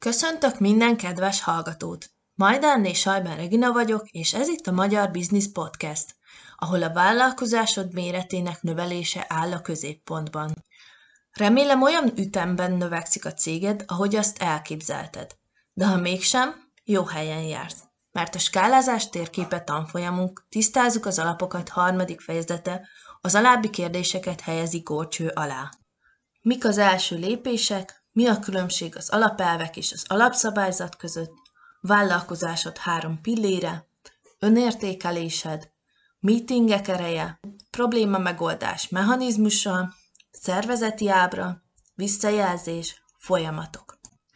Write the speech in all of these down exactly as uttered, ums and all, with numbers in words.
Köszöntök minden kedves hallgatót! Majdanné Sajben Regina vagyok, és ez itt a Magyar Business Podcast, ahol a vállalkozásod méretének növelése áll a középpontban. Remélem olyan ütemben növekszik a céged, ahogy azt elképzelted. De ha mégsem, jó helyen jársz. Mert a skálázás térképe tanfolyamunk Tisztázzuk az alapokat harmadik fejezete az alábbi kérdéseket helyezi górcső alá. Mik az első lépések? Mi a különbség az alapelvek és az alapszabályzat között? Vállalkozásod három pillére, önértékelésed, meetingek ereje, probléma megoldás mechanizmusa, szervezeti ábra, visszajelzés, folyamatok.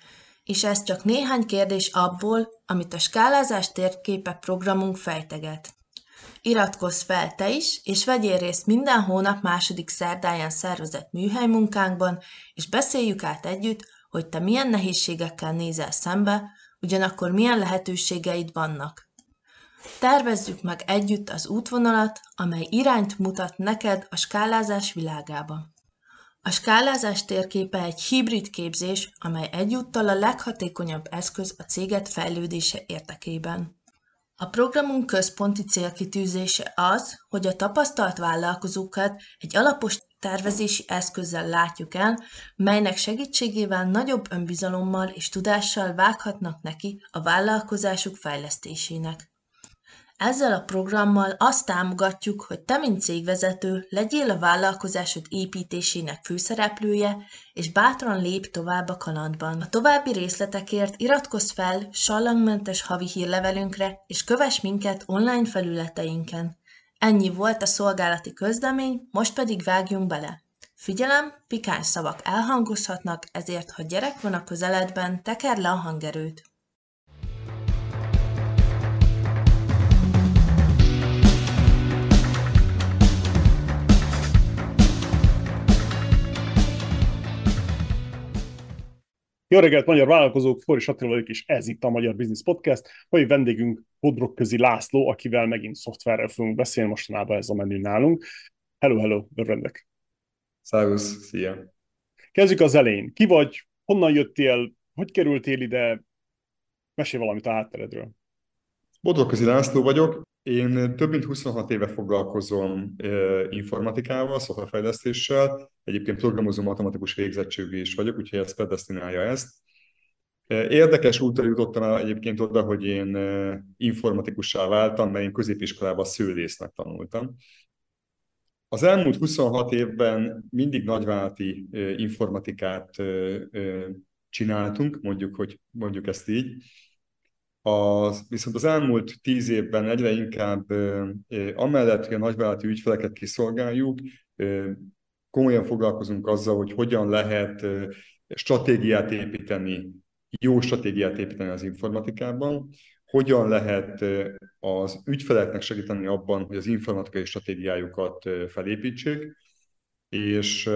És ez csak néhány kérdés abból, amit a skálázás térképe programunk fejteget. Iratkozz fel te is, és vegyél részt minden hónap második szerdáján szervezett műhelymunkánkban, és beszéljük át együtt, hogy te milyen nehézségekkel nézel szembe, ugyanakkor milyen lehetőségeid vannak. Tervezzük meg együtt az útvonalat, amely irányt mutat neked a skálázás világába. A skálázás térképe egy hibrid képzés, amely egyúttal a leghatékonyabb eszköz a céged fejlődése érdekében. A programunk központi célkitűzése az, hogy a tapasztalt vállalkozókat egy alapos tervezési eszközzel látjuk el, melynek segítségével nagyobb önbizalommal és tudással vághatnak neki a vállalkozásuk fejlesztésének. Ezzel a programmal azt támogatjuk, hogy te, mint cégvezető, legyél a vállalkozásod építésének főszereplője, és bátran lépj tovább a kalandban. A további részletekért iratkozz fel sallangmentes havi hírlevelünkre, és kövess minket online felületeinken. Ennyi volt a szolgálati közlemény, most pedig vágjunk bele. Figyelem, pikáns szavak elhangozhatnak, ezért ha gyerek van a közeledben, tekerd le a hangerőt. Jó reggelt, magyar vállalkozók! Forris Attila vagyok, és ez itt a Magyar Business Podcast. Mai vendégünk Bodrogközi László, akivel megint szoftverrel fogunk beszélni, mostanában ez a menü nálunk. Hello, hello, örvendek! Szervusz, szia! Kezdjük az elején. Ki vagy? Honnan jöttél? Hogy kerültél ide? Mesélj valamit a hátteredről. Bodrogközi László vagyok. Én több mint huszonhat éve foglalkozom informatikával, szoftverfejlesztéssel. Egyébként programozó matematikus végzettségű is vagyok, úgyhogy ez predesztinálja ezt. Érdekes úton jutottam el egyébként oda, hogy én informatikussá váltam, mert én középiskolában szőlésznek tanultam. Az elmúlt huszonhat évben mindig nagyvállalati informatikát csináltunk, mondjuk, hogy mondjuk ezt így. Az, viszont az elmúlt tíz évben egyre inkább amellett, hogy a nagyvállalati ügyfeleket kiszolgáljuk, komolyan foglalkozunk azzal, hogy hogyan lehet stratégiát építeni, jó stratégiát építeni az informatikában, hogyan lehet az ügyfeleknek segíteni abban, hogy az informatikai stratégiájukat felépítsék, és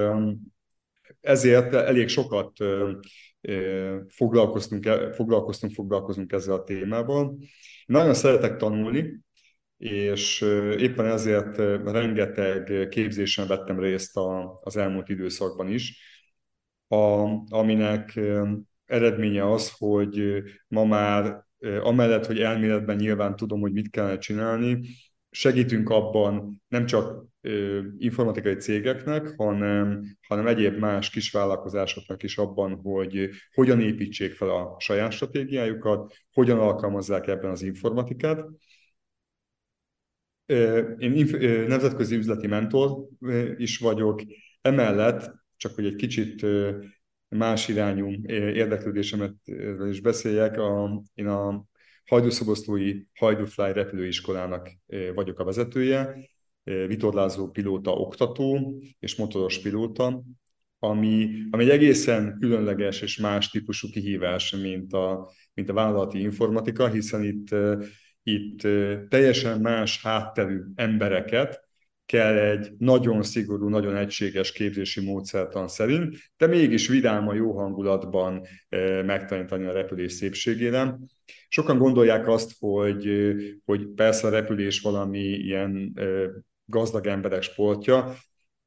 ezért elég sokat foglalkoztunk, foglalkoztunk, foglalkozunk ezzel a témával. Nagyon szeretek tanulni, és éppen ezért rengeteg képzésen vettem részt az elmúlt időszakban is, a, aminek eredménye az, hogy ma már amellett, hogy elméletben nyilván tudom, hogy mit kellene csinálni, segítünk abban nem csak informatikai cégeknek, hanem, hanem egyéb más kisvállalkozásoknak is abban, hogy hogyan építsék fel a saját stratégiájukat, hogyan alkalmazzák ebben az informatikát. Én nemzetközi üzleti mentor is vagyok, emellett, csak hogy egy kicsit más irányú érdeklődésemet is beszéljek, a, én a Hajdúszoboszlói Hajdúfly repülőiskolának vagyok a vezetője, vitorlázó pilóta oktató és motoros pilóta, ami, ami egy egészen különleges és más típusú kihívás, mint a, mint a vállalati informatika, hiszen itt, itt teljesen más hátterű embereket kell egy nagyon szigorú, nagyon egységes képzési módszertan szerint, de mégis vidáman, jó hangulatban megtanítani a repülés szépségére. Sokan gondolják azt, hogy, hogy persze a repülés valami ilyen gazdag emberek sportja.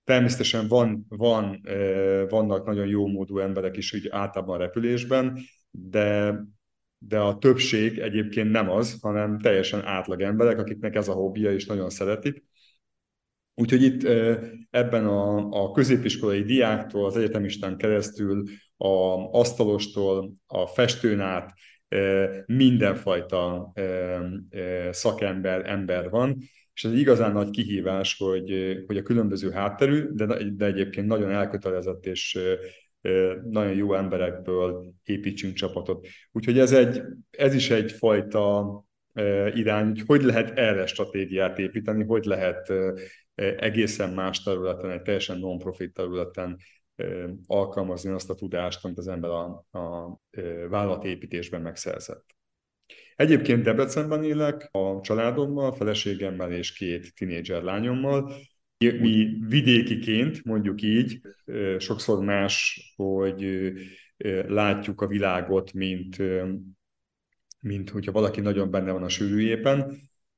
Természetesen van, van, vannak nagyon jó módú emberek is úgy általában a repülésben, de, de a többség egyébként nem az, hanem teljesen átlag emberek, akiknek ez a hobbija és nagyon szeretik. Úgyhogy itt ebben a, a középiskolai diáktól, az egyetemistán keresztül, a asztalostól, a festőn át mindenfajta szakember, ember van, és ez egy igazán nagy kihívás, hogy, hogy a különböző hátterű, de, de egyébként nagyon elkötelezett és nagyon jó emberekből építsünk csapatot. Úgyhogy ez, egy, ez is egyfajta irány, hogy hogy lehet erre stratégiát építeni, hogy lehet egészen más területen, egy teljesen non-profit területen alkalmazni azt a tudást, amit az ember a, a vállalatépítésben megszerzett. Egyébként Debrecenben élek a családommal, feleségemmel és két tinédzser lányommal. Mi vidékiként, mondjuk így, sokszor más, hogy látjuk a világot, mint, mint hogyha valaki nagyon benne van a sűrűjében.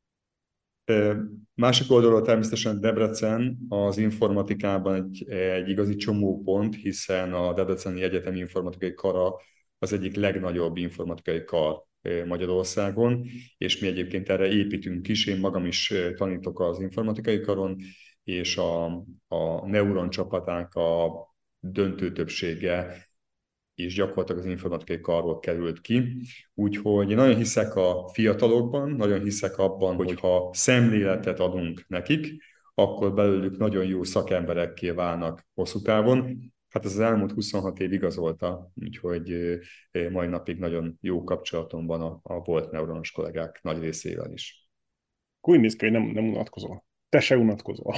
Másik oldalról természetesen Debrecen az informatikában egy, egy igazi csomópont, hiszen a Debreceni Egyetemi Informatikai Kara az egyik legnagyobb informatikai kar Magyarországon, és mi egyébként erre építünk is. Én magam is tanítok az informatikai karon, és a, a Neuron csapatának a döntő többsége és gyakorlatilag az informatikai karból került ki. Úgyhogy én nagyon hiszek a fiatalokban, nagyon hiszek abban, hogy ha szemléletet adunk nekik, akkor belőlük nagyon jó szakemberekké válnak hosszú távon. Hát ez az elmúlt huszonhat év igazolta, úgyhogy mai napig nagyon jó kapcsolatom van a, a volt neuronos kollégák nagy részével is. Úgy néz ki, hogy nem, nem unatkozol. Te se unatkozol.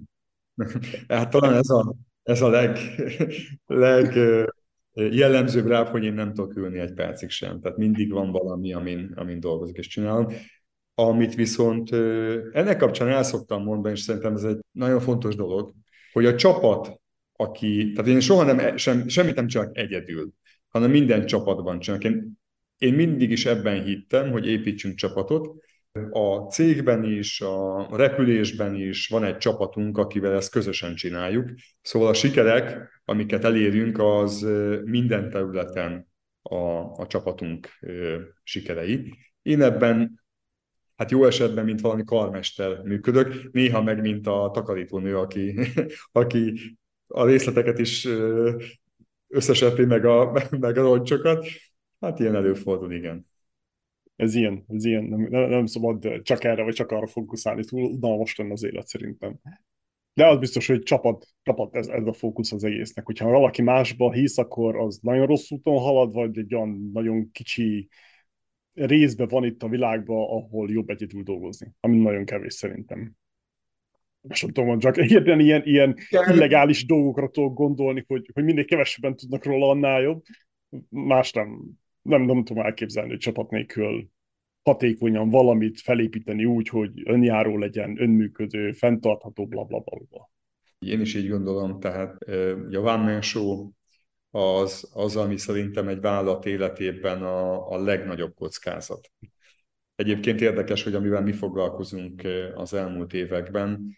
Hát talán ez a, ez a leg, leg jellemzőbb rá, hogy én nem tudok ülni egy percig sem. Tehát mindig van valami, amin, amin dolgozok és csinálom. Amit viszont ennek kapcsán el szoktam mondani, és szerintem ez egy nagyon fontos dolog, hogy a csapat, aki, tehát én soha nem, sem, semmit nem csinálok egyedül, hanem minden csapatban csinálok. Én, én mindig is ebben hittem, hogy építsünk csapatot. A cégben is, a repülésben is van egy csapatunk, akivel ezt közösen csináljuk. Szóval a sikerek, amiket elérünk, az minden területen a, a csapatunk sikerei. Én ebben, hát jó esetben, mint valami karmester működök, néha meg, mint a takarítónő, aki, aki a részleteket is összeseppi, meg a, meg a roncsokat. Hát ilyen előfordul, igen. Ez ilyen, ez ilyen, nem, nem szabad csak erre, vagy csak arra fókuszálni, túl unalmas lenne az élet szerintem. De az biztos, hogy csapat, csapat ez, ez a fókusz az egésznek. Hogyha valaki másba hisz, akkor az nagyon rossz úton halad, vagy egy olyan nagyon kicsi részben van itt a világban, ahol jobb egyedül dolgozni. Ami nagyon kevés szerintem. És nem tudom, csak ilyen, ilyen, ilyen illegális dolgokra tudok gondolni, hogy, hogy mindig kevesebben tudnak róla, annál jobb. Más nem, nem, nem tudom elképzelni, hogy csapat nélkül hatékonyan valamit felépíteni úgy, hogy önjáró legyen, önműködő, fenntartható, bla bla bla bla. Én is így gondolom, tehát ugye a One Man Show az, az, ami szerintem egy vállalat életében a, a legnagyobb kockázat. Egyébként érdekes, hogy amivel mi foglalkozunk az elmúlt években,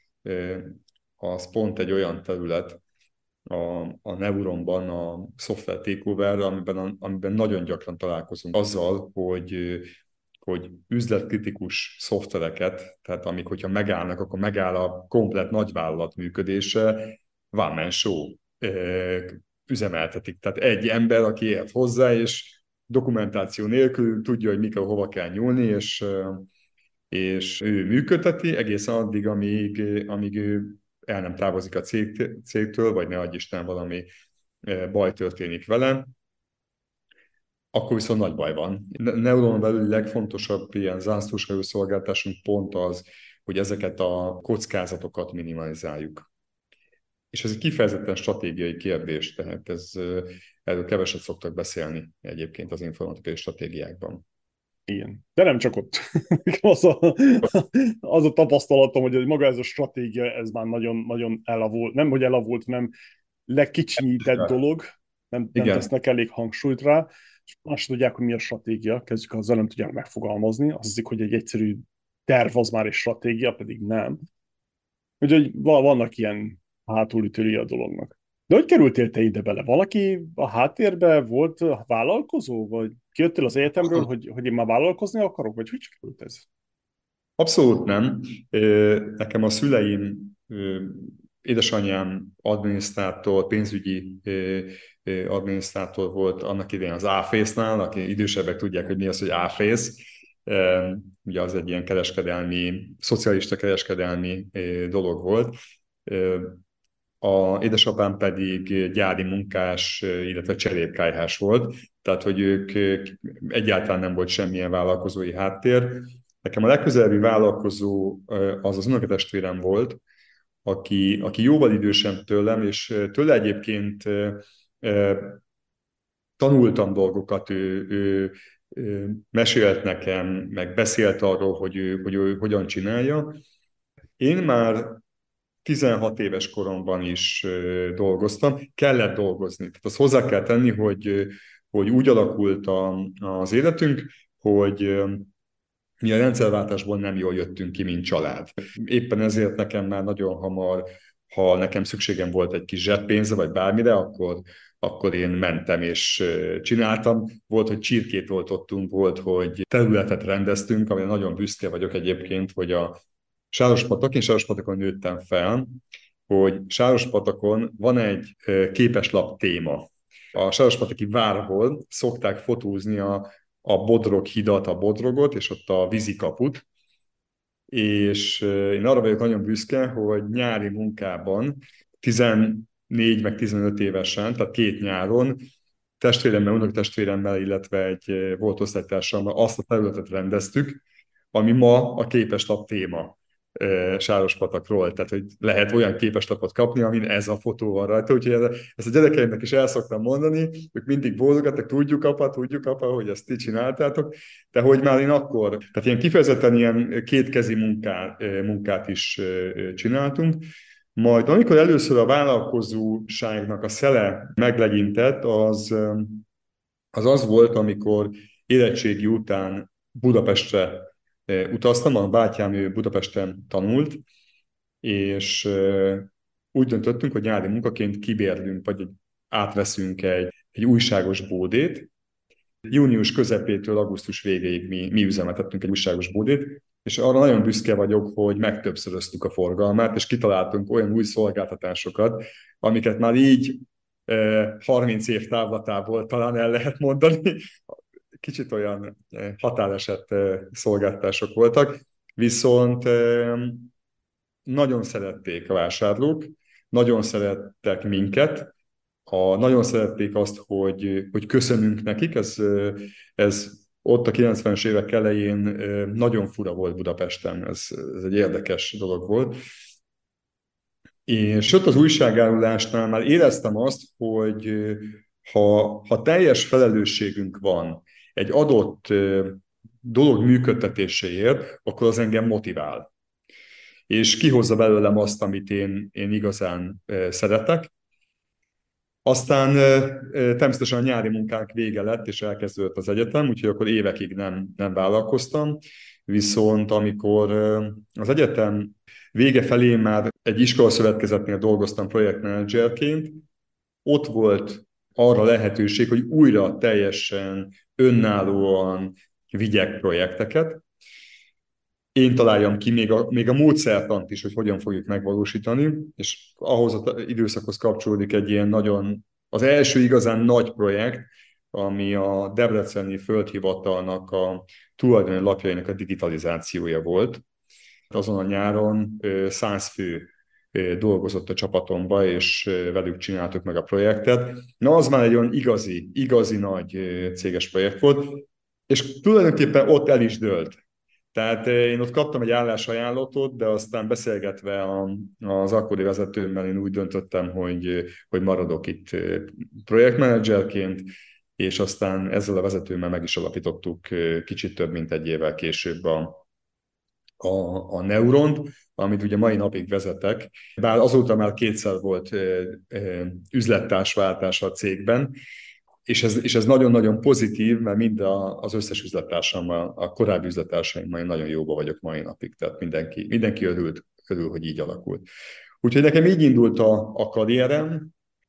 az pont egy olyan terület a, a Neuronban, a software takeover, amiben, amiben nagyon gyakran találkozunk azzal, hogy hogy üzletkritikus szoftvereket, tehát amik, hogyha megállnak, akkor megáll a komplet nagyvállalat működése, one man show üzemeltetik. Tehát egy ember, aki ért hozzá, és dokumentáció nélkül tudja, hogy mikor hova kell nyúlni, és, és ő működteti egészen addig, amíg, amíg ő el nem távozik a cég, cégtől, vagy ne adj Isten, valami baj történik vele, akkor viszont nagy baj van. Neuronon belül legfontosabb ilyen zászlóshajó szolgáltatásunk pont az, hogy ezeket a kockázatokat minimalizáljuk. És ez egy kifejezetten stratégiai kérdés, tehát ez, erről keveset szoktak beszélni egyébként az informatikai stratégiákban. Igen. De nem csak ott. az, a, az a tapasztalatom, hogy maga ez a stratégia, ez már nagyon, nagyon elavult, nem hogy elavult, nem legkicsinyített dolog, nem, nem tesznek elég hangsúlyt rá, és azt tudják, hogy mi a stratégia, kezdjük azzal, nem tudják megfogalmazni, azt hiszik, hogy egy egyszerű terv az már egy stratégia, pedig nem. Úgyhogy vannak ilyen hátulütői a dolognak. De hogy kerültél te ide bele? Valaki a háttérbe volt vállalkozó? Vagy kijöttél az egyetemről, hogy, hogy én már vállalkozni akarok? Vagy hogy került ez? Abszolút nem. Ö, Nekem a szüleim, ö, édesanyám adminisztrátor, pénzügyi ö, ö, adminisztrátor volt annak idején az áfésznál, aki idősebbek tudják, hogy mi az, hogy áfész. Ö, Ugye az egy ilyen kereskedelmi, szocialista kereskedelmi ö, dolog volt. Ö, A édesapám pedig gyári munkás, illetve cserépkályhás volt, tehát hogy ők egyáltalán nem volt semmilyen vállalkozói háttér. Nekem a legközelebbi vállalkozó az az unokatestvérem volt, aki, aki jóval idősebb tőlem, és tőle egyébként tanultam dolgokat, ő, ő, ő mesélt nekem, meg beszélt arról, hogy ő, hogy ő hogyan csinálja. Én már tizenhat éves koromban is dolgoztam, kellett dolgozni. Tehát azt hozzá kell tenni, hogy, hogy úgy alakult a, az életünk, hogy mi a rendszerváltásból nem jól jöttünk ki, mint család. Éppen ezért nekem már nagyon hamar, ha nekem szükségem volt egy kis zseppénzre, vagy bármire, akkor, akkor én mentem és csináltam. Volt, hogy csirkét oltottunk, volt, hogy területet rendeztünk, amire nagyon büszke vagyok egyébként, hogy a Sárospatak, én Sárospatakon nőttem fel, hogy Sárospatakon van egy képeslap téma. A Sárospataki várból szokták fotózni a, a Bodrog hidat, a Bodrogot, és ott a vízikaput, és én arra vagyok nagyon büszke, hogy nyári munkában tizennégy meg tizenöt évesen, tehát két nyáron testvéremmel, unokatestvéremmel, illetve egy volt osztálytársammal azt a területet rendeztük, ami ma a képeslap téma Sárospatakról, tehát hogy lehet olyan képeslapot kapni, amin ez a fotó van rajta, úgyhogy ezt a gyerekeimnek is el szoktam mondani, ők mindig boldogak, tudjuk apa, tudjuk apa, hogy ezt ti csináltátok, de hogy már én akkor, tehát ilyen kifejezetten ilyen kétkezi munkát, munkát is csináltunk, majd amikor először a vállalkozóságnak a szele meglegyintett, az az, az volt, amikor érettségi után Budapestre utaztam, a bátyám ő Budapesten tanult, és úgy döntöttünk, hogy nyári munkaként kibérlünk, vagy átveszünk egy, egy újságos bódét. Június közepétől augusztus végéig mi, mi üzemeltettünk egy újságos bódét, és arra nagyon büszke vagyok, hogy megtöbbszöröztük a forgalmát, és kitaláltunk olyan új szolgáltatásokat, amiket már így harminc év távlatából talán el lehet mondani, kicsit olyan határeset szolgáltatások voltak, viszont nagyon szerették a vásárlók, nagyon szerettek minket, a, nagyon szerették azt, hogy, hogy köszönünk nekik, ez, ez ott a kilencvenes évek elején nagyon fura volt Budapesten, ez, ez egy érdekes dolog volt. És ott az újságárulásnál már éreztem azt, hogy ha, ha teljes felelősségünk van egy adott dolog működtetéséért, akkor az engem motivál. És kihozza belőlem azt, amit én, én igazán szeretek. Aztán természetesen a nyári munkánk vége lett, és elkezdődött az egyetem, úgyhogy akkor évekig nem, nem vállalkoztam. Viszont amikor az egyetem vége felé már egy iskolaszövetkezetnél dolgoztam projektmenedzserként, ott volt arra lehetőség, hogy újra teljesen önállóan vigyek projekteket. Én találjam ki még a, még a módszertant is, hogy hogyan fogjuk megvalósítani, és ahhoz az időszakhoz kapcsolódik egy ilyen nagyon, az első igazán nagy projekt, ami a Debreceni Földhivatalnak a tulajdoni lapjainak a digitalizációja volt. Azon a nyáron száz fő dolgozott a csapatomba, és velük csináltuk meg a projektet. Na, az már egy olyan igazi, igazi nagy céges projekt volt, és tulajdonképpen ott el is dőlt. Tehát én ott kaptam egy állásajánlatot, de aztán beszélgetve a, az akkori vezetőmmel én úgy döntöttem, hogy, hogy maradok itt projektmenedzserként, és aztán ezzel a vezetőmmel meg is alapítottuk kicsit több mint egy évvel később a, a, a Neuront, amit ugye mai napig vezetek, bár azóta már kétszer volt üzlettársváltás a cégben, és ez, és ez nagyon-nagyon pozitív, mert mind a, az összes üzlettársammal, a korábbi üzlettársaimmal én nagyon jóba vagyok mai napig, tehát mindenki, mindenki örült, örül, hogy így alakult. Úgyhogy nekem így indult a, a karrierem,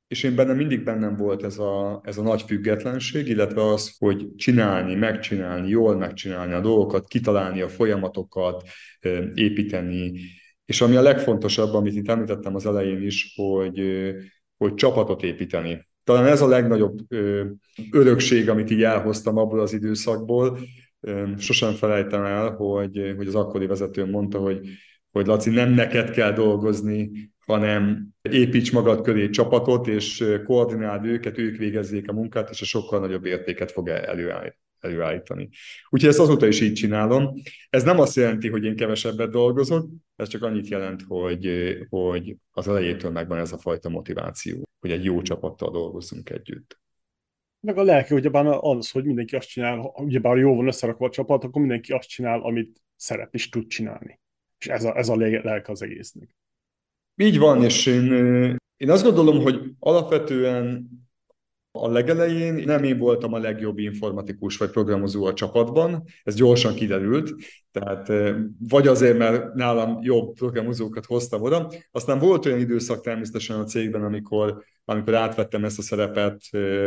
és én bennem mindig bennem volt ez a, ez a nagy függetlenség, illetve az, hogy csinálni, megcsinálni, jól megcsinálni a dolgokat, kitalálni a folyamatokat, építeni. És ami a legfontosabb, amit itt említettem az elején is, hogy, hogy csapatot építeni. Talán ez a legnagyobb örökség, amit így elhoztam abból az időszakból. Sosem felejtem el, hogy, hogy az akkori vezetőm mondta, hogy, hogy Laci, nem neked kell dolgozni, hanem építs magad köré csapatot, és koordináld őket, ők végezzék a munkát, és a sokkal nagyobb értéket fog előállítani. Úgyhogy ezt azóta is így csinálom. Ez nem azt jelenti, hogy én kevesebbet dolgozok, ez csak annyit jelent, hogy, hogy az elejétől megvan ez a fajta motiváció, hogy egy jó csapattal dolgozzunk együtt. Meg a lelke, ugyebár az, hogy mindenki azt csinál, ugyebár jól van összerakva a csapat, akkor mindenki azt csinál, amit szeret és tud csinálni. És ez a, ez a lelke az egésznek. Így van, és én, én azt gondolom, hogy alapvetően a legelején nem én voltam a legjobb informatikus vagy programozó a csapatban, ez gyorsan kiderült, tehát vagy azért, mert nálam jobb programozókat hoztam oda, aztán volt olyan időszak természetesen a cégben, amikor, amikor átvettem ezt a szerepet,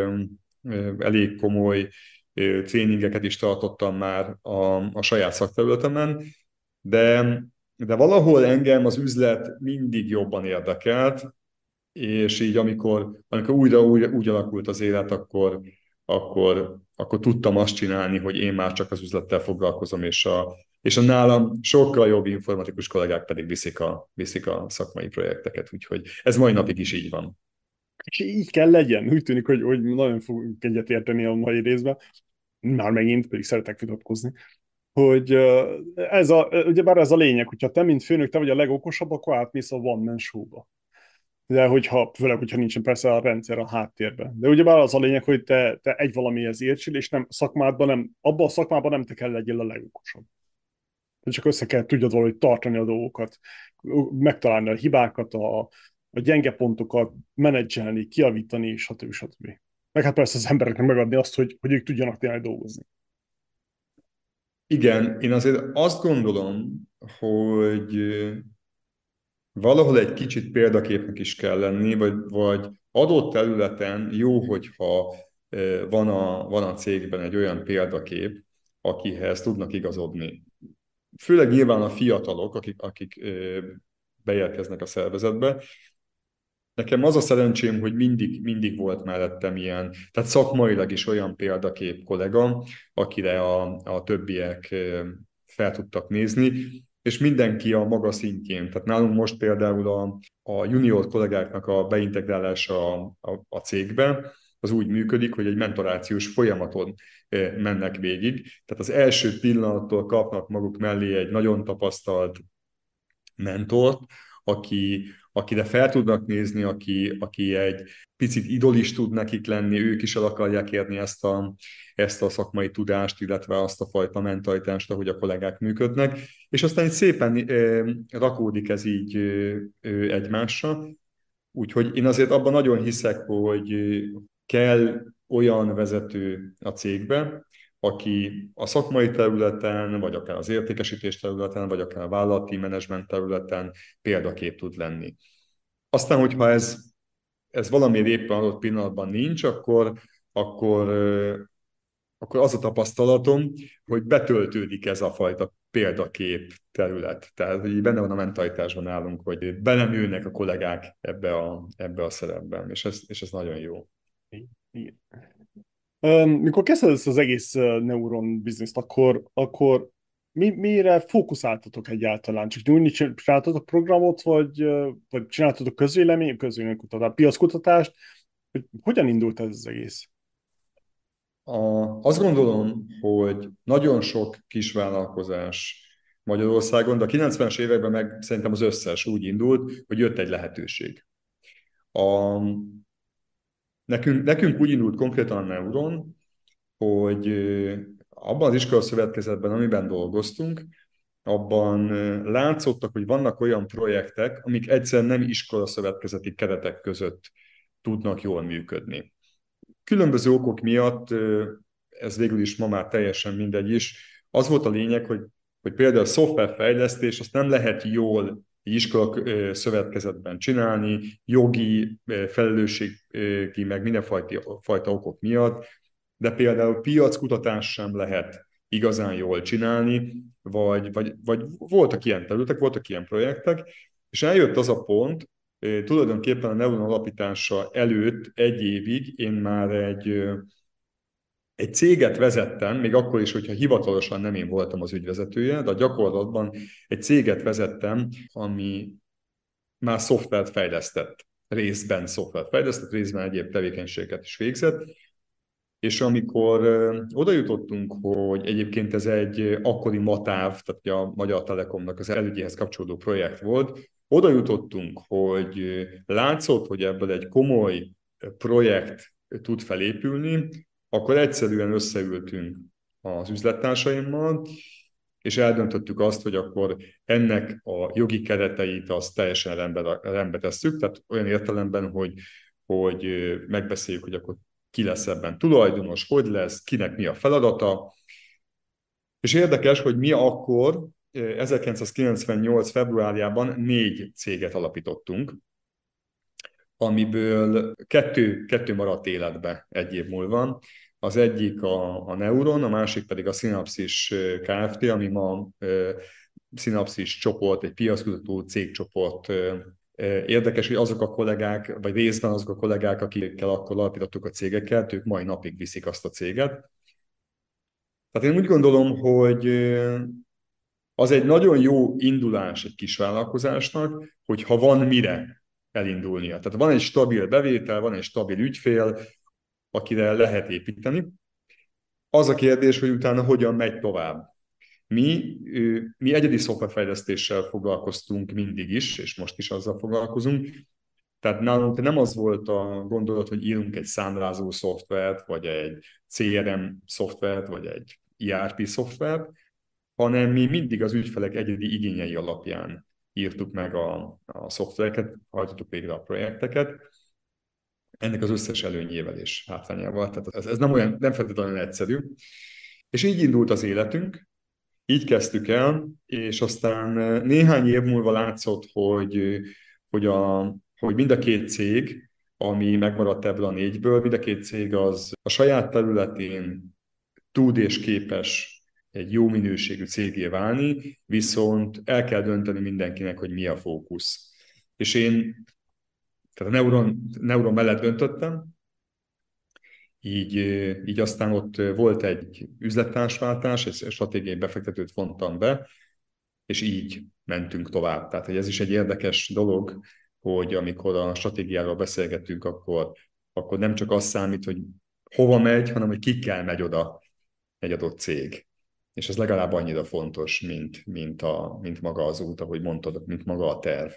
elég komoly tréningeket is tartottam már a, a saját szakterületemen, de, de valahol engem az üzlet mindig jobban érdekelt, és így amikor, amikor újra úgy, úgy alakult az élet, akkor, akkor, akkor tudtam azt csinálni, hogy én már csak az üzlettel foglalkozom, és a, és a nálam sokkal jobb informatikus kollégák pedig viszik a, viszik a szakmai projekteket, úgyhogy ez mai napig is így van. És így kell legyen. Úgy tűnik, hogy, hogy nagyon fogunk egyet érteni a mai részben. Már megint, pedig szeretek vitatkozni. Hogy ez a, ugyebár ez a lényeg, hogyha te, mint főnök, te vagy a legokosabb, akkor átmész a one-man show-ba. De hogyha, főleg, hogyha nincsen persze a rendszer a háttérben. De ugyebár az a lényeg, hogy te, te egy valamihez értsél, és nem szakmádban nem, abban a szakmában nem te kell legyél a legokosabb. Csak össze kell tudjad valahogy tartani a dolgokat, megtalálni a hibákat, a, a gyenge pontokat, menedzselni, kiavítani, stb. stb. Meg hát persze az embereknek megadni azt, hogy, hogy ők tudjanak tényleg dolgozni. Igen, én azért azt gondolom, hogy valahol egy kicsit példaképnek is kell lenni, vagy, vagy adott területen jó, hogyha van a, van a cégben egy olyan példakép, akihez tudnak igazodni. Főleg nyilván a fiatalok, akik, akik beérkeznek a szervezetbe. Nekem az a szerencsém, hogy mindig, mindig volt mellettem ilyen, tehát szakmailag is olyan példakép kollega, akire a, a többiek fel tudtak nézni, és mindenki a maga szintjén. Tehát nálunk most például a, a junior kollégáknak a beintegrálása a, a, a cégbe, az úgy működik, hogy egy mentorációs folyamaton mennek végig. Tehát az első pillanattól kapnak maguk mellé egy nagyon tapasztalt mentort, aki, akire fel tudnak nézni, aki, aki egy picit idol is tud nekik lenni, ők is el akarják érni ezt a, ezt a szakmai tudást, illetve azt a fajta mentalitást, ahogy a kollégák működnek, és aztán itt szépen e, rakódik ez így e, egymásra. Úgyhogy én azért abban nagyon hiszek, hogy kell olyan vezető a cégbe, aki a szakmai területen, vagy akár az értékesítés területen, vagy akár a vállalati menedzsment területen példakép tud lenni. Aztán, hogyha ez, ez valamiért éppen adott pillanatban nincs, akkor, akkor, akkor az a tapasztalatom, hogy betöltődik ez a fajta példakép terület. Tehát, hogy benne van a mentalitásban nálunk, hogy belemülnek a kollégák ebbe a, ebbe a szerepben, és ez, és ez nagyon jó. Igen. Mikor kezdted ezt az egész neuron bizniszt, akkor, akkor mi, mire fókuszáltatok egyáltalán? Csak úgy csináltatok programot, vagy, vagy csináltatok közvélemény, közvéleménykutatást, piackutatást? Hogy hogyan indult ez az egész? A, azt gondolom, hogy nagyon sok kisvállalkozás Magyarországon, de a kilencvenes években meg szerintem az összes úgy indult, hogy jött egy lehetőség. A, nekünk, nekünk úgy indult konkrétan a Neuron, hogy abban az iskolaszövetkezetben, amiben dolgoztunk, abban látszottak, hogy vannak olyan projektek, amik egyszerűen nem iskolaszövetkezeti keretek között tudnak jól működni. Különböző okok miatt, ez végül is ma már teljesen mindegy is, az volt a lényeg, hogy, hogy például a szoftverfejlesztés azt nem lehet jól egy iskola szövetkezetben csinálni, jogi, felelősségi, meg mindenfajta fajta okok miatt, de például piackutatás sem lehet igazán jól csinálni, vagy, vagy, vagy voltak ilyen területek, voltak ilyen projektek, és eljött az a pont, tulajdonképpen a Neuron alapítása előtt egy évig én már egy, egy céget vezettem, még akkor is, hogyha hivatalosan nem én voltam az ügyvezetője, de a gyakorlatban egy céget vezettem, ami már szoftvert fejlesztett, részben szoftvert fejlesztett, részben egyéb tevékenységeket is végzett, és amikor oda jutottunk, hogy egyébként ez egy akkori MATÁV, tehát a Magyar Telekomnak az elügyéhez kapcsolódó projekt volt, oda jutottunk, hogy látszott, hogy ebből egy komoly projekt tud felépülni, akkor egyszerűen összeültünk az üzlettársaimmal, és eldöntöttük azt, hogy akkor ennek a jogi kereteit azt teljesen rendbe, rendbe tesszük, tehát olyan értelemben, hogy, hogy megbeszéljük, hogy akkor ki lesz ebben tulajdonos, hogy lesz, kinek mi a feladata. És érdekes, hogy mi akkor ezerkilencszázkilencvennyolc februárjában négy céget alapítottunk, amiből kettő, kettő maradt életbe egy év múlva. Az egyik a, a Neuron, a másik pedig a Synapsis Kft., ami ma Synapsis csoport, egy piackutató cégcsoport. Érdekes, hogy azok a kollégák, vagy részben azok a kollégák, akikkel akkor alapítottuk a cégeket, ők mai napig viszik azt a céget. Tehát én úgy gondolom, hogy az egy nagyon jó indulás egy kis vállalkozásnak, hogyha van mire elindulnia. Tehát van egy stabil bevétel, van egy stabil ügyfél, akire lehet építeni. Az a kérdés, hogy utána hogyan megy tovább. Mi, mi egyedi szoftverfejlesztéssel foglalkoztunk mindig is, és most is azzal foglalkozunk. Tehát nálunk nem az volt a gondolat, hogy írunk egy számlázó szoftvert, vagy egy cé er em szoftvert, vagy egy i er pé szoftvert, hanem mi mindig az ügyfelek egyedi igényei alapján írtuk meg a, a szoftvereket, hajtottuk végre a projekteket, ennek az összes előnyével és hátrányával. Tehát ez, ez nem olyan, nem feltétlenül egyszerű. És így indult az életünk, így kezdtük el, és aztán néhány év múlva látszott, hogy, hogy, a, hogy mind a két cég, ami megmaradt ebből a négyből, mind a két cég az a saját területén tud és képes egy jó minőségű cégé válni, viszont el kell dönteni mindenkinek, hogy mi a fókusz. És én tehát a Neuron, Neuron mellett döntöttem, így, így aztán ott volt egy üzlettársváltás, egy stratégiai befektetőt vontam be, és így mentünk tovább. Tehát hogy ez is egy érdekes dolog, hogy amikor a stratégiáról beszélgetünk, akkor, akkor nem csak az számít, hogy hova megy, hanem hogy kikkel megy oda egy adott cég. És ez legalább annyira fontos, mint, mint, a, mint maga az út, ahogy mondtad, mint maga a terv.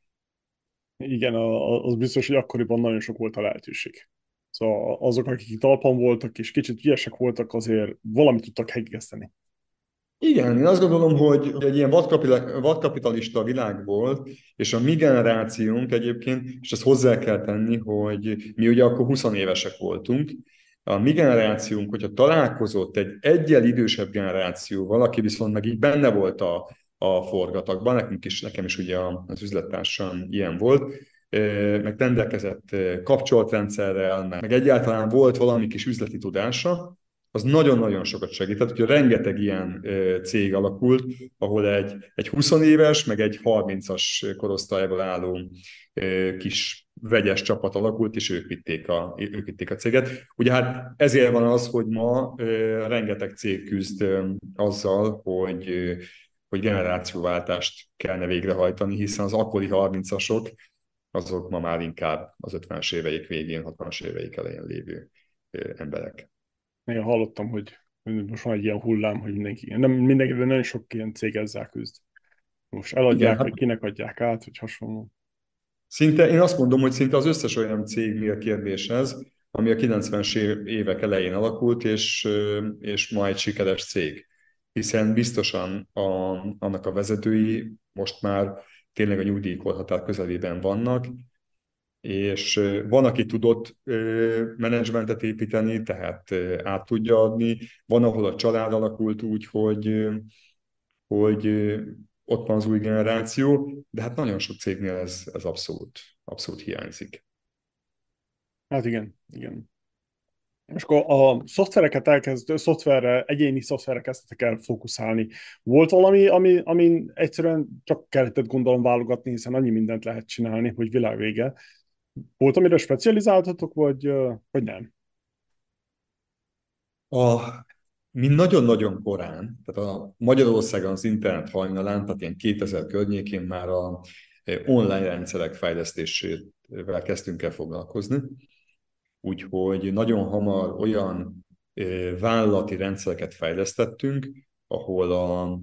Igen, az biztos, hogy akkoriban nagyon sok volt a lehetőség. Szóval azok, akik itt talpon voltak, és kicsit ügyesek voltak, azért valamit tudtak hegeszteni. Igen, én azt gondolom, hogy egy ilyen vadkapitalista világ volt, és a mi generációnk egyébként, és ezt hozzá kell tenni, hogy mi ugye akkor húsz évesek voltunk, a mi generációnk, hogyha találkozott egy egyel idősebb generációval, aki viszont meg így benne volt a, a forgatagban, nekünk is, nekem is ugye az üzlettársam ilyen volt, meg rendelkezett kapcsolatrendszerrel, meg egyáltalán volt valami kis üzleti tudása, az nagyon-nagyon sokat segített, hogy rengeteg ilyen cég alakult, ahol egy, egy húsz éves, meg egy harmincas korosztályból álló kis vegyes csapat alakult, és ők vitték a, ők vitték a céget. Ugye hát ezért van az, hogy ma rengeteg cég küzd azzal, hogy, hogy generációváltást kellene végrehajtani, hiszen az akkori harmincasok, azok ma már inkább az ötvenes éveik végén, hatvanas éveik elején lévő emberek. Én hallottam, hogy most van egy ilyen hullám, hogy mindenki, nem mindenki, de nagyon sok ilyen cég ezzel küzd. Most eladják, igen, vagy hát kinek adják át, vagy hasonló. Szinte, én azt mondom, hogy szinte az összes olyan cég mi a kérdéshez, ami a kilencvenes évek elején alakult, és, és ma egy sikeres cég. Hiszen biztosan a, annak a vezetői most már tényleg a nyugdíjkorhatár közelében vannak, és van, aki tudott menedzsmentet építeni, tehát át tudja adni, van, ahol a család alakult úgy, hogy, hogy ott van az új generáció, de hát nagyon sok cégnél ez, ez abszolút, abszolút hiányzik. Hát igen, igen. És akkor a szoftvereket elkezd, szoftverre, egyéni szoftverre kezdtek el fókuszálni. Volt valami, ami, amin egyszerűen csak kellett gondolom válogatni, hiszen annyi mindent lehet csinálni, hogy világvége. Volt, amire specializáltatok, vagy, ö, vagy nem? A, mi nagyon-nagyon korán, tehát a Magyarországon az internet hajnalán, tehát ilyen kétezer környékén már a online rendszerek fejlesztésével kezdtünk el foglalkozni. Úgyhogy nagyon hamar olyan vállalati rendszereket fejlesztettünk, ahol, a,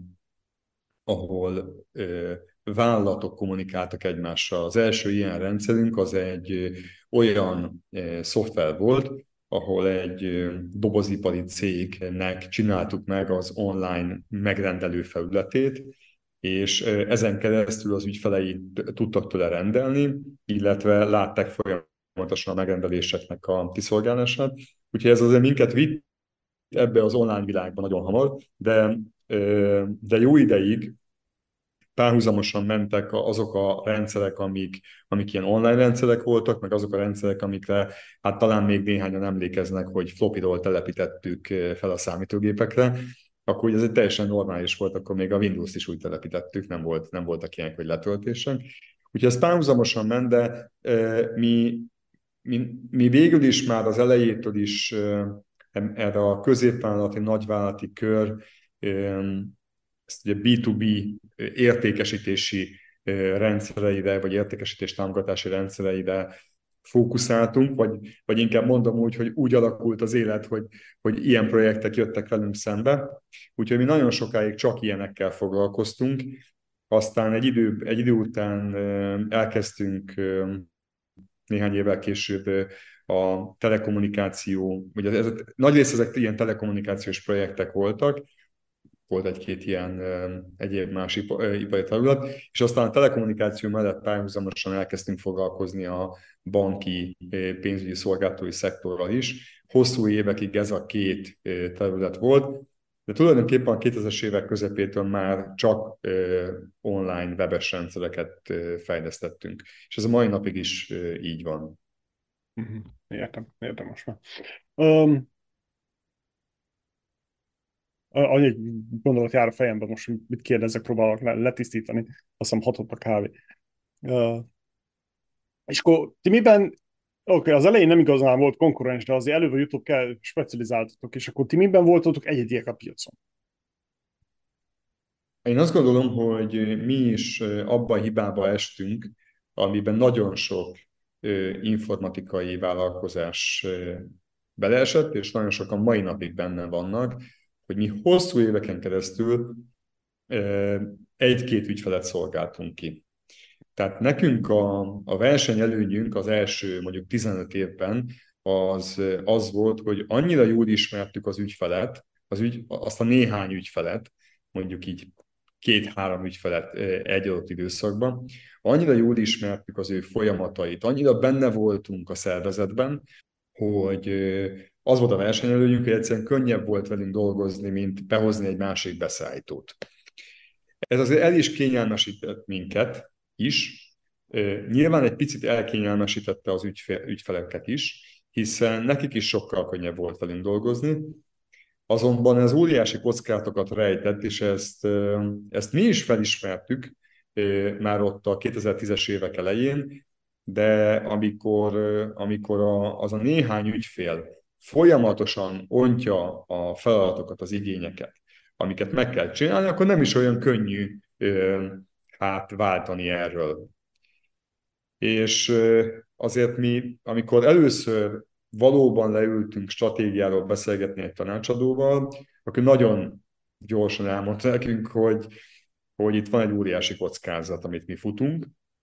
ahol vállalatok kommunikáltak egymással. Az első ilyen rendszerünk az egy olyan szoftver volt, ahol egy dobozipari cégnek csináltuk meg az online megrendelő felületét, és ezen keresztül az ügyfelei tudtak tőle rendelni, illetve látták folyamatosan a megrendeléseknek a kiszolgálását. Úgyhogy ez azért minket vitt ebbe az online világban nagyon hamar, de, de jó ideig párhuzamosan mentek azok a rendszerek, amik, amik ilyen online rendszerek voltak, meg azok a rendszerek, amikre hát talán még néhányan emlékeznek, hogy floppyról telepítettük fel a számítógépekre, akkor ez egy teljesen normális volt, akkor még a Windows-t is úgy telepítettük, nem, volt, nem voltak ilyenek, hogy letöltések. Úgyhogy ez párhuzamosan ment, de e, mi, mi, mi végül is már az elejétől is e, erre a középvállalati, nagyvállalati kör e, ezt ugye bé kettő bé értékesítési rendszereire, vagy értékesítés támogatási rendszereire fókuszáltunk, vagy, vagy inkább mondom úgy, hogy úgy alakult az élet, hogy, hogy ilyen projektek jöttek velünk szembe. Úgyhogy mi nagyon sokáig csak ilyenekkel foglalkoztunk. Aztán egy idő, egy idő után elkezdtünk néhány évvel később a telekommunikáció, ugye ez, nagy rész ezek ilyen telekommunikációs projektek voltak, volt egy-két ilyen egyéb más ipari terület, és aztán a telekommunikáció mellett párhuzamosan elkezdtünk foglalkozni a banki pénzügyi szolgáltatói szektorral is. Hosszú évekig ez a két terület volt, de tulajdonképpen a kétezres évek közepétől már csak online webes rendszereket fejlesztettünk, és ez a mai napig is így van. Értem, értem most már. Um... Annyi gondolat jár a fejemben most, hogy mit kérdezzek, próbálok letisztítani. Azt hiszem hatott a kávé. Uh, és akkor ti miben, oké, okay, az elején nem igazán volt konkurens, de azért előbb jutóbb kell specializáltatok, és akkor ti miben voltatok egyediek a piacon? Én azt gondolom, hogy mi is abba a hibába estünk, amiben nagyon sok informatikai vállalkozás beleesett, és nagyon sokan mai napig benne vannak, hogy mi hosszú éveken keresztül egy-két ügyfelet szolgáltunk ki. Tehát nekünk a, a versenyelőnyünk az első mondjuk tizenöt évben az, az volt, hogy annyira jól ismertük az ügyfelet, az ügy, azt a néhány ügyfelet, mondjuk így két-három ügyfelet egy adott időszakban, annyira jól ismertük az ő folyamatait, annyira benne voltunk a szervezetben, hogy az volt a versenyelőnyünk, hogy egyszerűen könnyebb volt velünk dolgozni, mint behozni egy másik beszállítót. Ez azért el is kényelmesített minket is, nyilván egy picit elkényelmesítette az ügyfe- ügyfeleket is, hiszen nekik is sokkal könnyebb volt velünk dolgozni, azonban ez óriási kockázatokat rejtett, és ezt, ezt mi is felismertük már ott a kétezer-tízes évek elején, de amikor, amikor a, az a néhány ügyfél folyamatosan ontja a feladatokat, az igényeket, amiket meg kell csinálni, akkor nem is olyan könnyű hát váltani erről. És azért mi, amikor először valóban leültünk stratégiáról beszélgetni egy tanácsadóval, akkor nagyon gyorsan elmondta nekünk, hogy, hogy itt van egy óriási kockázat, amit mi futunk,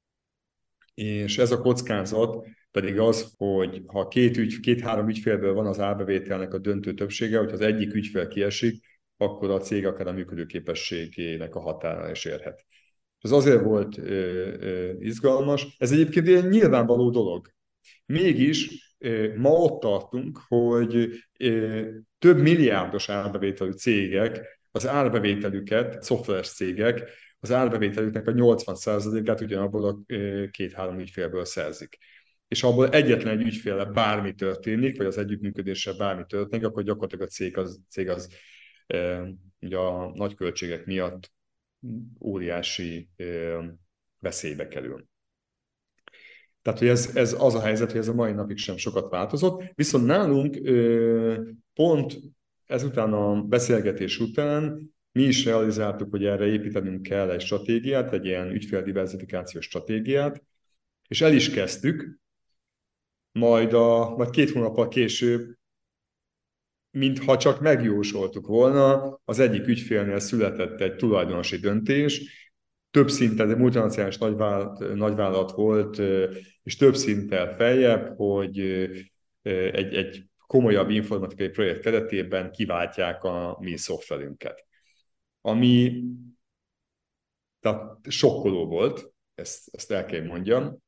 és ez a kockázat pedig az, hogy ha két ügy, két-három ügyfélből van az árbevételnek a döntő többsége, hogyha az egyik ügyfél kiesik, akkor a cég akár a működőképességének a határa is érhet. Ez azért volt ö, ö, izgalmas. Ez egyébként egy nyilvánvaló dolog. Mégis ö, ma ott tartunk, hogy ö, több milliárdos árbevételű cégek az árbevételüket, szoftveres cégek, az árbevételüknek a nyolcvan százalékát ugyanabból a két-három ügyfélből szerzik. És ha abból egyetlen egy ügyféllel bármi történik, vagy az együttműködéssel bármi történik, akkor gyakorlatilag a cég az, cég az e, ugye a nagy költségek miatt óriási e, veszélybe kerül. Tehát, hogy ez, ez az a helyzet, hogy ez a mai napig sem sokat változott. Viszont nálunk pont ezután a beszélgetés után mi is realizáltuk, hogy erre építenünk kell egy stratégiát, egy ilyen ügyféldiverzifikációs stratégiát, és el is kezdtük, majd, a, majd két hónappal később, mintha csak megjósoltuk volna, az egyik ügyfélnél született egy tulajdonosi döntés, több szinten, de multinacionális nagyvállalat, nagyvállalat volt, és több szinten feljebb, hogy egy, egy komolyabb informatikai projekt keretében kiváltják a mi szoftverünket. Ami tehát sokkoló volt, ezt, ezt el kell mondjam.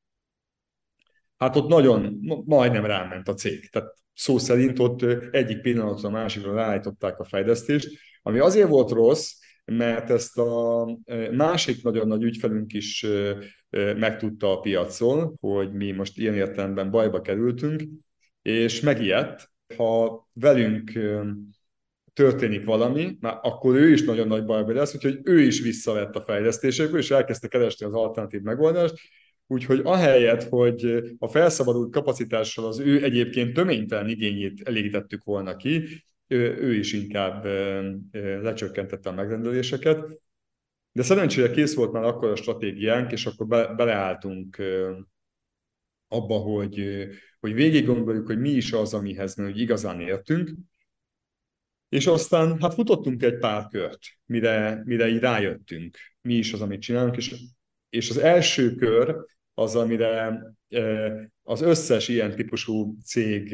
Hát ott nagyon, majdnem ráment a cég. Tehát szó szerint ott egyik pillanatra a másikra ráállították a fejlesztést, ami azért volt rossz, mert ezt a másik nagyon nagy ügyfelünk is megtudta a piacon, hogy mi most ilyen értelemben bajba kerültünk, és megijedt, ha velünk történik valami, akkor ő is nagyon nagy bajba lesz, úgyhogy ő is visszavett a fejlesztésekből, és elkezdte keresni az alternatív megoldást, úgyhogy ahelyett, hogy a felszabadult kapacitással az ő egyébként töménytelen igényét elégítettük volna ki, ő is inkább lecsökkentette a megrendeléseket. De szerencsére kész volt már akkor a stratégiánk, és akkor be, beleálltunk abba, hogy, hogy végig gondoljuk, hogy mi is az, amihez mi igazán értünk. És aztán hát futottunk egy pár kört, mire, mire így rájöttünk, mi is az, amit csinálunk. És, és az első kör az, amire az összes ilyen típusú cég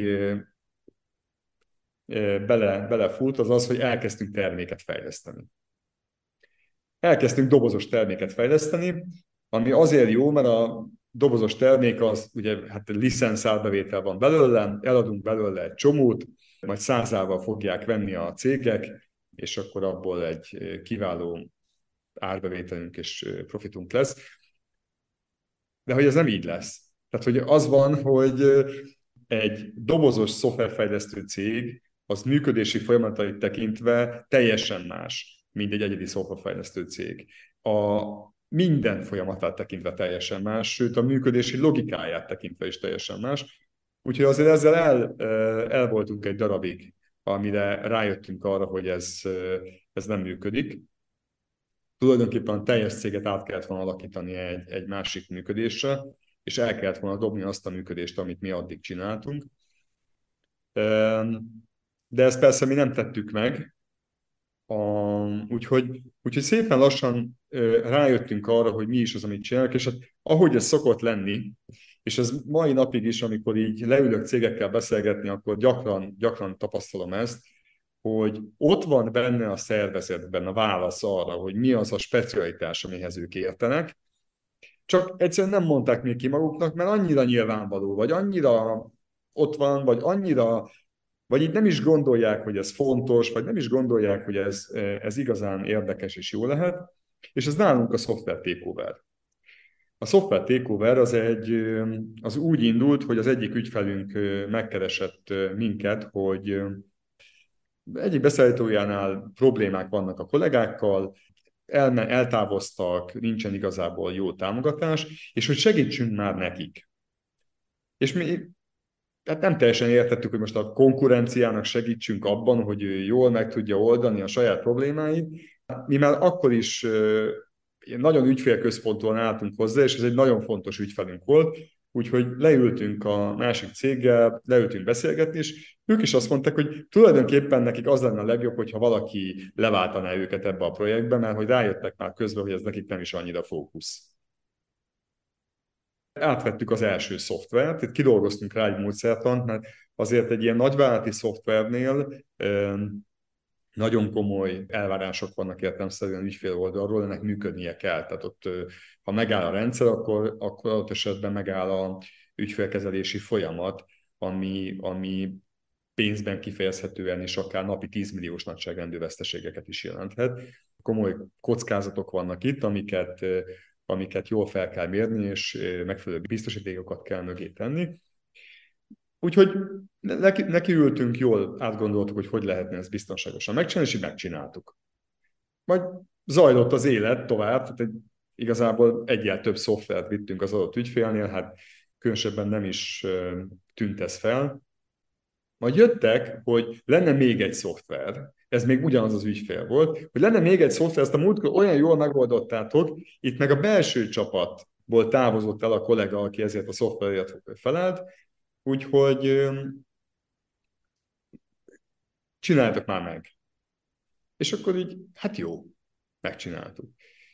bele, belefut, az az, hogy elkezdtünk terméket fejleszteni. Elkezdtünk dobozos terméket fejleszteni, ami azért jó, mert a dobozos termék az, ugye hát licensz árbevétel van belőle, eladunk belőle egy csomót, majd százával fogják venni a cégek, és akkor abból egy kiváló árbevételünk és profitunk lesz. De hogy ez nem így lesz. Tehát, hogy az van, hogy egy dobozos szoftverfejlesztő cég az működési folyamatait tekintve teljesen más, mint egy egyedi szoftverfejlesztő cég. A minden folyamatát tekintve teljesen más, sőt a működési logikáját tekintve is teljesen más. Úgyhogy azért ezzel el, el voltunk egy darabig, amire rájöttünk arra, hogy ez, ez nem működik. Tulajdonképpen a teljes céget át kellett volna alakítani egy, egy másik működésre, és el kellett volna dobni azt a működést, amit mi addig csináltunk. De ezt persze mi nem tettük meg, a, úgyhogy, úgyhogy szépen lassan rájöttünk arra, hogy mi is az, amit csinálunk, és hát, ahogy ez szokott lenni, és ez mai napig is, amikor így leülök cégekkel beszélgetni, akkor gyakran, gyakran tapasztalom ezt, hogy ott van benne a szervezetben a válasz arra, hogy mi az a specialitás, amihez ők értenek, csak egyszerűen nem mondták még ki maguknak, mert annyira nyilvánvaló, vagy annyira ott van, vagy annyira, vagy így nem is gondolják, hogy ez fontos, vagy nem is gondolják, hogy ez, ez igazán érdekes és jó lehet, és ez nálunk a software takeover. A software takeover az, egy, az úgy indult, hogy az egyik ügyfelünk megkeresett minket, hogy egyik beszállítójánál problémák vannak a kollégákkal, el, eltávoztak, nincsen igazából jó támogatás, és hogy segítsünk már nekik. És mi hát nem teljesen értettük, hogy most a konkurenciának segítsünk abban, hogy ő jól meg tudja oldani a saját problémáit. Mi már akkor is nagyon ügyfélközpontúan álltunk hozzá, és ez egy nagyon fontos ügyfelünk volt, úgyhogy leültünk a másik céggel, leültünk beszélgetni, és ők is azt mondták, hogy tulajdonképpen nekik az lenne a legjobb, hogyha valaki leváltaná őket ebbe a projektbe, mert hogy rájöttek már közben, hogy ez nekik nem is annyira fókusz. Átvettük az első szoftvert, itt kidolgoztunk rá egy módszertant, mert azért egy ilyen nagyvállalati szoftvernél nagyon komoly elvárások vannak értelemszerűen ügyfél oldalról, ennek működnie kell. Tehát ott, ha megáll a rendszer, akkor, akkor ott esetben megáll a ügyfélkezelési folyamat, ami, ami pénzben kifejezhetően is akár napi tíz milliós nagyságrendű veszteségeket is jelenthet. komoly kockázatok vannak itt, amiket, amiket jól fel kell mérni, és megfelelő biztosítékokat kell mögé tenni. Úgyhogy neki, nekiültünk, jól átgondoltuk, hogy hogy lehetne ezt biztonságosan megcsinálni, és így megcsináltuk. Majd zajlott az élet tovább, tehát egy, igazából egyel több szoftvert vittünk az adott ügyfélnél, hát különösebben nem is tűnt ez fel. Majd jöttek, hogy lenne még egy szoftver, ez még ugyanaz az ügyfél volt, hogy lenne még egy szoftver, ezt a múltkor olyan jól megoldottátok, itt meg a belső csapatból távozott el a kollega, aki ezért a szoftverért felelt, úgyhogy csináltak már meg. És akkor így, hát jó, megcsináltuk.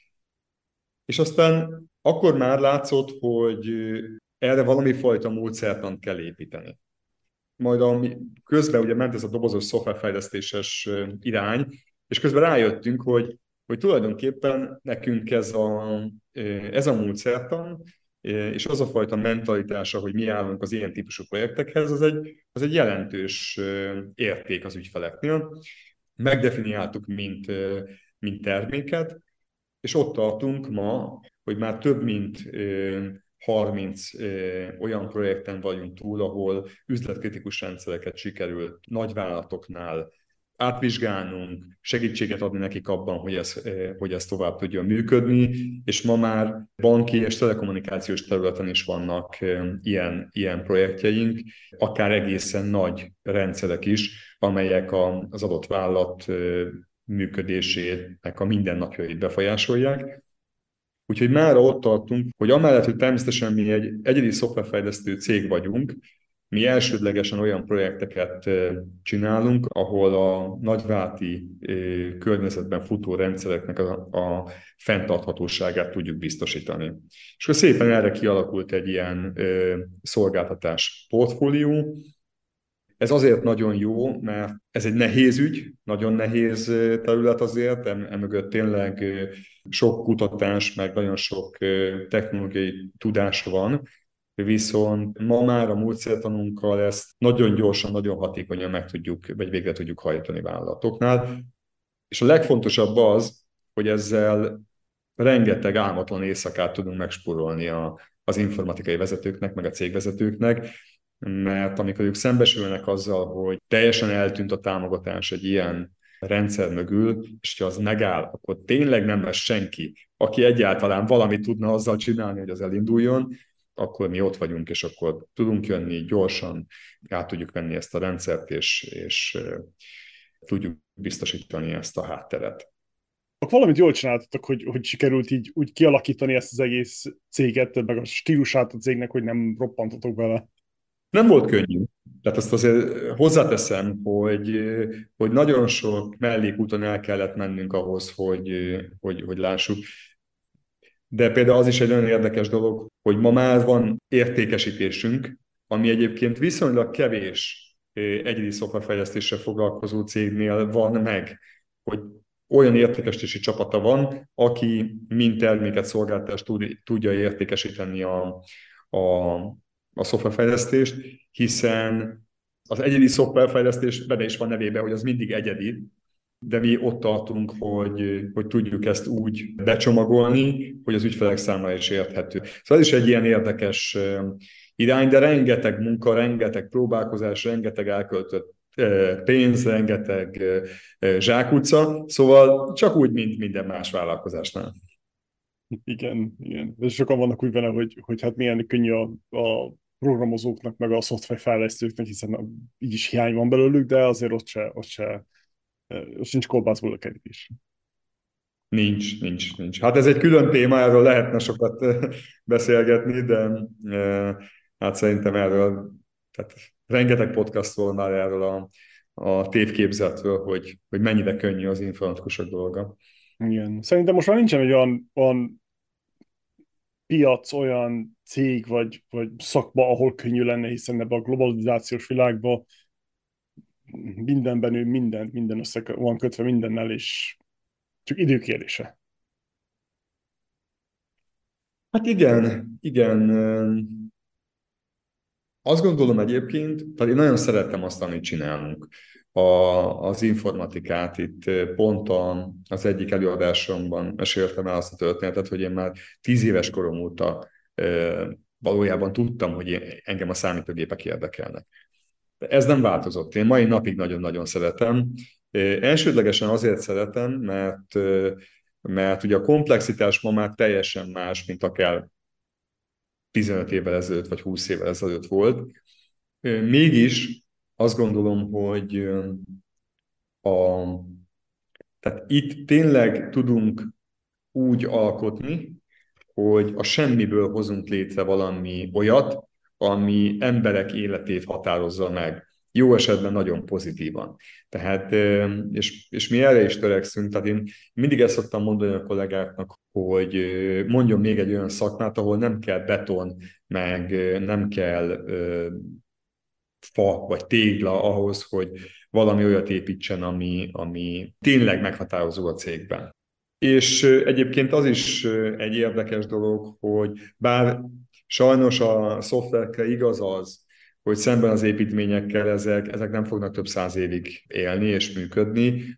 És aztán akkor már látszott, hogy erre valami fajta módszertant kell építeni. Majd ami közben ugye ment ez a dobozos szoftverfejlesztéses irány, és közben rájöttünk, hogy, hogy tulajdonképpen nekünk ez a, ez a módszertan, és az a fajta mentalitása, hogy mi állunk az ilyen típusú projektekhez, az egy, az egy jelentős érték az ügyfeleknél. Megdefiniáltuk, mint, mint terméket, és ott tartunk ma, hogy már több mint harminc olyan projekten vagyunk túl, ahol üzletkritikus rendszereket sikerült nagyvállalatoknál átvizsgálnunk, segítséget adni nekik abban, hogy ez, hogy ez tovább tudjon működni, és ma már banki és telekommunikációs területen is vannak ilyen, ilyen projektjeink, akár egészen nagy rendszerek is, amelyek az adott vállalat működésének a mindennapjait befolyásolják. Úgyhogy már ott tartunk, hogy amellett, hogy természetesen mi egy egyedi szoftverfejlesztő cég vagyunk, mi elsődlegesen olyan projekteket csinálunk, ahol a nagyvállalati környezetben futó rendszereknek a, a fenntarthatóságát tudjuk biztosítani. És akkor szépen erre kialakult egy ilyen szolgáltatás portfólió. Ez azért nagyon jó, mert ez egy nehéz ügy, nagyon nehéz terület azért, emögött tényleg sok kutatás, meg nagyon sok technológiai tudás van, viszont ma már a módszertanunkkal ezt nagyon gyorsan, nagyon hatékonyan meg tudjuk, vagy végre tudjuk hajtani vállalatoknál. És a legfontosabb az, hogy ezzel rengeteg álmatlan éjszakát tudunk megspórolni a, az informatikai vezetőknek, meg a cégvezetőknek, mert amikor ők szembesülnek azzal, hogy teljesen eltűnt a támogatás egy ilyen rendszer mögül, és ha az megáll, akkor tényleg nem lesz senki, aki egyáltalán valamit tudna azzal csinálni, hogy az elinduljon, akkor mi ott vagyunk, és akkor tudunk jönni gyorsan, át tudjuk venni ezt a rendszert, és, és tudjuk biztosítani ezt a hátteret. Valamit jól csináltatok, hogy, hogy sikerült így úgy kialakítani ezt az egész céget, meg a stílusát a cégnek, hogy nem roppantatok bele. Nem volt könnyű. Tehát azt azért hozzáteszem, hogy, hogy nagyon sok mellékúton el kellett mennünk ahhoz, hogy, hogy, hogy lássuk. De például az is egy nagyon érdekes dolog, hogy ma már van értékesítésünk, ami egyébként viszonylag kevés egyedi szoftverfejlesztéssel foglalkozó cégnél van meg, hogy olyan értékesítési csapata van, aki mind terméket, szolgáltást tudja értékesíteni a, a, a szoftverfejlesztést, hiszen az egyedi szoftverfejlesztés benne is van nevében, hogy az mindig egyedi, de mi ott tartunk, hogy, hogy tudjuk ezt úgy becsomagolni, hogy az ügyfelek számára is érthető. Szóval ez is egy ilyen érdekes irány, de rengeteg munka, rengeteg próbálkozás, rengeteg elköltött pénz, rengeteg zsákutca, szóval csak úgy, mint minden más vállalkozásnál. Igen, igen. De sokan vannak úgy vele, hogy, hogy hát milyen könnyű a, a programozóknak, meg a szoftverfejlesztőknek, hiszen így is hiány van belőlük, de azért ott se, ott se ott sincs kolbászból a kerítés. Nincs, nincs, nincs. Hát ez egy külön téma, erről lehetne sokat beszélgetni, de hát szerintem erről, tehát rengeteg podcast volt már erről a, a tévképzetről, hogy, hogy mennyire könnyű az informatikusok dolga. Igen. Szerintem most már nincsen egy olyan, olyan piac, olyan cég vagy, vagy szakma, ahol könnyű lenne, hiszen ebben a globalizációs világban mindenben ő minden, minden össze van kötve mindennel, és csak időkérdése. Hát igen, igen. Azt gondolom egyébként, tehát én nagyon szerettem azt, amit csinálunk. a, az informatikát. Itt pont a, az egyik előadásomban meséltem el azt a történetet, hogy én már tíz éves korom óta valójában tudtam, hogy engem a számítógépek érdekelnek. De ez nem változott. Én mai napig nagyon-nagyon szeretem. Elsődlegesen azért szeretem, mert, mert ugye a komplexitás ma már teljesen más, mint akár tizenöt évvel ezelőtt, vagy húsz évvel ezelőtt volt. Mégis azt gondolom, hogy a, tehát itt tényleg tudunk úgy alkotni, hogy a semmiből hozunk létre valami olyat, ami emberek életét határozza meg. Jó esetben nagyon pozitívan. Tehát, és, és mi erre is törekszünk, tehát én mindig ezt szoktam mondani a kollégáknak, hogy mondjon még egy olyan szakmát, ahol nem kell beton, meg nem kell fa vagy tégla ahhoz, hogy valami olyat építsen, ami, ami tényleg meghatározó a cégben. És egyébként az is egy érdekes dolog, hogy bár sajnos a szoftverekre igaz az, hogy szemben az építményekkel ezek, ezek nem fognak több száz évig élni és működni,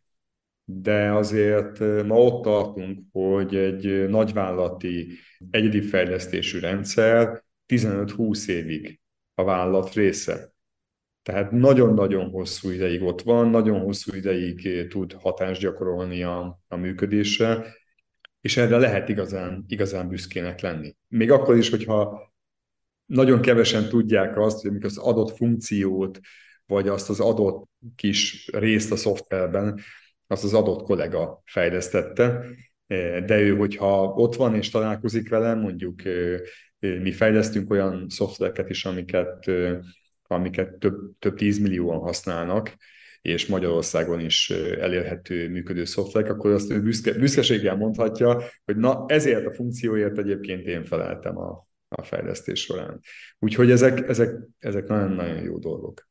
de azért ma ott tartunk, hogy egy nagyvállalati egyedi fejlesztésű rendszer tizenöt-húsz évig a vállalat része. Tehát nagyon-nagyon hosszú ideig ott van, nagyon hosszú ideig tud hatást gyakorolni a, a működésre, és erre lehet igazán, igazán büszkének lenni. Még akkor is, hogyha nagyon kevesen tudják azt, hogy amikor az adott funkciót, vagy azt az adott kis részt a szoftverben, azt az adott kollega fejlesztette, de ő, hogyha ott van és találkozik velem, mondjuk mi fejlesztünk olyan szoftvereket is, amiket amiket több, több tízmillióan használnak, és Magyarországon is elérhető működő szoftverek, akkor azt ő büszke, büszkeséggel mondhatja, hogy na ezért a funkcióért egyébként én feleltem a, a fejlesztés során. Úgyhogy ezek, ezek, ezek nagyon-nagyon jó dolgok.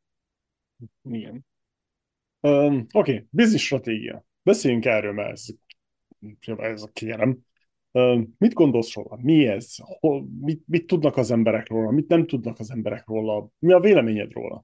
Igen. Um, Oké, okay. Business stratégia. Beszéljünk erről, mert ez, ez a kérem. Um, mit gondolsz róla? Mi ez? Hol, mit, mit tudnak az emberek róla? Mit nem tudnak az emberek róla? Mi a véleményed róla?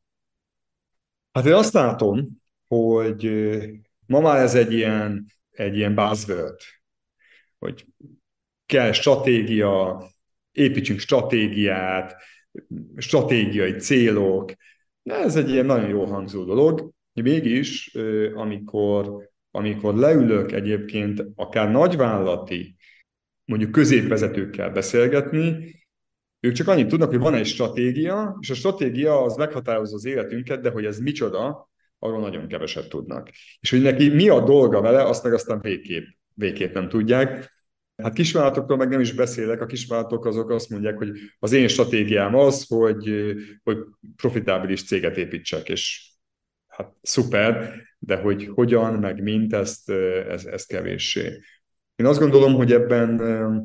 Hát én azt látom, hogy ma már ez egy ilyen, egy ilyen buzzword, hogy kell stratégia, építsünk stratégiát, stratégiai célok. Ez egy ilyen nagyon jól hangzó dolog. Mégis, amikor, amikor leülök egyébként akár nagyvállalati, mondjuk középvezetőkkel beszélgetni, ők csak annyit tudnak, hogy van egy stratégia, és a stratégia az meghatározza az életünket, de hogy ez micsoda, arról nagyon keveset tudnak. És hogy neki mi a dolga vele, azt meg aztán végképp, végképp nem tudják. Hát kisvállalatokról meg nem is beszélek, a kisvállalatok azok azt mondják, hogy az én stratégiám az, hogy, hogy profitábilis céget építsek, és hát szuper, de hogy hogyan, meg mint, ezt, ez, ez kevéssé. Én azt gondolom, hogy ebben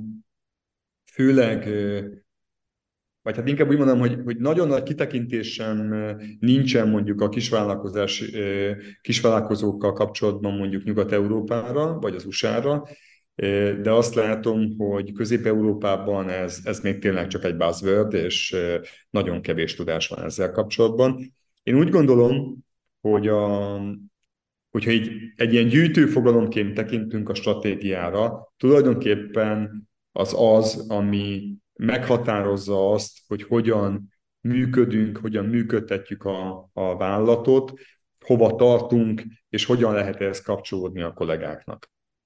főleg, vagy hát inkább úgy mondom, hogy, hogy nagyon nagy kitekintésem nincsen mondjuk a kisvállalkozás, kisvállalkozókkal kapcsolatban mondjuk Nyugat-Európára, vagy az u es á-ra, de azt látom, hogy Közép-Európában ez, ez még tényleg csak egy buzzword, és nagyon kevés tudás van ezzel kapcsolatban. Én úgy gondolom, hogy a, hogyha így egy ilyen gyűjtőfogalomként tekintünk a stratégiára, tulajdonképpen az az, ami meghatározza azt, hogy hogyan működünk, hogyan működtetjük a, a vállalatot, hova tartunk, és hogyan lehet ehhez kapcsolódni a kollégáknak.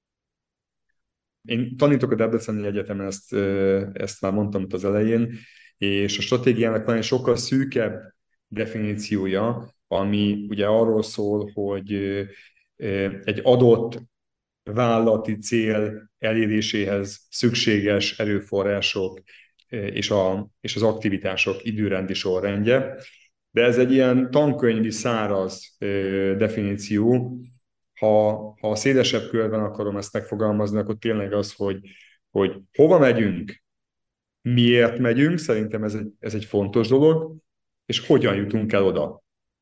Én tanítok a Debreceni Egyetemen, ezt, ezt már mondtam itt az elején, és a stratégiának van egy sokkal szűkebb definíciója, ami ugye arról szól, hogy egy adott vállalati cél eléréséhez szükséges erőforrások és, a, és az aktivitások időrendi sorrendje. De ez egy ilyen tankönyvi száraz definíció. Ha, ha a szélesebb körben akarom ezt megfogalmazni, akkor tényleg az, hogy, hogy hova megyünk, miért megyünk, szerintem ez egy, ez egy fontos dolog, és hogyan jutunk el oda.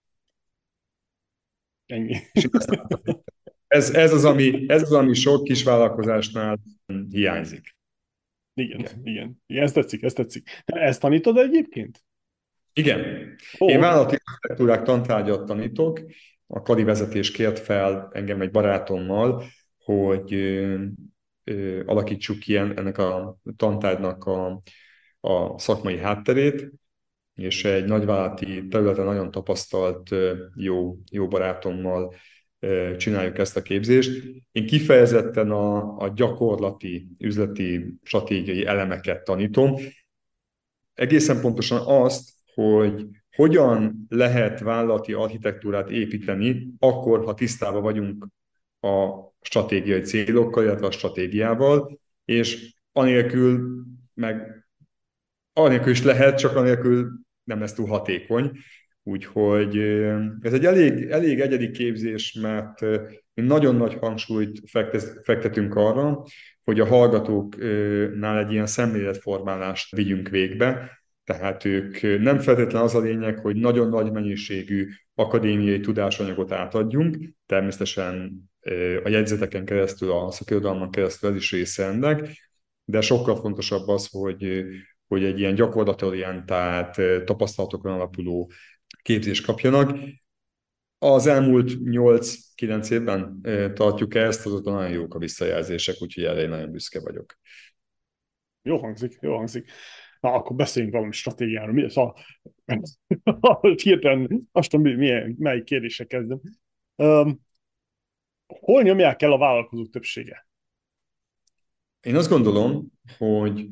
Ennyi. Ez, ez, az, ami, ez az, ami sok kisvállalkozásnál hiányzik. Igen, igen, igen, igen, ez tetszik, ez tetszik. Ezt tanítod egyébként? Igen. Oh. Én vállalati architektúrák tantárgyat tanítok, a kari vezetés kért fel engem egy barátommal, hogy ö, ö, alakítsuk ki ennek a tantárgynak a, a szakmai hátterét, és egy nagyvállalati területen nagyon tapasztalt jó, jó barátommal csináljuk ezt a képzést. Én kifejezetten a, a gyakorlati, üzleti, stratégiai elemeket tanítom. Egészen pontosan azt, hogy hogyan lehet vállalati architektúrát építeni, akkor, ha tisztában vagyunk a stratégiai célokkal, illetve a stratégiával, és anélkül meg anélkül is lehet, csak anélkül nem lesz túl hatékony. Úgyhogy ez egy elég, elég egyedi képzés, mert nagyon nagy hangsúlyt fektetünk arra, hogy a hallgatóknál egy ilyen szemléletformálást vigyünk végbe. Tehát ők nem feltétlenül az a lényeg, hogy nagyon nagy mennyiségű akadémiai tudásanyagot átadjunk, természetesen a jegyzeteken keresztül, a szakirodalmon keresztül ez is része ennek, de sokkal fontosabb az, hogy hogy egy ilyen gyakorlatorientált, tapasztalatokon alapuló képzést kapjanak. Az elmúlt nyolc-kilenc évben tartjuk ezt, azóta nagyon jók a visszajelzések, úgyhogy erre én nagyon büszke vagyok. Jó hangzik, jó hangzik. Na, akkor beszéljünk valami stratégiáról. Mi, szóval, hirtelen azt tudom, milyen, melyik kérdésre kezdem. Um, hol nyomják el a vállalkozók többsége? Én azt gondolom, hogy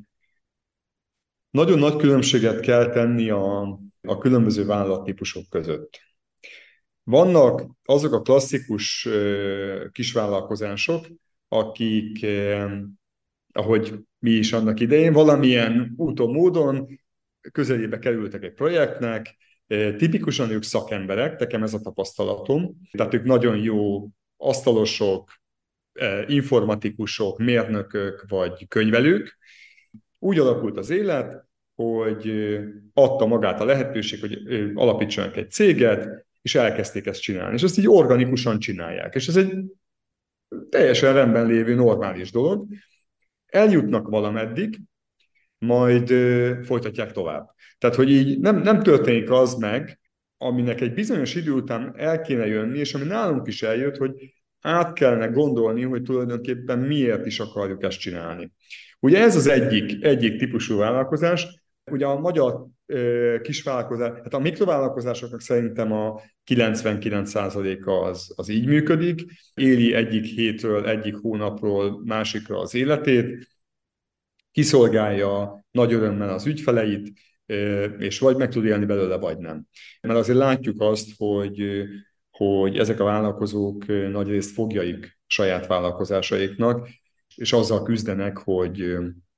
nagyon nagy különbséget kell tenni a, a különböző vállalattípusok között. Vannak azok a klasszikus uh, kisvállalkozások, akik, uh, ahogy mi is annak idején, valamilyen úton, módon közelébe kerültek egy projektnek, uh, tipikusan ők szakemberek, nekem ez a tapasztalatom, tehát ők nagyon jó asztalosok, uh, informatikusok, mérnökök vagy könyvelők. Úgy alakult az élet, hogy adta magát a lehetőség, hogy alapítsanak egy céget, és elkezdték ezt csinálni. És ezt így organikusan csinálják. És ez egy teljesen rendben lévő normális dolog. Eljutnak valameddig, majd folytatják tovább. Tehát, hogy így nem, nem történik az meg, aminek egy bizonyos idő után el kéne jönni, és ami nálunk is eljött, hogy át kellene gondolni, hogy tulajdonképpen miért is akarjuk ezt csinálni. Ugye ez az egyik, egyik típusú vállalkozás. Ugye a magyar ö, kisvállalkozás, hát a mikrovállalkozásoknak szerintem a kilencvenkilenc százaléka az, az így működik, éli egyik hétről, egyik hónapról másikra az életét, kiszolgálja nagy örömmel az ügyfeleit, ö, és vagy meg tud élni belőle, vagy nem. Mert azért látjuk azt, hogy, hogy ezek a vállalkozók nagyrészt fogjaik saját vállalkozásaiknak, és azzal küzdenek, hogy,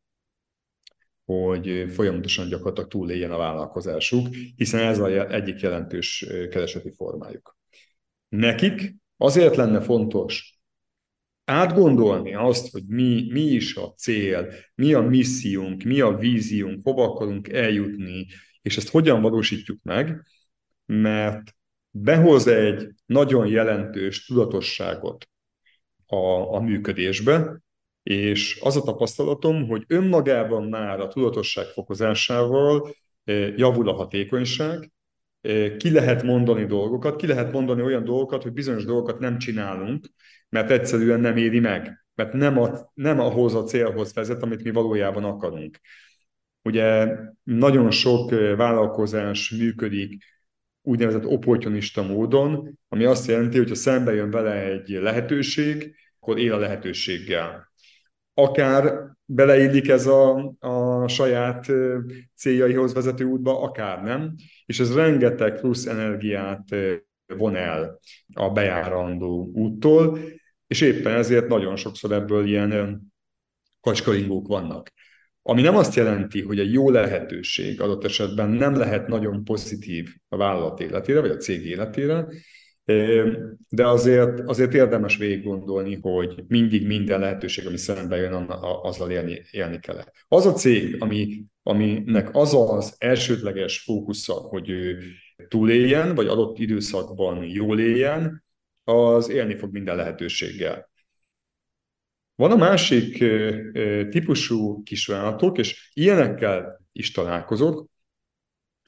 hogy folyamatosan gyakorlatilag túléljen a vállalkozásuk, hiszen ez az egyik jelentős kereseti formájuk. Nekik azért lenne fontos átgondolni azt, hogy mi, mi is a cél, mi a missziunk, mi a víziunk, hova akarunk eljutni, és ezt hogyan valósítjuk meg, mert behoz egy nagyon jelentős tudatosságot a, a működésbe, és az a tapasztalatom, hogy önmagában már a tudatosság fokozásával javul a hatékonyság, ki lehet mondani dolgokat, ki lehet mondani olyan dolgokat, hogy bizonyos dolgokat nem csinálunk, mert egyszerűen nem éri meg, mert nem, a, nem ahhoz a célhoz vezet, amit mi valójában akarunk. Ugye nagyon sok vállalkozás működik úgynevezett opportunista módon, ami azt jelenti, hogy ha szembe jön vele egy lehetőség, akkor él a lehetőséggel. Akár beleillik ez a, a saját céljaihoz vezető útba, akár nem, és ez rengeteg plusz energiát von el a bejárandó úttól, és éppen ezért nagyon sokszor ebből ilyen kacskaringók vannak. Ami nem azt jelenti, hogy egy jó lehetőség adott esetben nem lehet nagyon pozitív a vállalat életére, vagy a cég életére, de azért, azért érdemes végig gondolni, hogy mindig minden lehetőség, ami szembe jön, azzal élni, élni kell. Az a cég, ami, aminek az az elsődleges fókusza, hogy ő túléljen, vagy adott időszakban jól éljen, az élni fog minden lehetőséggel. Van a másik típusú kisvállalatok, és ilyenekkel is találkozok,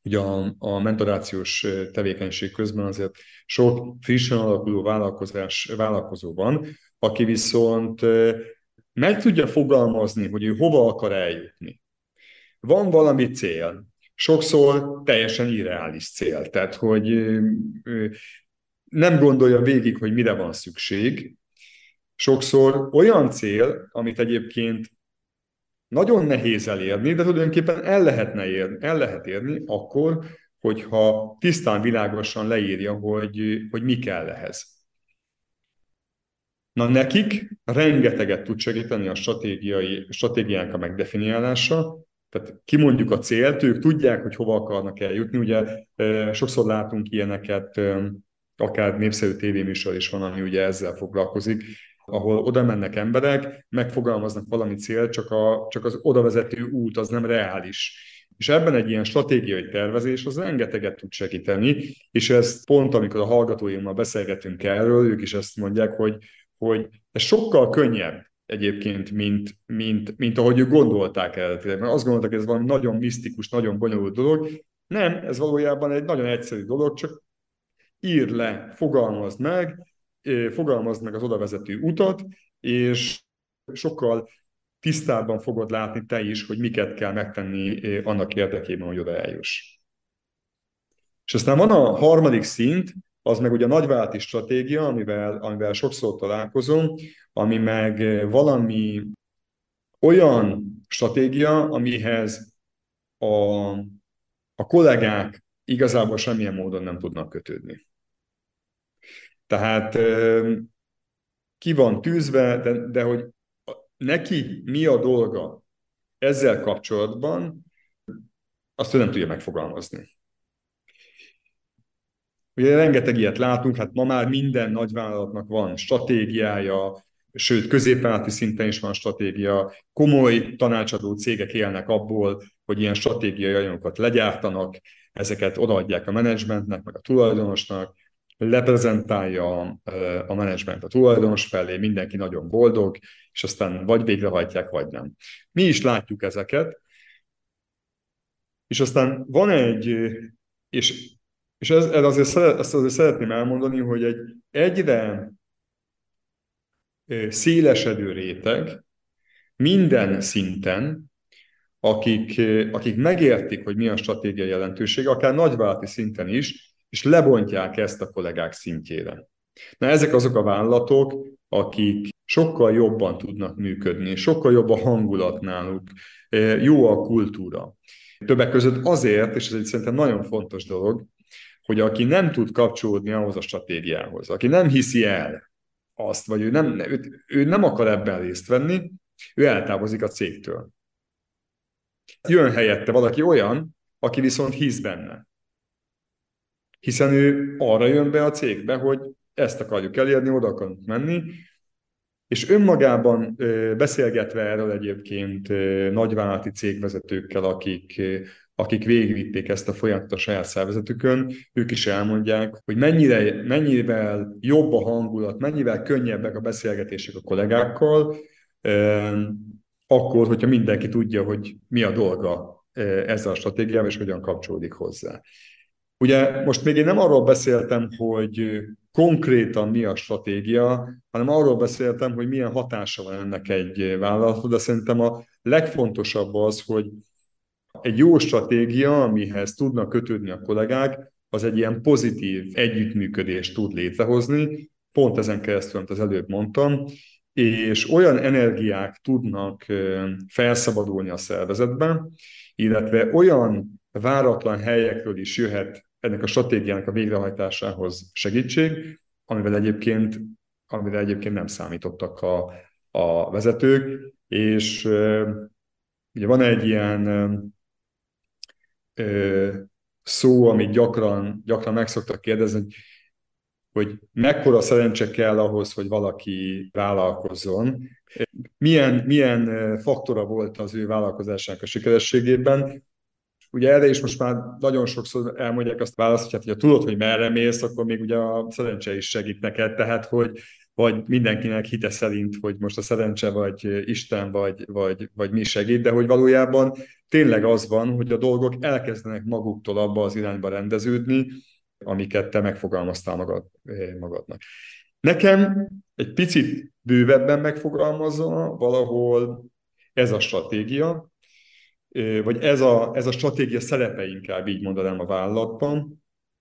ugye a, a mentorációs tevékenység közben azért sok frissen alakuló vállalkozás, vállalkozó van, aki viszont meg tudja fogalmazni, hogy ő hova akar eljutni. Van valami cél, sokszor teljesen irreális cél, tehát hogy nem gondolja végig, hogy mire van szükség. Sokszor olyan cél, amit egyébként nagyon nehéz elérni, de tulajdonképpen el lehetne érni, el lehet érni akkor, hogyha tisztán, világosan leírja, hogy, hogy mi kell ehhez. Na nekik rengeteget tud segíteni a stratégiai, stratégiánk a megdefiniálása, tehát kimondjuk a célt, ők tudják, hogy hova akarnak eljutni. Ugye sokszor látunk ilyeneket, akár népszerű tévéműsor is van, ami ugye ezzel foglalkozik, ahol oda mennek emberek, megfogalmaznak valami célt, csak, a, csak az odavezető út az nem reális. És ebben egy ilyen stratégiai tervezés az rengeteget tud segíteni, és ezt pont, amikor a hallgatóimmal beszélgetünk erről, ők is ezt mondják, hogy, hogy ez sokkal könnyebb egyébként, mint, mint, mint ahogy ők gondolták eredetileg. Mert azt gondolták, hogy ez valami nagyon misztikus, nagyon bonyolult dolog. Nem, ez valójában egy nagyon egyszerű dolog, csak írd le, fogalmazd meg, fogalmazd meg az odavezető utat, és sokkal tisztábban fogod látni te is, hogy miket kell megtenni annak érdekében, hogy oda eljuss. És aztán van a harmadik szint, az meg ugye a nagyvállalati stratégia, amivel, amivel sokszor találkozom, ami meg valami olyan stratégia, amihez a, a kollégák igazából semmilyen módon nem tudnak kötődni. Tehát ki van tűzve, de, de hogy neki mi a dolga ezzel kapcsolatban, azt ő nem tudja megfogalmazni. Ugye rengeteg ilyet látunk, hát ma már minden nagyvállalatnak van stratégiája, sőt középvállalati szinten is van stratégia, komoly tanácsadó cégek élnek abból, hogy ilyen stratégiai anyagokat legyártanak, ezeket odaadják a menedzsmentnek, meg a tulajdonosnak, leprezentálja a menedzsment a tulajdonos felé, mindenki nagyon boldog, és aztán vagy végrehajtják, vagy nem. Mi is látjuk ezeket, és aztán van egy, és, és ez, ez azért, ezt azért szeretném elmondani, hogy egy egyre szélesedő réteg minden szinten, akik, akik megértik, hogy mi a stratégiai jelentőség, akár nagyvállalati szinten is, és lebontják ezt a kollégák szintjére. Na, ezek azok a vállalatok, akik sokkal jobban tudnak működni, sokkal jobb a hangulat náluk, jó a kultúra. Többek között azért, és ez egy szerintem nagyon fontos dolog, hogy aki nem tud kapcsolódni ahhoz a stratégiához, aki nem hiszi el azt, vagy ő nem, ő, ő nem akar ebben részt venni, ő eltávozik a cégtől. Jön helyette valaki olyan, aki viszont hisz benne. Hiszen ő arra jön be a cégbe, hogy ezt akarjuk elérni, oda akarunk menni, és önmagában beszélgetve erről egyébként nagyvállalati cégvezetőkkel, akik, akik végigvitték ezt a folyamatot a saját szervezetükön, ők is elmondják, hogy mennyire, mennyivel jobb a hangulat, mennyivel könnyebbek a beszélgetések a kollégákkal, akkor, hogyha mindenki tudja, hogy mi a dolga ezzel a stratégiával, és hogyan kapcsolódik hozzá. Ugye most még én nem arról beszéltem, hogy konkrétan mi a stratégia, hanem arról beszéltem, hogy milyen hatása van ennek egy vállalatra, de szerintem a legfontosabb az, hogy egy jó stratégia, amihez tudnak kötődni a kollégák, az egy ilyen pozitív együttműködést tud létrehozni, pont ezen keresztül, amit az előbb mondtam, és olyan energiák tudnak felszabadulni a szervezetben, illetve olyan váratlan helyekről is jöhet ennek a stratégiának a végrehajtásához segítség, amivel egyébként, amivel egyébként nem számítottak a, a vezetők, és ugye van egy ilyen ö, szó, amit gyakran, gyakran meg szoktak kérdezni, hogy, hogy mekkora szerencse kell ahhoz, hogy valaki vállalkozzon. Milyen, milyen faktora volt az ő vállalkozásának a sikerességében. Ugye erre is most már nagyon sokszor elmondják azt a választ, hogy hát, ha tudod, hogy merre mész, akkor még ugye a szerencse is segít neked. Tehát, hogy, vagy mindenkinek hite szerint, hogy most a szerencse, vagy Isten, vagy, vagy, vagy mi segít, de hogy valójában tényleg az van, hogy a dolgok elkezdenek maguktól abba az irányba rendeződni, amiket te megfogalmaztál magad, magadnak. Nekem egy picit bővebben megfogalmazva valahol ez a stratégia, vagy ez a, ez a stratégia szerepe, inkább így mondanám, a vállalatban,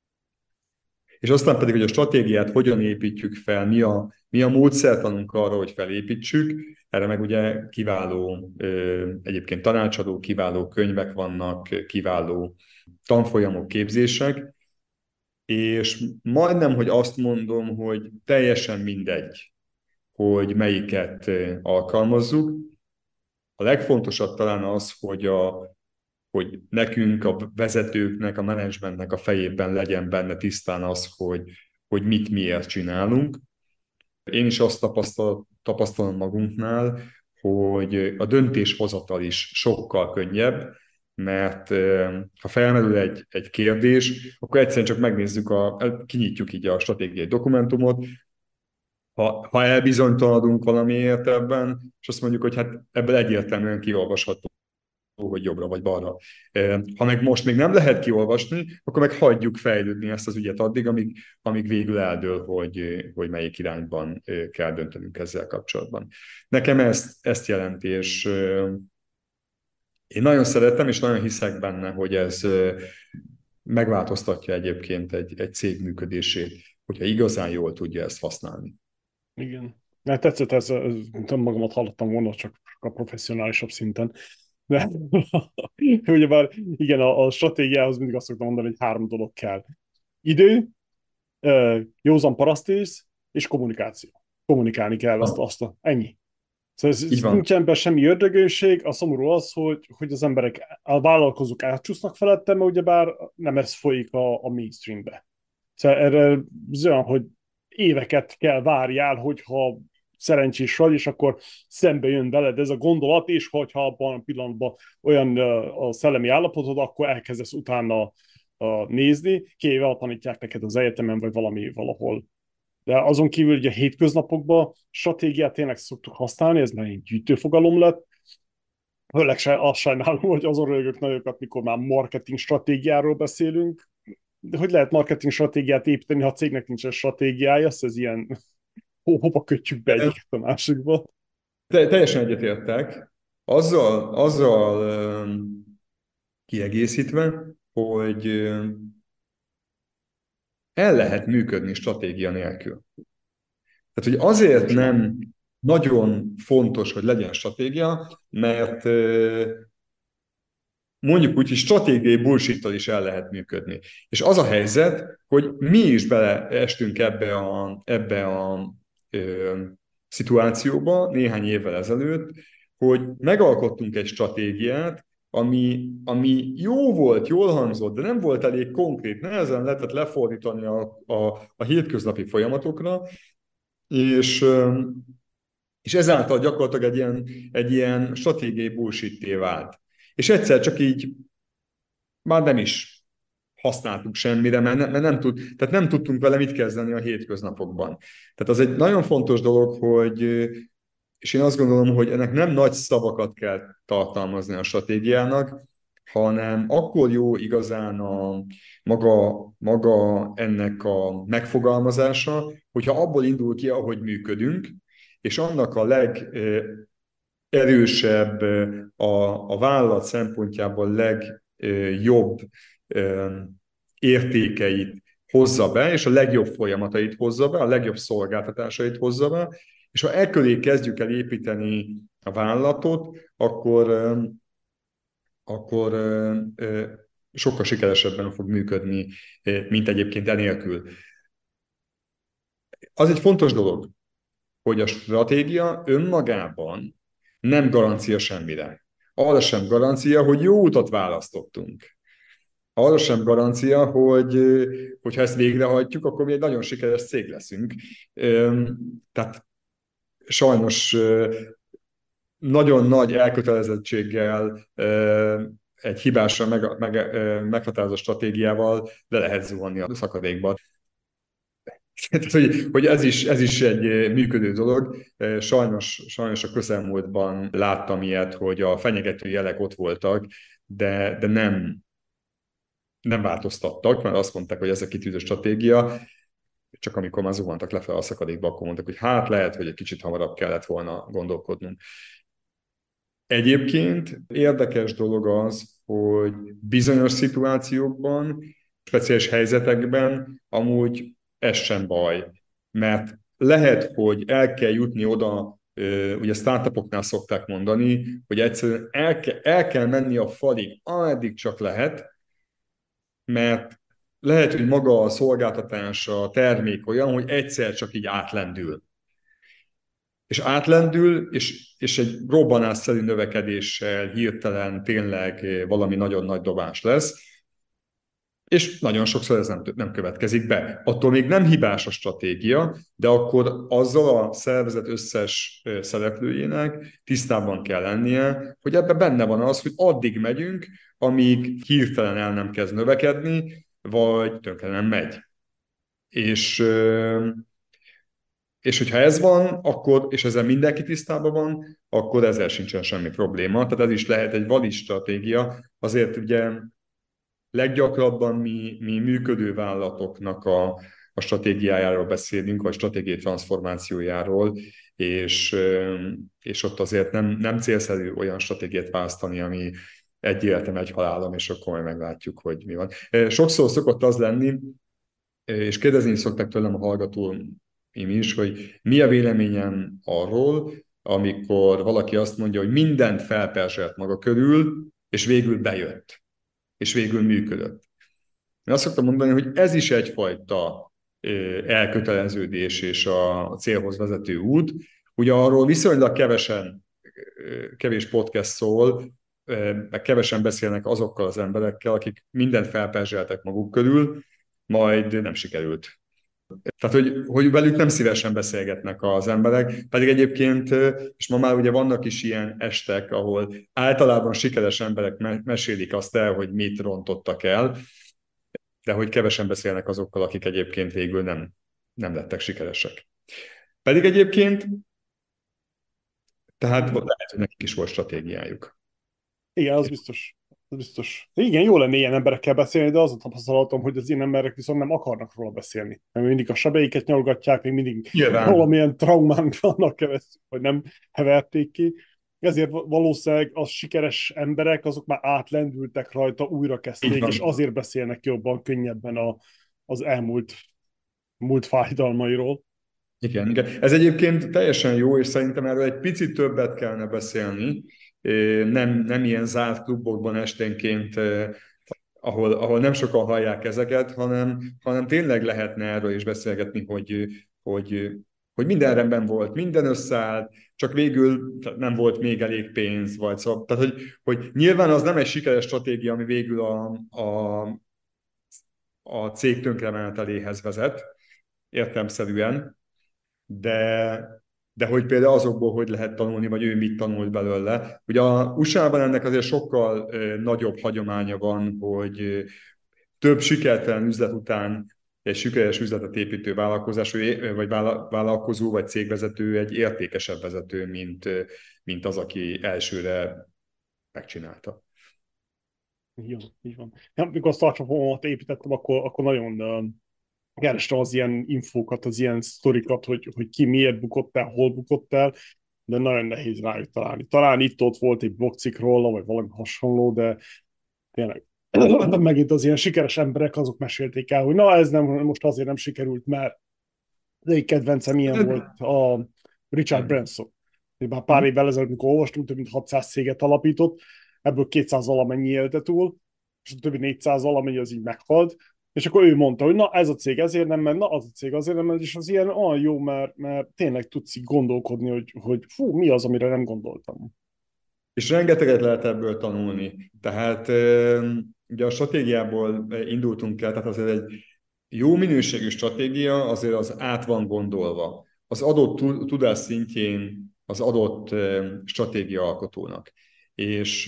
és aztán pedig, hogy a stratégiát hogyan építjük fel, mi a, mi a módszertanunk arra, hogy felépítsük, erre meg ugye kiváló egyébként tanácsadó, kiváló könyvek vannak, kiváló tanfolyamok, képzések, és majdnem, hogy azt mondom, hogy teljesen mindegy, hogy melyiket alkalmazzuk. A legfontosabb talán az, hogy, a, hogy nekünk, a vezetőknek, a menedzsmentnek a fejében legyen benne tisztán az, hogy, hogy mit miért csinálunk. Én is azt tapasztal, tapasztalom magunknál, hogy a döntéshozatal is sokkal könnyebb, mert ha felmerül egy, egy kérdés, akkor egyszerűen csak megnézzük, a, kinyitjuk így a stratégiai dokumentumot, ha, ha elbizonytalanodunk valamiért ebben, és azt mondjuk, hogy hát ebből egyértelműen kiolvasható, hogy jobbra vagy balra. Ha meg most még nem lehet kiolvasni, akkor meg hagyjuk fejlődni ezt az ügyet addig, amíg, amíg végül eldől, hogy, hogy melyik irányban kell döntenünk ezzel kapcsolatban. Nekem ezt, ezt jelenti, és én nagyon szeretem, és nagyon hiszek benne, hogy ez megváltoztatja egyébként egy, egy cég működését, hogyha igazán jól tudja ezt használni. Igen. Mert tetszett ez, ez nem magamat hallottam volna, csak a professzionálisabb szinten. De ugyebár igen, a, a stratégiához mindig azt szoktam mondani, hogy három dolog kell. Idő, józan parasztész és kommunikáció. Kommunikálni kell azt, azt a, ennyi. Szóval ez, ez nincs ember semmi ördögőség, a szomorú az, hogy, hogy az emberek, a vállalkozók átcsúsznak felette, mert ugyebár nem ez folyik a, a mainstreambe. Szóval erre az olyan, hogy éveket kell várjál, hogyha szerencsés vagy, és akkor szembe jön veled ez a gondolat, és hogyha abban a pillanatban olyan a szellemi állapotod, akkor elkezdesz utána nézni, kivéve ha tanítják neked az egyetemen, vagy valami valahol. De azon kívül ugye a hétköznapokban stratégiát tényleg szoktuk használni, ez nagyon gyűjtőfogalom lett. Főleg azt sajnálom, hogy azon rögök nagyokat, mikor már marketing stratégiáról beszélünk. De hogy lehet marketing stratégiát építeni, ha a cégnek nincsen stratégiája, ez ilyen hova kötjük be egyiket a másikba. Te, teljesen egyetértek. Azzal, azzal um, kiegészítve, hogy um, el lehet működni stratégia nélkül. Tehát, hogy azért nem nagyon fontos, hogy legyen stratégia, mert uh, mondjuk úgy, hogy stratégiai bullshittal is el lehet működni. És az a helyzet, hogy mi is beleestünk ebbe a, ebbe a ö, szituációba néhány évvel ezelőtt, hogy megalkottunk egy stratégiát, ami, ami jó volt, jól hangzott, de nem volt elég konkrét, nehezen lehetett lefordítani a, a, a hétköznapi folyamatokra, és, és ezáltal gyakorlatilag egy ilyen, egy ilyen stratégiai bullshitté vált. És egyszer csak így már nem is használtuk semmire, mert, ne, mert nem, tud, tehát nem tudtunk vele mit kezdeni a hétköznapokban. Tehát az egy nagyon fontos dolog, hogy, és én azt gondolom, hogy ennek nem nagy szavakat kell tartalmazni a stratégiának, hanem akkor jó igazán a maga, maga ennek a megfogalmazása, hogyha abból indul ki, ahogy működünk, és annak a leg erősebb, a, a vállalat szempontjából legjobb értékeit hozza be, és a legjobb folyamatait hozza be, a legjobb szolgáltatásait hozza be, és ha e köré kezdjük el építeni a vállalatot, akkor, akkor sokkal sikeresebben fog működni, mint egyébként enélkül. Az egy fontos dolog, hogy a stratégia önmagában nem garancia semmire. Arra sem garancia, hogy jó utat választottunk. Arra sem garancia, hogy hogyha ezt végrehajtjuk, akkor mi egy nagyon sikeres cég leszünk. Tehát sajnos nagyon nagy elkötelezettséggel, egy hibásra meg, meg, meghatározott stratégiával le lehet zuhanni a szakadékba. Tehát, hogy, hogy ez, is, ez is egy működő dolog. Sajnos, sajnos a közelmúltban láttam ilyet, hogy a fenyegető jelek ott voltak, de, de nem, nem változtattak, mert azt mondták, hogy ez a kitűző stratégia, csak amikor már zuhantak lefelé a szakadékba, akkor mondták, hogy hát lehet, hogy egy kicsit hamarabb kellett volna gondolkodnunk. Egyébként érdekes dolog az, hogy bizonyos szituációkban, speciális helyzetekben amúgy ez sem baj, mert lehet, hogy el kell jutni oda, ugye startupoknál szokták mondani, hogy egyszerűen el kell, el kell menni a falig, ameddig csak lehet, mert lehet, hogy maga a szolgáltatás, a termék olyan, hogy egyszer csak így átlendül. És átlendül, és, és egy robbanásszerű növekedéssel hirtelen tényleg valami nagyon nagy dobás lesz, és nagyon sokszor ez nem, nem következik be. Attól még nem hibás a stratégia, de akkor azzal a szervezet összes szereplőjének tisztában kell lennie, hogy ebben benne van az, hogy addig megyünk, amíg hirtelen el nem kezd növekedni, vagy tönkre nem megy. És, és hogyha ez van, akkor, és ezzel mindenki tisztában van, akkor ezzel sincsen semmi probléma. Tehát ez is lehet egy valid stratégia. Azért ugye leggyakrabban mi, mi működő vállalatoknak a, a stratégiájáról beszélünk, vagy stratégiai transformációjáról, és, és ott azért nem, nem célszerű olyan stratégiát választani, ami egy életem, egy halálom, és akkor majd meglátjuk, hogy mi van. Sokszor szokott az lenni, és kérdezni is szokták tőlem a hallgatóim is, hogy mi a véleményem arról, amikor valaki azt mondja, hogy mindent felperzselt maga körül, és végül bejött, és végül működött. Én azt szoktam mondani, hogy ez is egyfajta elköteleződés és a célhoz vezető út. Ugye arról viszonylag kevesen, kevés podcast szól, meg kevesen beszélnek azokkal az emberekkel, akik mindent felperzseltek maguk körül, majd nem sikerült. Tehát, hogy, hogy velük nem szívesen beszélgetnek az emberek, pedig egyébként, és ma már ugye vannak is ilyen estek, ahol általában sikeres emberek mesélik azt el, hogy mit rontottak el, de hogy kevesen beszélnek azokkal, akik egyébként végül nem, nem lettek sikeresek. Pedig egyébként, tehát lehet, hogy nekik is volt stratégiájuk. Igen, az biztos. Az biztos. Igen, jó lenne ilyen emberekkel beszélni, de az a tapasztalatom, hogy az ilyen emberek viszont nem akarnak róla beszélni. Mert mindig a sebeiket nyalogatják, még mindig Nyilván. valamilyen traumánk vannak keresztül, vagy nem heverték ki. Ezért valószínűleg az sikeres emberek, azok már átlendültek rajta, újra kezdték, és azért beszélnek jobban, könnyebben a, az elmúlt múlt fájdalmairól. Igen, igen. Ez egyébként teljesen jó, és szerintem erről egy picit többet kellene beszélni. Nem, nem ilyen zárt klubokban esténként, ahol, ahol nem sokan hallják ezeket, hanem, hanem tényleg lehetne erről is beszélgetni, hogy, hogy, hogy minden rendben volt, minden összeállt, csak végül nem volt még elég pénz, vagy szóval, tehát, hogy, hogy nyilván az nem egy sikeres stratégia, ami végül a, a, a cég tönkremeneteléhez vezet, értelemszerűen, de, de hogy például azokból hogy lehet tanulni, vagy ő mit tanult belőle. Ugye a u es á-ban ennek azért sokkal ö, nagyobb hagyománya van, hogy ö, több sikertelen üzlet után egy sikeres üzletet építő vállalkozás, vagy vállalkozó, vagy cégvezető egy értékesebb vezető, mint, mint az, aki elsőre megcsinálta. Jó, így van. Ja, mikor a startup-omat építettem, akkor, akkor nagyon uh, kerestem az ilyen infókat, az ilyen sztorikat, hogy, hogy ki miért bukott el, hol bukott el, de nagyon nehéz rájuk találni. Talán itt-ott volt egy blogcikk róla, vagy valami hasonló, de tényleg megint az ilyen sikeres emberek azok mesélték el, hogy na ez nem, most azért nem sikerült, mert az egyik kedvencem ilyen volt a Richard Branson. Már pár évvel ezelőtt, amikor olvastunk, több mint hatszáz céget alapított, ebből kétszáz valamennyi élte túl, és a többi négyszáz valamennyi az így meghalt, és akkor ő mondta, hogy na ez a cég ezért nem ment, na az a cég azért nem ment, és az ilyen olyan jó, mert, mert tényleg tudsz így gondolkodni, hogy, hogy fú, mi az, amire nem gondoltam. És rengeteget lehet ebből tanulni. Tehát ugye a stratégiából indultunk el, tehát azért egy jó minőségű stratégia azért az át van gondolva. Az adott tudás szintjén az adott stratégia alkotónak. És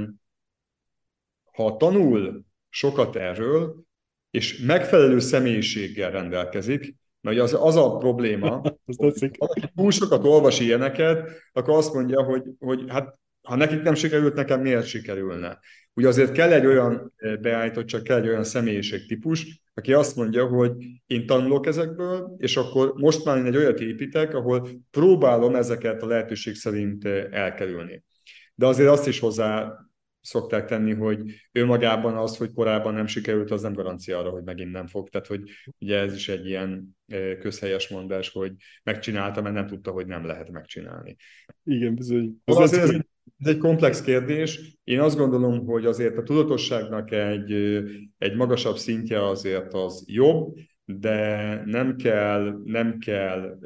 ha tanul sokat erről, és megfelelő személyiséggel rendelkezik, Mert ugye az, az a probléma, Ez hogy tetszik. ha valaki túl sokat olvas ilyeneket, akkor azt mondja, hogy, hogy hát ha nekik nem sikerült, nekem miért sikerülne? Ugye azért kell egy olyan beállítottság, kell egy olyan személyiségtípus, aki azt mondja, hogy én tanulok ezekből, és akkor most már én egy olyat építek, ahol próbálom ezeket a lehetőség szerint elkerülni. De azért azt is hozzá szokták tenni, hogy önmagában az, hogy korábban nem sikerült, az nem garancia arra, hogy megint nem fog. Tehát, hogy ugye ez is egy ilyen közhelyes mondás, hogy megcsinálta, mert nem tudta, hogy nem lehet megcsinálni. Igen, bizony. Ez Azért ez egy, egy, ez egy komplex kérdés. Én azt gondolom, hogy azért a tudatosságnak egy, egy magasabb szintje azért az jobb, de nem kell, nem kell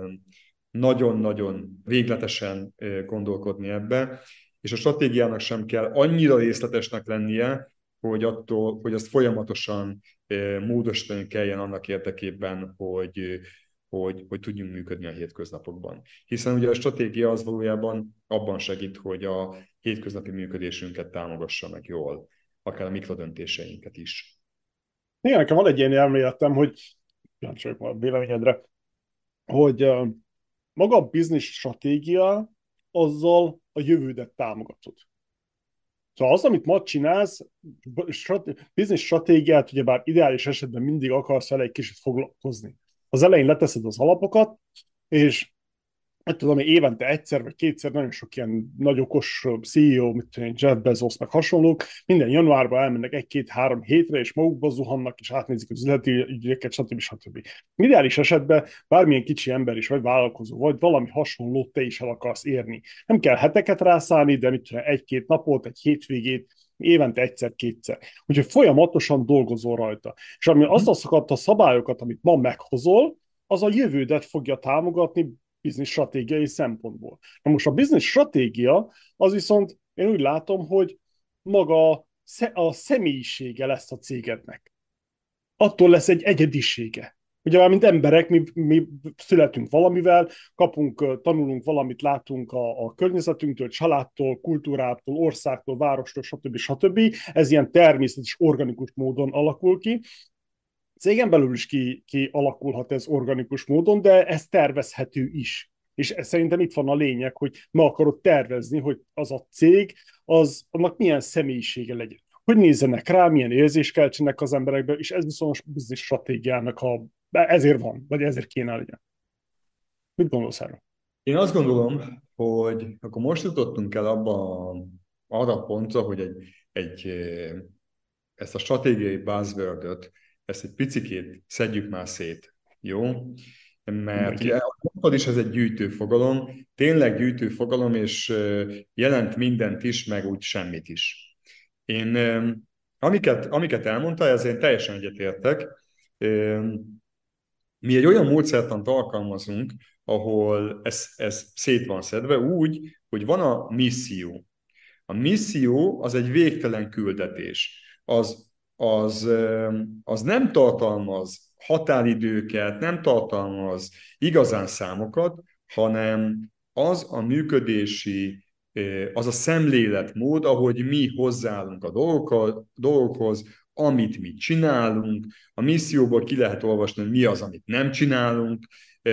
nagyon-nagyon végletesen gondolkodni ebbe, és a stratégiának sem kell annyira részletesnek lennie, hogy attól, hogy azt folyamatosan módosítani kelljen annak érdekében, hogy, hogy, hogy tudjunk működni a hétköznapokban. Hiszen ugye a stratégia az valójában abban segít, hogy a hétköznapi működésünket támogassa meg jól, akár a mikrodöntéseinket is. igen, nekem van egy ilyen elméletem, hogy kíváncsi vagyok a véleményedre, hogy uh, maga a business stratégia, azzal a jövődet támogatod. Szóval az, amit ma csinálsz, business stratégiát, ugyebár ideális esetben mindig akarsz vele egy kicsit foglalkozni. Az elején leteszed az alapokat, és hát tudom, hogy évente egyszer vagy kétszer nagyon sok ilyen nagy okos cé e o, mint tudom, Jeff Bezos, meg hasonlók, minden januárban elmennek egy-két-három hétre, és magukba zuhannak, és átnézik az üzleti ügyeket, stb. stb. Ideális esetben bármilyen kicsi ember is, vagy vállalkozó, vagy valami hasonlót te is el akarsz érni. Nem kell heteket rászállni, de mit tudom, egy-két napot, egy hétvégét, évente egyszer-kétszer. Úgyhogy folyamatosan dolgozol rajta. És ami azt azokat a szabályokat, amit ma meghozol, az a jövődet fogja támogatni biznisz stratégiai szempontból. Na most a biznisz stratégia, az viszont én úgy látom, hogy maga a személyisége lesz a cégednek. Attól lesz egy egyedisége. Ugye már mint emberek, mi, mi születünk valamivel, kapunk, tanulunk valamit, látunk a, a környezetünktől, családtól, kultúrától, országtól, várostól, stb. stb. Ez ilyen természetes, organikus módon alakul ki. Cégen belül is ki, ki alakulhat ez organikus módon, de ez tervezhető is. És szerintem itt van a lényeg, hogy me akarod tervezni, hogy az a cég, az, annak milyen személyisége legyen. Hogy nézzenek rá, milyen érzést keltsenek az emberekbe, és ez viszont a biznisz stratégiának a, ezért van, vagy ezért kéne legyen. Mit gondolsz erről? Én azt gondolom, hogy akkor most jutottunk el abba arra a pontra, hogy egy, egy, ezt a stratégiai buzzword-öt, ezt egy picikét szedjük már szét, jó? Mert ugye, akkor is ez egy gyűjtő fogalom, tényleg gyűjtő fogalom, és jelent mindent is, meg úgy semmit is. Én, amiket, amiket elmondta, ezért teljesen egyetértek. Mi egy olyan módszertant alkalmazunk, ahol ez, ez szét van szedve úgy, hogy van a misszió. A misszió az egy végtelen küldetés. Az, az, az nem tartalmaz határidőket, nem tartalmaz igazán számokat, hanem az a működési, az a szemléletmód, ahogy mi hozzáállunk a dolgokhoz, amit mi csinálunk. A misszióból ki lehet olvasni, hogy mi az, amit nem csinálunk,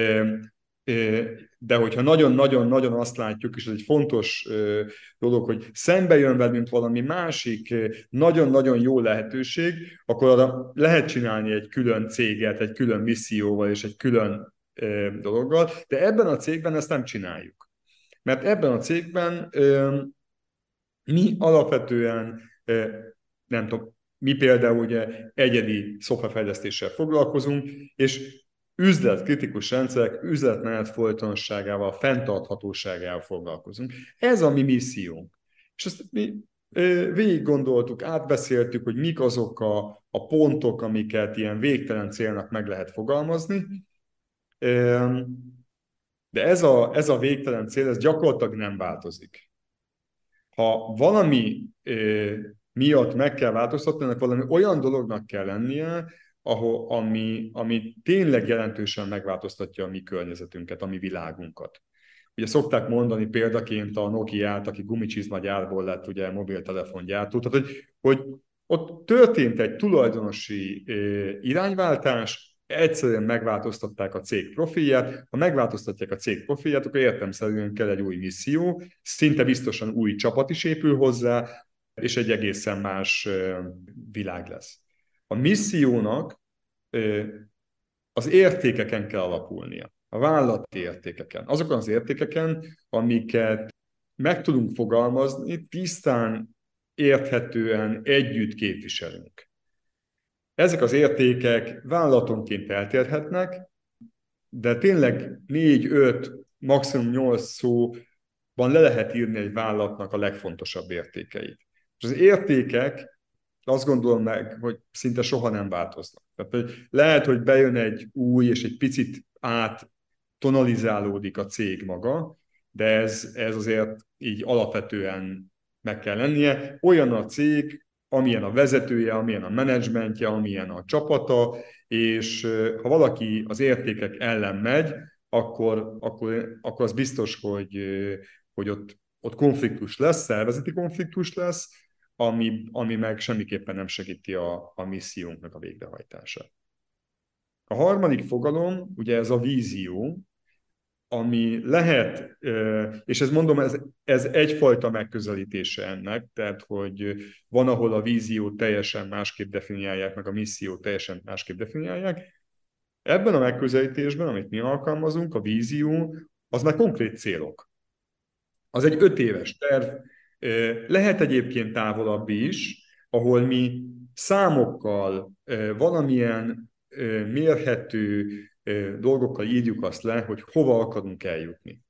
de hogyha nagyon-nagyon-nagyon azt látjuk, és ez egy fontos dolog, hogy szembe jön velünk valami másik nagyon-nagyon jó lehetőség, akkor arra lehet csinálni egy külön céget, egy külön misszióval és egy külön dologgal, de ebben a cégben ezt nem csináljuk. Mert ebben a cégben mi alapvetően, nem tudom, mi például ugye egyedi szoftverfejlesztéssel foglalkozunk, és üzletkritikus rendszerek, üzletmenet folytonosságával, fenntarthatóságával foglalkozunk. Ez a mi missziónk. És ezt mi végig gondoltuk, átbeszéltük, hogy mik azok a, a pontok, amiket ilyen végtelen célnak meg lehet fogalmazni. De ez a, ez a végtelen cél, ez gyakorlatilag nem változik. Ha valami miatt meg kell változtatni, ennek valami olyan dolognak kell lennie, ahol, ami, ami tényleg jelentősen megváltoztatja a mi környezetünket, a mi világunkat. Ugye szokták mondani példaként a Nokiát, aki gumicsizmagyárból lett ugye mobiltelefongyártó, tehát hogy, hogy ott történt egy tulajdonosi irányváltás, egyszerűen megváltoztatták a cég profilját. Ha megváltoztatják a cég profilját, akkor értelemszerűen kell egy új misszió, szinte biztosan új csapat is épül hozzá, és egy egészen más világ lesz. A missziónak az értékeken kell alapulnia, a vállalati értékeken. Azokon az értékeken, amiket meg tudunk fogalmazni, tisztán, érthetően együtt képviselünk. Ezek az értékek vállalatonként eltérhetnek, de tényleg négy, öt, maximum nyolc szóban le lehet írni egy vállalatnak a legfontosabb értékeit. És az értékek azt gondolom meg, hogy szinte soha nem változnak. Tehát, hogy lehet, hogy bejön egy új és egy picit át tonalizálódik a cég maga, de ez, ez azért így alapvetően meg kell lennie. Olyan a cég, amilyen a vezetője, amilyen a menedzsmentje, amilyen a csapata, és ha valaki az értékek ellen megy, akkor, akkor, akkor az biztos, hogy, hogy ott, ott konfliktus lesz, szervezeti konfliktus lesz, ami, ami meg semmiképpen nem segíti a, a missziónknak a végrehajtását. A harmadik fogalom, ugye ez a vízió, ami lehet, és ez mondom, ez, ez egyfajta megközelítése ennek, tehát hogy van, ahol a víziót teljesen másképp definiálják, meg a missziót teljesen másképp definiálják. Ebben a megközelítésben, amit mi alkalmazunk, a vízió, az már konkrét célok. Az egy öt éves terv, lehet egyébként távolabb is, ahol mi számokkal, valamilyen mérhető dolgokkal írjuk azt le, hogy hova akarunk eljutni.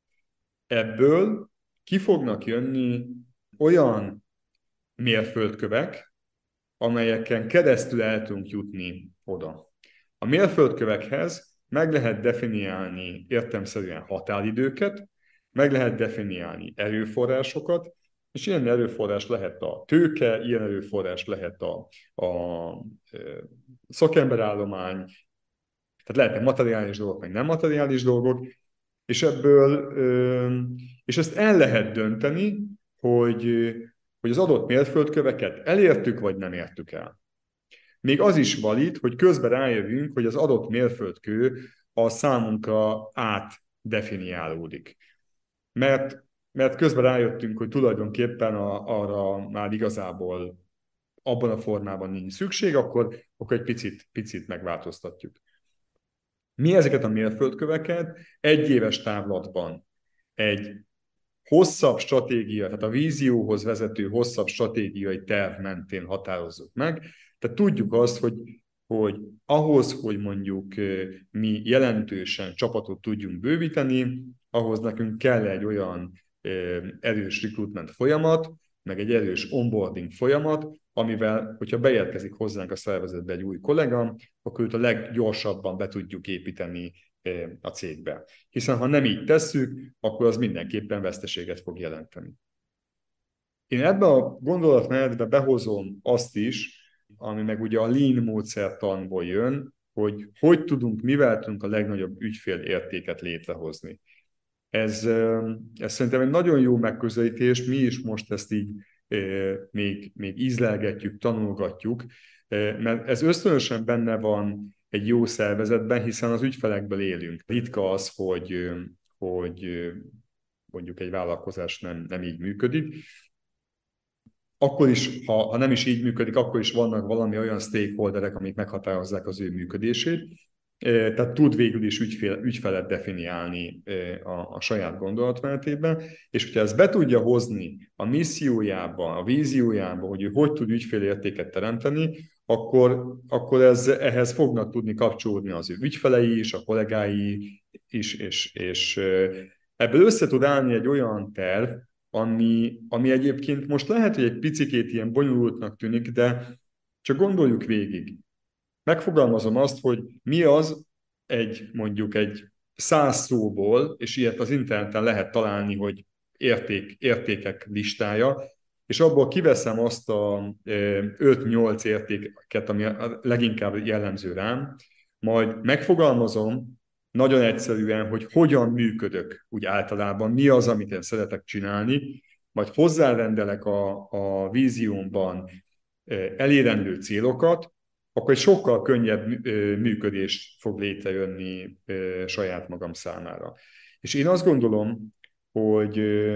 Ebből ki fognak jönni olyan mérföldkövek, amelyeken keresztül el tudunk jutni oda. A mérföldkövekhez meg lehet definiálni értelemszerűen határidőket, meg lehet definiálni erőforrásokat, és ilyen erőforrás lehet a tőke, ilyen erőforrás lehet a, a, a szakemberállomány, tehát lehetnek materiális dolgok, meg nem materiális dolgok, és ebből, és ezt el lehet dönteni, hogy, hogy az adott mérföldköveket elértük, vagy nem értük el. Még az is valid, hogy közben rájövünk, hogy az adott mérföldkő a számunkra átdefiniálódik. Mert, mert közben rájöttünk, hogy tulajdonképpen a, arra már igazából abban a formában nincs szükség, akkor, akkor egy picit, picit megváltoztatjuk. Mi ezeket a mérföldköveket egy éves távlatban egy hosszabb stratégia, tehát a vízióhoz vezető hosszabb stratégiai terv mentén határozzuk meg. Tehát tudjuk azt, hogy, hogy ahhoz, hogy mondjuk mi jelentősen csapatot tudjunk bővíteni, ahhoz nekünk kell egy olyan erős recruitment folyamat, meg egy erős onboarding folyamat, amivel, hogyha beérkezik hozzánk a szervezetbe egy új kollega, akkor őt a leggyorsabban be tudjuk építeni a cégbe. Hiszen ha nem így tesszük, akkor az mindenképpen veszteséget fog jelenteni. Én ebbe a gondolatmenetbe behozom azt is, ami meg ugye a Lean módszertanból jön, hogy hogy tudunk, mivel tudunk a legnagyobb ügyfélértéket létrehozni. Ez, ez szerintem egy nagyon jó megközelítés, mi is most ezt így még, még ízlelgetjük, tanulgatjuk, mert ez ösztönösen benne van egy jó szervezetben, hiszen az ügyfelekből élünk. Ritka az, hogy, hogy mondjuk egy vállalkozás nem, nem így működik. Akkor is, ha, ha nem is így működik, akkor is vannak valami olyan stakeholderek, amik meghatározzák az ő működését. Tehát tud végül is ügyfél, ügyfelet definiálni a, a saját gondolatmenetében, és hogyha ezt be tudja hozni a missziójába, a víziójába, hogy ő hogy tud ügyfélértéket teremteni, akkor, akkor ez, ehhez fognak tudni kapcsolódni az ő ügyfelei is, a kollégái is, és, és ebből össze tud állni egy olyan terv, ami, ami egyébként most lehet, hogy egy picikét ilyen bonyolultnak tűnik, de csak gondoljuk végig. Megfogalmazom azt, hogy mi az egy, mondjuk egy száz szóból, és ilyet az interneten lehet találni, hogy érték, értékek listája, és abból kiveszem azt a öt-nyolc értéket, ami a leginkább jellemző rám, majd megfogalmazom nagyon egyszerűen, hogy hogyan működök úgy általában, mi az, amit én szeretek csinálni, majd hozzárendelek a, a víziómban elérendő célokat, akkor egy sokkal könnyebb működést fog létrejönni saját magam számára. És én azt gondolom, hogy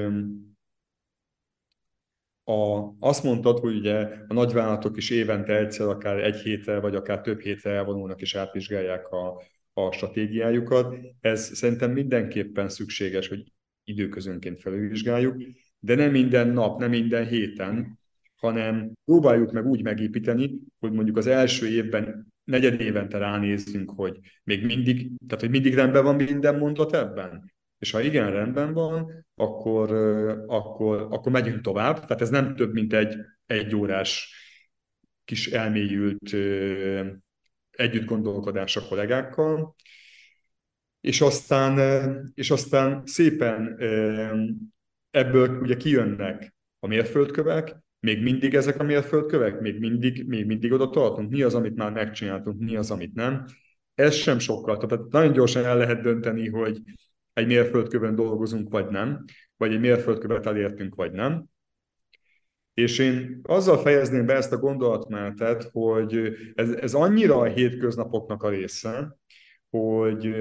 a, azt mondtad, hogy ugye a nagyvállalatok is évente egyszer, akár egy hétre, vagy akár több hétre elvonulnak és átvizsgálják a, a stratégiájukat. Ez szerintem mindenképpen szükséges, hogy időközönként felülvizsgáljuk, de nem minden nap, nem minden héten, hanem próbáljuk meg úgy megépíteni, hogy mondjuk az első évben, negyed évente ránézzünk, hogy még mindig, tehát hogy mindig rendben van minden mondat ebben. És ha igen, rendben van, akkor, akkor, akkor megyünk tovább. Tehát ez nem több, mint egy egyórás kis elmélyült együttgondolkodás a kollégákkal. És aztán, és aztán szépen ebből ugye kijönnek a mérföldkövek, még mindig ezek a mérföldkövek, még mindig, még mindig oda tartunk. Mi az, amit már megcsináltunk, mi az, amit nem. Ez sem sokkal. Tehát nagyon gyorsan el lehet dönteni, hogy egy mérföldkövön dolgozunk, vagy nem, vagy egy mérföldkövet elértünk, vagy nem. És én azzal fejezném be ezt a gondolatmenetet, hogy ez, ez annyira a hétköznapoknak a része, hogy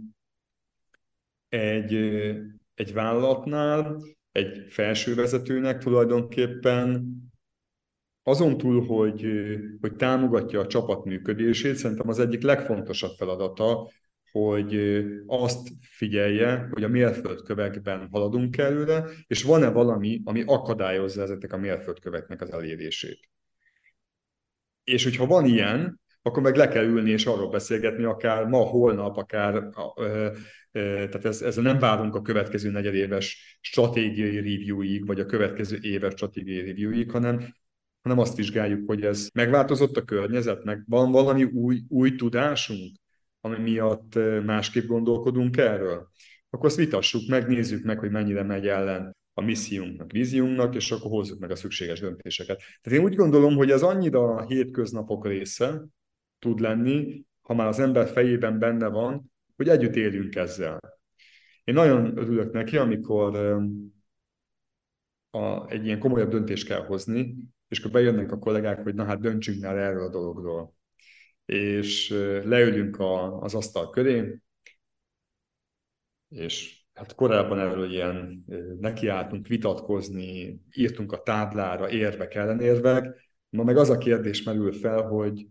egy, egy vállalatnál, egy felsővezetőnek tulajdonképpen azon túl, hogy, hogy támogatja a csapat működését, szerintem az egyik legfontosabb feladata, hogy azt figyelje, hogy a mérföldkövekben haladunk előre, és van-e valami, ami akadályozza ezeknek a mérföldköveknek az elérését. És hogyha van ilyen, akkor meg le kell ülni és arról beszélgetni, akár ma, holnap, akár, ö, ö, tehát ez, ezzel nem várunk a következő negyedéves stratégiai reviewig, vagy a következő éves stratégiai reviewig, hanem, hanem azt vizsgáljuk, hogy ez megváltozott a környezet, meg van valami új, új tudásunk, ami miatt másképp gondolkodunk erről. Akkor azt vitassuk meg, nézzük meg, hogy mennyire megy ellen a missziunknak, víziunknak, és akkor hozzuk meg a szükséges döntéseket. Tehát én úgy gondolom, hogy ez annyira a hétköznapok része tud lenni, ha már az ember fejében benne van, hogy együtt élünk ezzel. Én nagyon örülök neki, amikor a, egy ilyen komolyabb döntést kell hozni, és akkor bejönnek a kollégák, hogy na hát döntsünk már erről a dologról. És leülünk a, az asztal köré, és hát korábban erről ilyen nekiálltunk vitatkozni, írtunk a táblára érvek, ellenérvek, ma meg az a kérdés merül fel, hogy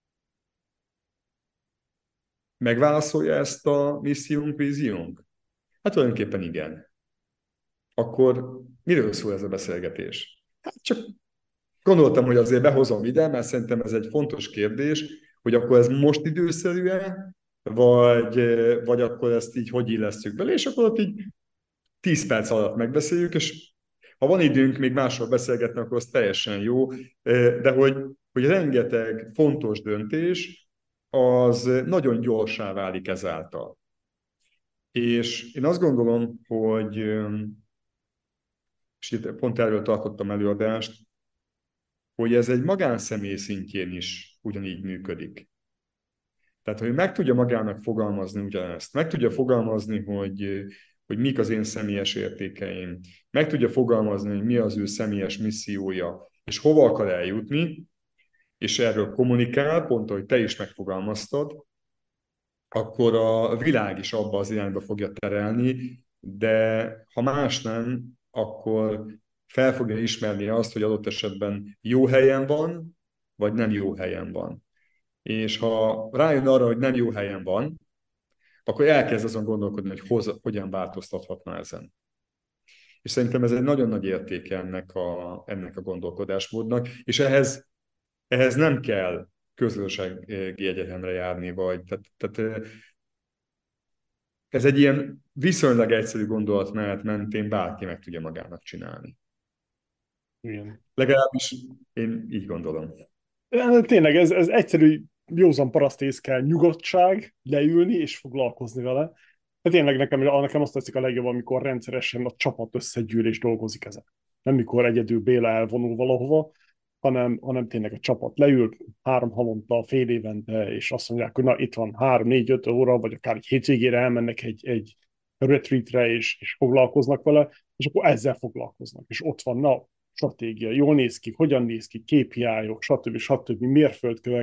megválaszolja ezt a missziunk, víziunk? Hát tulajdonképpen igen. Akkor miről szól ez a beszélgetés? Hát csak gondoltam, hogy azért behozom ide, mert szerintem ez egy fontos kérdés, hogy akkor ez most időszerű-e, vagy, vagy akkor ezt így hogy illesztjük bele, és akkor ott így tíz perc alatt megbeszéljük, és ha van időnk még másról beszélgetni, akkor az teljesen jó, de hogy, hogy rengeteg fontos döntés, az nagyon gyorsá válik ezáltal. És én azt gondolom, hogy, és itt pont erről tartottam előadást, hogy ez egy magánszemély szintjén is ugyanígy működik. Tehát, hogy meg tudja magának fogalmazni ugyanezt, meg tudja fogalmazni, hogy, hogy mik az én személyes értékeim, meg tudja fogalmazni, hogy mi az ő személyes missziója, és hova akar eljutni, és erről kommunikál, pont ahogy te is megfogalmaztad, akkor a világ is abba az irányba fogja terelni, de ha más nem, akkor fel fogja ismerni azt, hogy adott esetben jó helyen van, vagy nem jó helyen van. És ha rájön arra, hogy nem jó helyen van, akkor elkezd azon gondolkodni, hogy hoz, hogyan változtathatna ezen. És szerintem ez egy nagyon nagy értéke ennek a, ennek a gondolkodásmódnak, és ehhez, ehhez nem kell közgazdasági egyetemre járni, vagy tehát, tehát ez egy ilyen viszonylag egyszerű gondolatmenet mentén bárki meg tudja magának csinálni. Igen. Legalábbis én így gondolom. Tényleg ez, ez egyszerű, józan parasztész kell, nyugodtság, leülni és foglalkozni vele. De tényleg nekem, nekem azt tetszik a legjobb, amikor rendszeresen a csapat összegyűl és dolgozik ezen. Nem mikor egyedül Béla elvonul valahova, hanem, hanem tényleg a csapat leül három havonta, fél évente, és azt mondják, hogy na itt van három, négy, öt óra, vagy akár egy hétvégére elmennek egy, egy retreatre, és, és foglalkoznak vele, és akkor ezzel foglalkoznak. És ott van, na, stratégia, jól néz ki, hogyan néz ki, ká pé í-ok, stb. stb. Mérföldkövek,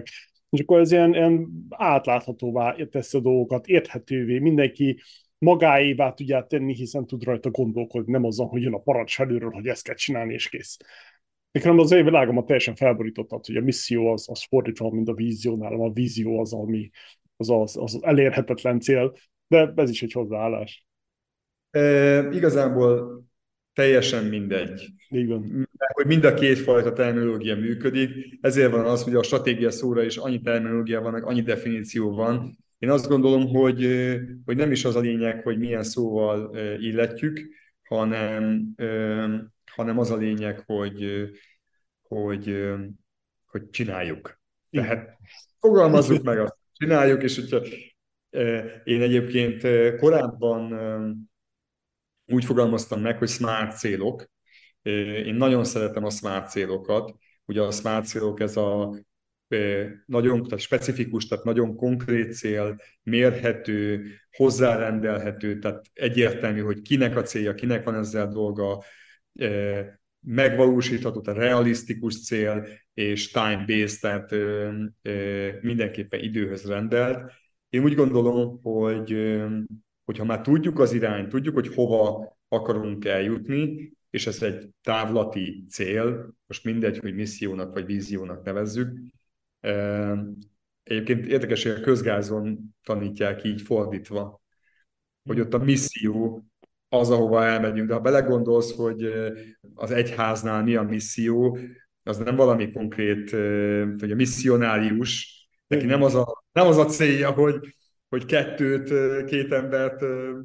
És akkor ez ilyen, ilyen átláthatóvá teszi a dolgokat, érthetővé, mindenki magáévá tudja tenni, hiszen tud rajta gondolkodni, nem azzal, hogy jön a parancs felülről, hogy ezt kell csinálni, és kész. Nekem az én világomat teljesen felborítottad, hogy a misszió az, az fordítva, mint a vízió, nálam a vízió az, ami az, az, az elérhetetlen cél, de ez is egy hozzáállás. E, igazából teljesen mindegy. Így van. Mert hogy mind a két fajta terminológia működik, ezért van az, hogy a stratégia szóra is annyi terminológia van, meg annyi definíció van. Én azt gondolom, hogy, hogy nem is az a lényeg, hogy milyen szóval illetjük, hanem, hanem az a lényeg, hogy, hogy, hogy csináljuk. Tehát fogalmazzuk meg azt, csináljuk, és hogyha én egyébként korábban úgy fogalmaztam meg, hogy smart célok. Én nagyon szeretem a smart célokat. Ugye a smart célok ez a nagyon tehát specifikus, tehát nagyon konkrét cél, mérhető, hozzárendelhető, tehát egyértelmű, hogy kinek a célja, kinek van ezzel dolga, megvalósítható, tehát realisztikus cél, és time-based, tehát mindenképpen időhöz rendelt. Én úgy gondolom, hogy hogyha már tudjuk az irányt, tudjuk, hogy hova akarunk eljutni, és ez egy távlati cél, most mindegy, hogy missziónak vagy víziónak nevezzük. Egyébként érdekes, hogy a közgázon tanítják így fordítva, hogy ott a misszió az, ahova elmegyünk. De ha belegondolsz, hogy az egyháznál mi a misszió, az nem valami konkrét, hogy a misszionárius, neki nem az a, nem az a célja, hogy, hogy kettőt, két embert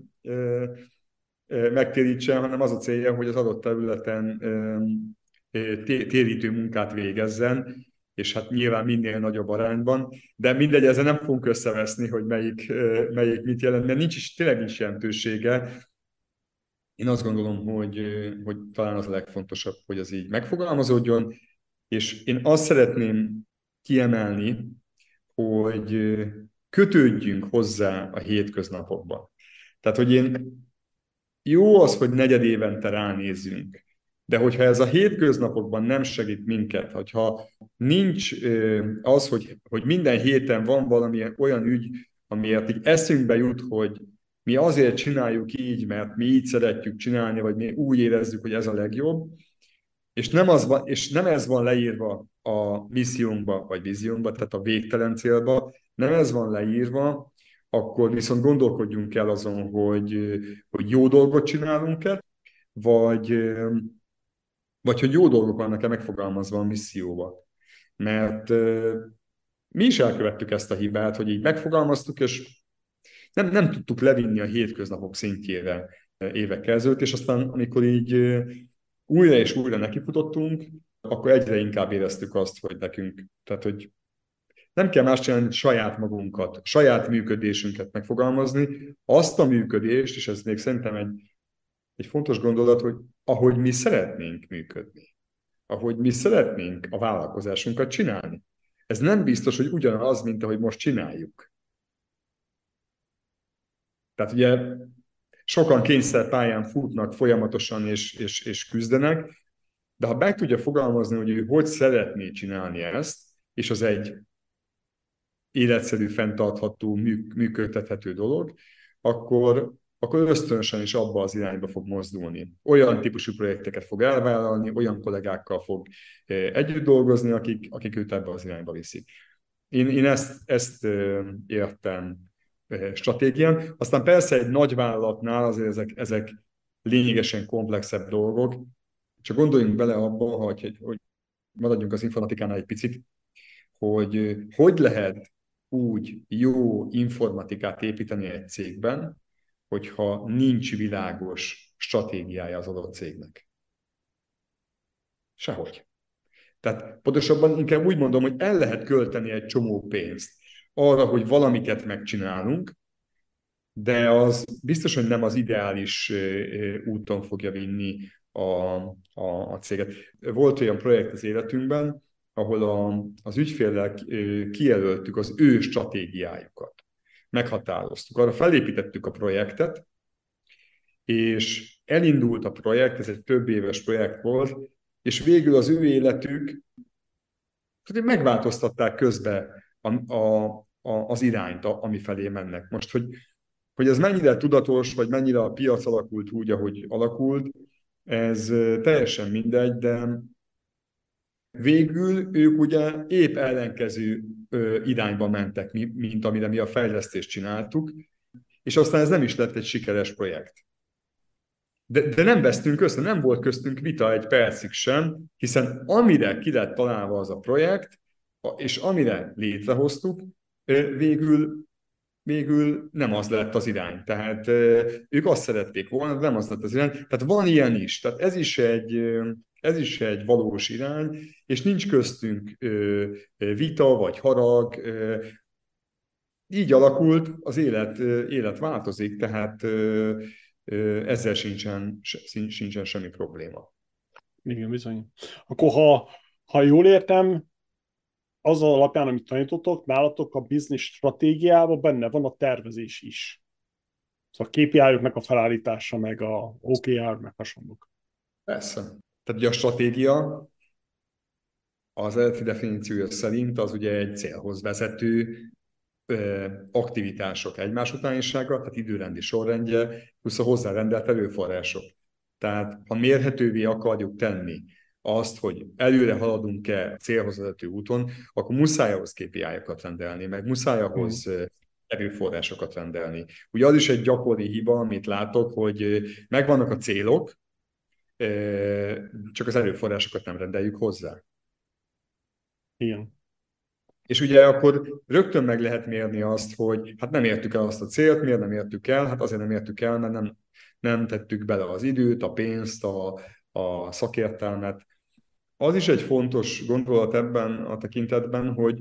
megtérítsen, hanem az a célja, hogy az adott területen térítő munkát végezzen, és hát nyilván minél nagyobb arányban, de mindegy, ezzel nem fogunk összeveszni, hogy melyik, melyik mit jelent, mert nincs is, tényleg nincs jelentősége. Én azt gondolom, hogy, hogy talán az a legfontosabb, hogy ez így megfogalmazódjon, és én azt szeretném kiemelni, hogy kötődjünk hozzá a hétköznapokban. Tehát, hogy én jó az, hogy negyed évente ránézzünk, de hogyha ez a hétköznapokban nem segít minket, hogyha nincs az, hogy, hogy minden héten van valamilyen olyan ügy, amiért így eszünkbe jut, hogy mi azért csináljuk így, mert mi így szeretjük csinálni, vagy mi úgy érezzük, hogy ez a legjobb, és nem, az van, és nem ez van leírva a missziónkba, vagy víziónkba, tehát a végtelen célba, nem ez van leírva, akkor viszont gondolkodjunk el azon, hogy, hogy jó dolgot csinálunk-e, vagy, vagy hogy jó dolgok vannak-e megfogalmazva a misszióba. Mert mi is elkövettük ezt a hibát, hogy így megfogalmaztuk, és nem, nem tudtuk levinni a hétköznapok szintjére évekkel ezelőtt, és aztán amikor így újra és újra nekifutottunk, akkor egyre inkább éreztük azt, hogy nekünk, tehát hogy nem kell más csinálni, saját magunkat, saját működésünket megfogalmazni, azt a működést, és ez még szerintem egy, egy fontos gondolat, hogy ahogy mi szeretnénk működni, ahogy mi szeretnénk a vállalkozásunkat csinálni. Ez nem biztos, hogy ugyanaz, mint ahogy most csináljuk. Tehát ugye sokan kényszerpályán futnak folyamatosan és, és, és küzdenek, de ha meg tudja fogalmazni, hogy ő hogy szeretné csinálni ezt, és az egy életszerű, fenntartható, működtethető dolog, akkor, akkor ösztönösen is abba az irányba fog mozdulni. Olyan típusú projekteket fog elvállalni, olyan kollégákkal fog együtt dolgozni, akik, akik őt ebbe az irányba viszik. Én, én ezt, ezt értem stratégián. Aztán persze egy nagy vállalatnál azért ezek, ezek lényegesen komplexebb dolgok. Csak gondoljunk bele abba, hogy, hogy maradjunk az informatikánál egy picit, hogy hogy lehet úgy jó informatikát építeni egy cégben, hogyha nincs világos stratégiája az adott cégnek. Sehogy. Tehát pontosabban inkább úgy mondom, hogy el lehet költeni egy csomó pénzt arra, hogy valamiket megcsinálunk, de az biztos, hogy nem az ideális úton fogja vinni a, a, a céget. Volt olyan projekt az életünkben, ahol a, az ügyféllel kijelöltük az ő stratégiájukat. Meghatároztuk. Arra felépítettük a projektet, és elindult a projekt, ez egy több éves projekt volt, és végül az ő életük megváltoztatták közben a, a, a, az irányt, a, ami felé mennek. Most, hogy, hogy ez mennyire tudatos, vagy mennyire a piac alakult úgy, ahogy alakult, ez teljesen mindegy, de végül ők ugye épp ellenkező irányba mentek, mint amire mi a fejlesztést csináltuk, és aztán ez nem is lett egy sikeres projekt. De, de nem vesztünk össze, nem volt köztünk vita egy percig sem, hiszen amire ki lett találva az a projekt, és amire létrehoztuk, végül, végül nem az lett az irány. Tehát ők azt szerették volna, de nem az lett az irány. Tehát van ilyen is. Tehát ez is egy, ez is egy valós irány, és nincs köztünk vita vagy harag. Így alakult, az élet, élet változik, tehát ezzel sincsen, sincsen semmi probléma. Igen, bizony. Akkor ha, ha jól értem, az alapján, amit tanítottok, nálatok a business stratégiában benne van a tervezés is. Szóval a ká pé í-oknak a felállítása, meg a o ká er, meg hasonlók. Persze. Tehát ugye a stratégia az eredeti definíciója szerint az ugye egy célhoz vezető ö, aktivitások egymás utánisága, tehát időrendi sorrendje, plusz a hozzárendelt erőforrások. Tehát ha mérhetővé akarjuk tenni azt, hogy előre haladunk-e célhoz vezető úton, akkor muszáj ahhoz ká pé í-okat rendelni, meg muszáj ahhoz mm. erőforrásokat rendelni. Ugye az is egy gyakori hiba, amit látok, hogy megvannak a célok, csak az erőforrásokat nem rendeljük hozzá. Igen. És ugye akkor rögtön meg lehet mérni azt, hogy hát nem értük el azt a célt, miért nem értük el? Hát azért nem értük el, mert nem, nem tettük bele az időt, a pénzt, a, a szakértelmet. Az is egy fontos gondolat ebben a tekintetben, hogy,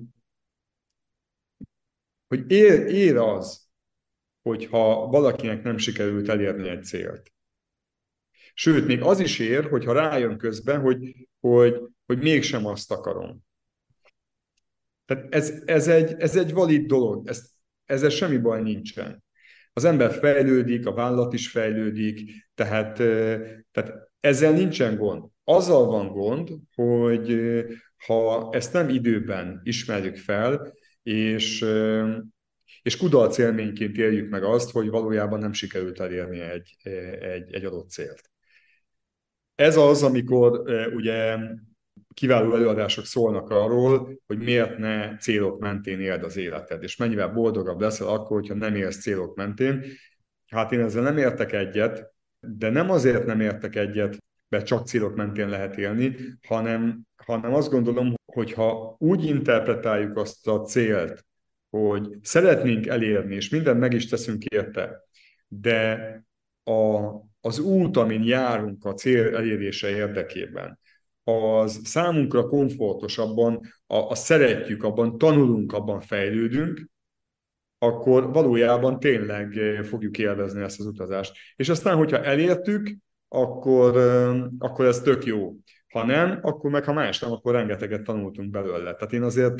hogy ér, ér az, hogyha valakinek nem sikerült elérni egy célt. Sőt, még az is ér, hogyha rájön közben, hogy, hogy, hogy mégsem azt akarom. Tehát ez, ez, egy, ez egy valid dolog, ez, ezzel semmi baj nincsen. Az ember fejlődik, a vállalat is fejlődik, tehát, tehát ezzel nincsen gond. Azzal van gond, hogy ha ezt nem időben ismerjük fel, és, és kudarc élményként éljük meg azt, hogy valójában nem sikerült elérni egy, egy, egy adott célt. Ez az, amikor ugye kiváló előadások szólnak arról, hogy miért ne célok mentén éld az életed, és mennyivel boldogabb leszel akkor, hogyha nem élsz célok mentén. Hát én ezzel nem értek egyet, de nem azért nem értek egyet, mert csak célok mentén lehet élni, hanem, hanem azt gondolom, hogy ha úgy interpretáljuk azt a célt, hogy szeretnénk elérni, és mindent meg is teszünk érte, de a, az út, amin járunk a cél elérése érdekében, az számunkra komfortosabban, a, a szeretjük, abban tanulunk, abban fejlődünk, akkor valójában tényleg fogjuk élvezni ezt az utazást. És aztán, hogyha elértük, akkor, akkor ez tök jó. Ha nem, akkor meg ha más nem, akkor rengeteget tanultunk belőle. Tehát én azért,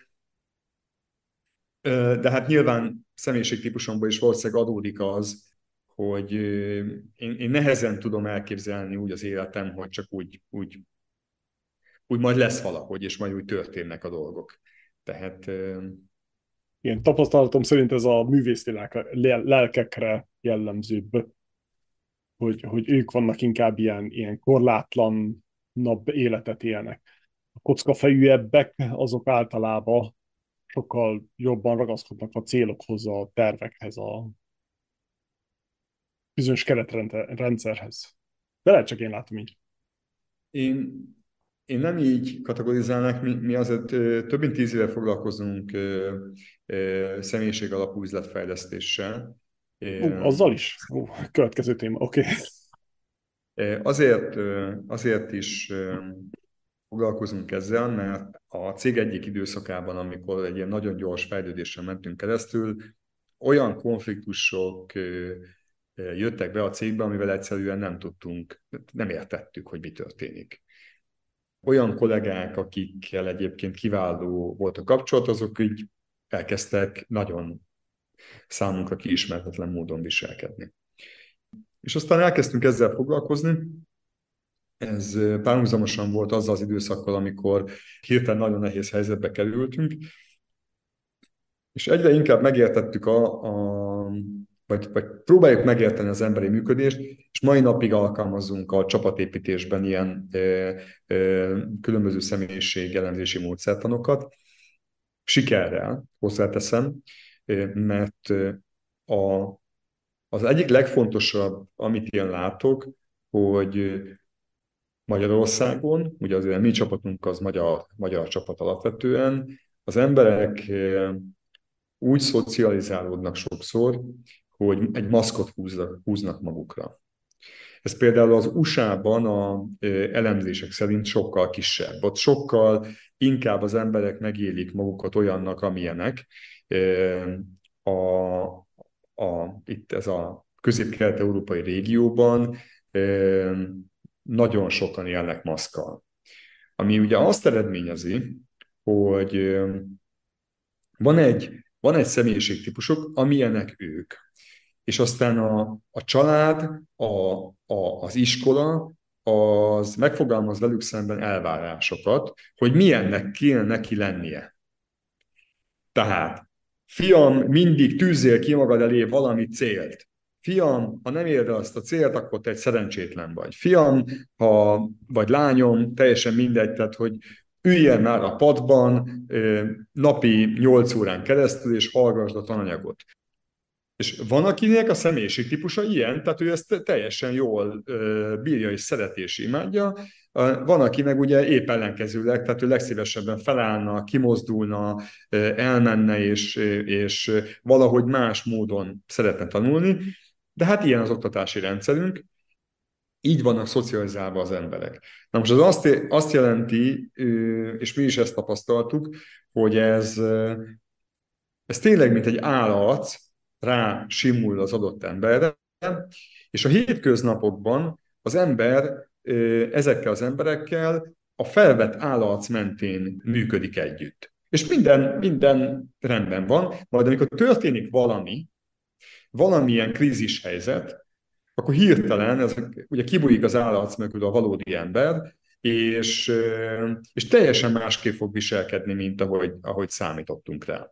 de hát nyilván személyiségtípusomban is valószínűleg adódik az, hogy én, én nehezen tudom elképzelni úgy az életem, hogy csak úgy, úgy úgy majd lesz valahogy, és majd úgy történnek a dolgok. Tehát... Igen, tapasztalatom szerint ez a művészi lelkekre jellemzőbb, hogy, hogy ők vannak inkább ilyen, ilyen korlátlanabb életet élnek. A kockafejűebbek azok általában sokkal jobban ragaszkodnak a célokhoz, a tervekhez, a bizonyos keretrendszerhez. De lehet csak én látom így. Én... Én nem így kategorizálnak, mi, mi azért több mint tíz éve foglalkozunk személyiség alapú üzletfejlesztéssel. Uh, azzal is? Uh, következő téma, oké. Okay. Azért, azért is foglalkozunk ezzel, mert a cég egyik időszakában, amikor egy ilyen nagyon gyors fejlődésen mentünk keresztül, olyan konfliktusok jöttek be a cégbe, amivel egyszerűen nem tudtunk, nem értettük, hogy mi történik. Olyan kollégák, akikkel egyébként kiváló volt a kapcsolat, azok így elkezdtek nagyon számunkra kiismertetlen módon viselkedni. És aztán elkezdtünk ezzel foglalkozni. Ez párhuzamosan volt azzal az időszakkal, amikor hirtelen nagyon nehéz helyzetbe kerültünk, És egyre inkább megértettük a, a vagy, vagy próbáljuk megérteni az emberi működést, és mai napig alkalmazunk a csapatépítésben ilyen ö, ö, különböző személyiségelemzési módszertanokat. Sikerrel, hozzáteszem, ö, mert ö, a, az egyik legfontosabb, amit én látok, hogy Magyarországon, ugye azért a mi csapatunk az magyar, magyar csapat alapvetően, az emberek úgy szocializálódnak sokszor, hogy egy maszkot húznak, húznak magukra. Ez például az u es á-ban a elemzések szerint sokkal kisebb. Ott sokkal inkább az emberek megélik magukat olyannak, amilyenek. A, a, itt ez a közép-kelet-európai régióban nagyon sokan élnek maszkkal. Ami ugye azt eredményezi, hogy van egy, van egy személyiségtípusok, amilyenek ők. És aztán a, a család, a, a, az iskola, az megfogalmaz velük szemben elvárásokat, hogy milyennek kéne neki lennie. Tehát, fiam, mindig tűzzél ki magad elé valami célt. Fiam, ha nem éred el azt a célt, akkor te egy szerencsétlen vagy. Fiam, ha, vagy lányom, teljesen mindegy, tehát, hogy üljél már a padban napi nyolc órán keresztül, és hallgassd a tananyagot. És van, akinek a személyiségtípusa ilyen, tehát ő ezt teljesen jól bírja és szereti és imádja. Van, aki meg ugye épp ellenkezőleg, tehát ő legszívesebben felállna, kimozdulna, elmenne, és, és valahogy más módon szeretne tanulni. De hát ilyen az oktatási rendszerünk, így vannak szocializálva az emberek. Na most az azt, azt jelenti, és mi is ezt tapasztaltuk, hogy ez, ez tényleg mint egy állarc, rá simul az adott emberre, és a hétköznapokban az ember ezekkel az emberekkel a felvett állarc mentén működik együtt. És minden, minden rendben van, majd amikor történik valami, valamilyen krízis helyzet, akkor hirtelen ez, ugye kibújik az állarc mögül a valódi ember, és, és teljesen másképp fog viselkedni, mint ahogy, ahogy számítottunk rá.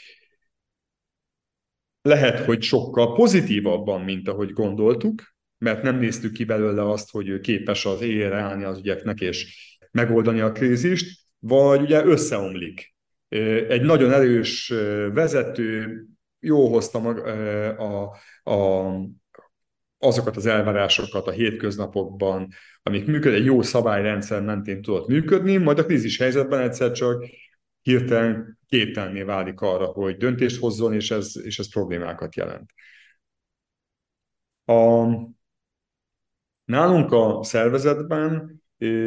Lehet, hogy sokkal pozitívabban, mint ahogy gondoltuk, mert nem néztük ki belőle azt, hogy ő képes az élére állni az ügyeknek és megoldani a krízist, vagy ugye összeomlik. Egy nagyon erős vezető jó hozta maga, a, a, azokat az elvárásokat a hétköznapokban, amik működ, egy jó szabályrendszer mentén tudott működni, majd a krízis helyzetben egyszer csak hirtelen képtelenné válik arra, hogy döntést hozzon, és ez, és ez problémákat jelent. A, nálunk a szervezetben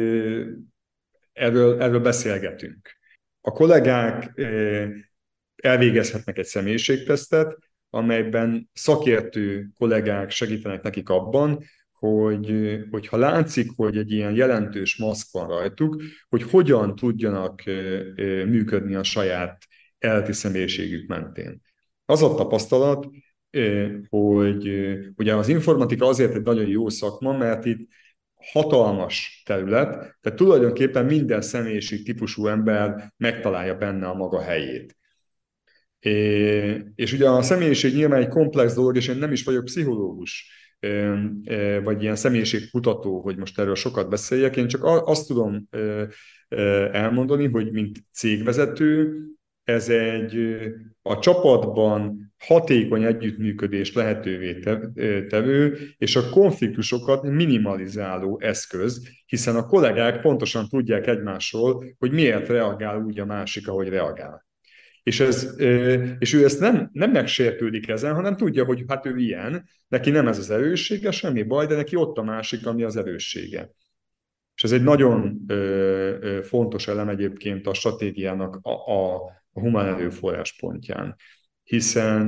erről, erről beszélgetünk. A kollégák elvégezhetnek egy személyiségtesztet, amelyben szakértő kollégák segítenek nekik abban, hogy, hogy ha látszik, hogy egy ilyen jelentős maszk van rajtuk, hogy hogyan tudjanak működni a saját eredeti személyiségük mentén. Az a tapasztalat, hogy ugye az informatika azért egy nagyon jó szakma, mert itt hatalmas terület, tehát tulajdonképpen minden személyiség típusú ember megtalálja benne a maga helyét. És ugye a személyiség nyilván egy komplex dolog, és én nem is vagyok pszichológus, vagy ilyen személyiségkutató, hogy most erről sokat beszéljek. Én csak azt tudom elmondani, hogy mint cégvezető, ez egy a csapatban hatékony együttműködést lehetővé tevő, és a konfliktusokat minimalizáló eszköz, hiszen a kollégák pontosan tudják egymásról, hogy miért reagál úgy a másik, ahogy reagál. És, ez, és ő ezt nem, nem megsértődik ezen, hanem tudja, hogy hát ő ilyen, neki nem ez az erőssége, semmi baj, de neki ott a másik, ami az erőssége. És ez egy nagyon fontos elem egyébként a stratégiának a, a, a humán erőforrás pontján. Hiszen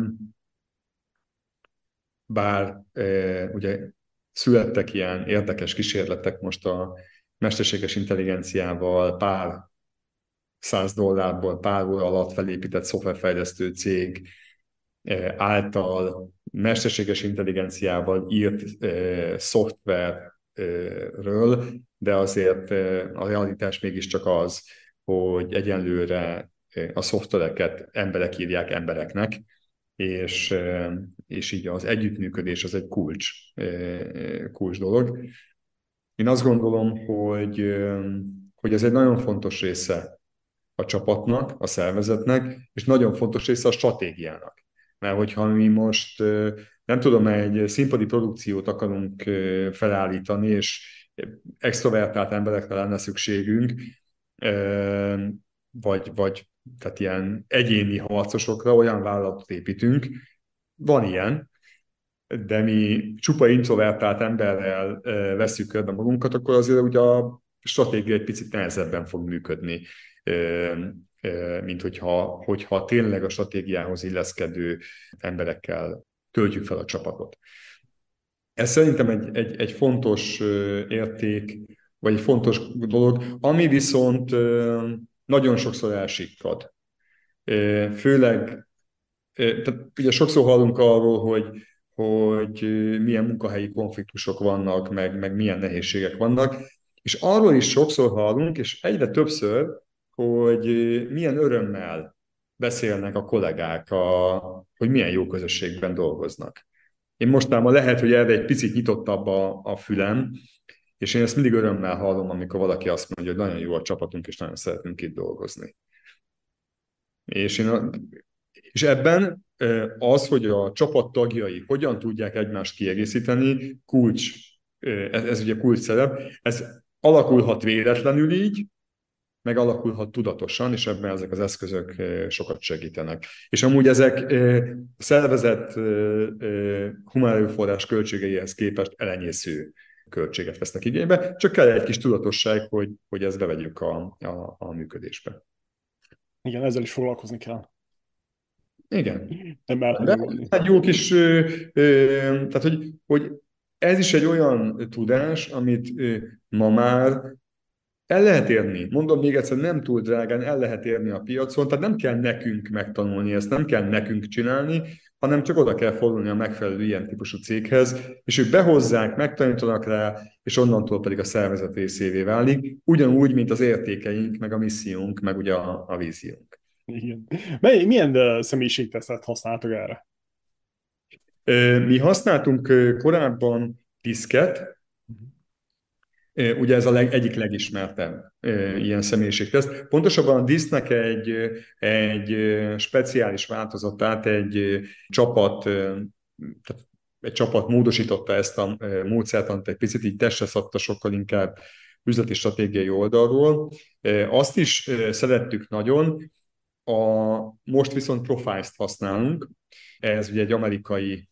bár ugye születtek ilyen érdekes kísérletek most a mesterséges intelligenciával, pár száz dollárból pár óra alatt felépített szoftverfejlesztő cég által mesterséges intelligenciával írt e, szoftverről, de azért a realitás mégiscsak az, hogy egyenlőre a szoftvereket emberek írják embereknek, és, és így az együttműködés az egy kulcs, kulcs dolog. Én azt gondolom, hogy, hogy ez egy nagyon fontos része a csapatnak, a szervezetnek, és nagyon fontos része a stratégiának. Mert hogyha mi most, nem tudom, egy színpadi produkciót akarunk felállítani, és extrovertált emberekre lenne szükségünk, vagy, vagy tehát ilyen egyéni harcosokra, olyan vállalatot építünk, van ilyen, de mi csupa introvertált emberrel vesszük körbe magunkat, akkor azért ugye a stratégia egy picit nehezebben fog működni, mint hogyha, hogyha tényleg a stratégiához illeszkedő emberekkel töltjük fel a csapatot. Ez szerintem egy, egy, egy fontos érték, vagy egy fontos dolog, ami viszont nagyon sokszor elsikkad. Főleg, tehát ugye sokszor hallunk arról, hogy, hogy milyen munkahelyi konfliktusok vannak, meg, meg milyen nehézségek vannak, és arról is sokszor hallunk, és egyre többször, hogy milyen örömmel beszélnek a kollégák, a, hogy milyen jó közösségben dolgoznak. Én mostában lehet, hogy erre egy picit nyitottabb a, a fülem, és én ezt mindig örömmel hallom, amikor valaki azt mondja, hogy nagyon jó a csapatunk, és nagyon szeretünk itt dolgozni. És, én a, és ebben az, hogy a csapat tagjai hogyan tudják egymást kiegészíteni, kulcs, ez, ez ugye kulcs szerep, ez alakulhat véletlenül így, meg alakulhat tudatosan, és ebben ezek az eszközök sokat segítenek. És amúgy ezek a szervezet humán erőforrás költségeihez képest elenyésző költséget vesznek igénybe, csak kell egy kis tudatosság, hogy, hogy ezt bevegyük a, a, a működésbe. Igen, ezzel is foglalkozni kell. Igen. Nem el De egy jó kis, ö, ö, tehát hogy, hogy ez is egy olyan tudás, amit ö, ma már el lehet érni. Mondom még egyszer, nem túl drágán el lehet érni a piacon, tehát nem kell nekünk megtanulni ezt, nem kell nekünk csinálni, hanem csak oda kell fordulni a megfelelő ilyen típusú céghez, és ők behozzák, megtanítanak rá, és onnantól pedig a szervezet részévé válik, ugyanúgy, mint az értékeink, meg a missziónk, meg ugye a, a víziónk. Igen. Mely, milyen uh, személyiségtesztet használtok erre? Mi használtunk korábban diszket, ugye ez a leg, egyik legismertebb ilyen személyiségteszt. Pontosabban a disznek egy, egy speciális változatát egy csapat, tehát egy csapat módosította ezt a módszertant, egy picit így testre szabta sokkal inkább üzleti stratégiai oldalról. Azt is szerettük nagyon, a, most viszont Profiles-t használunk, ez ugye egy amerikai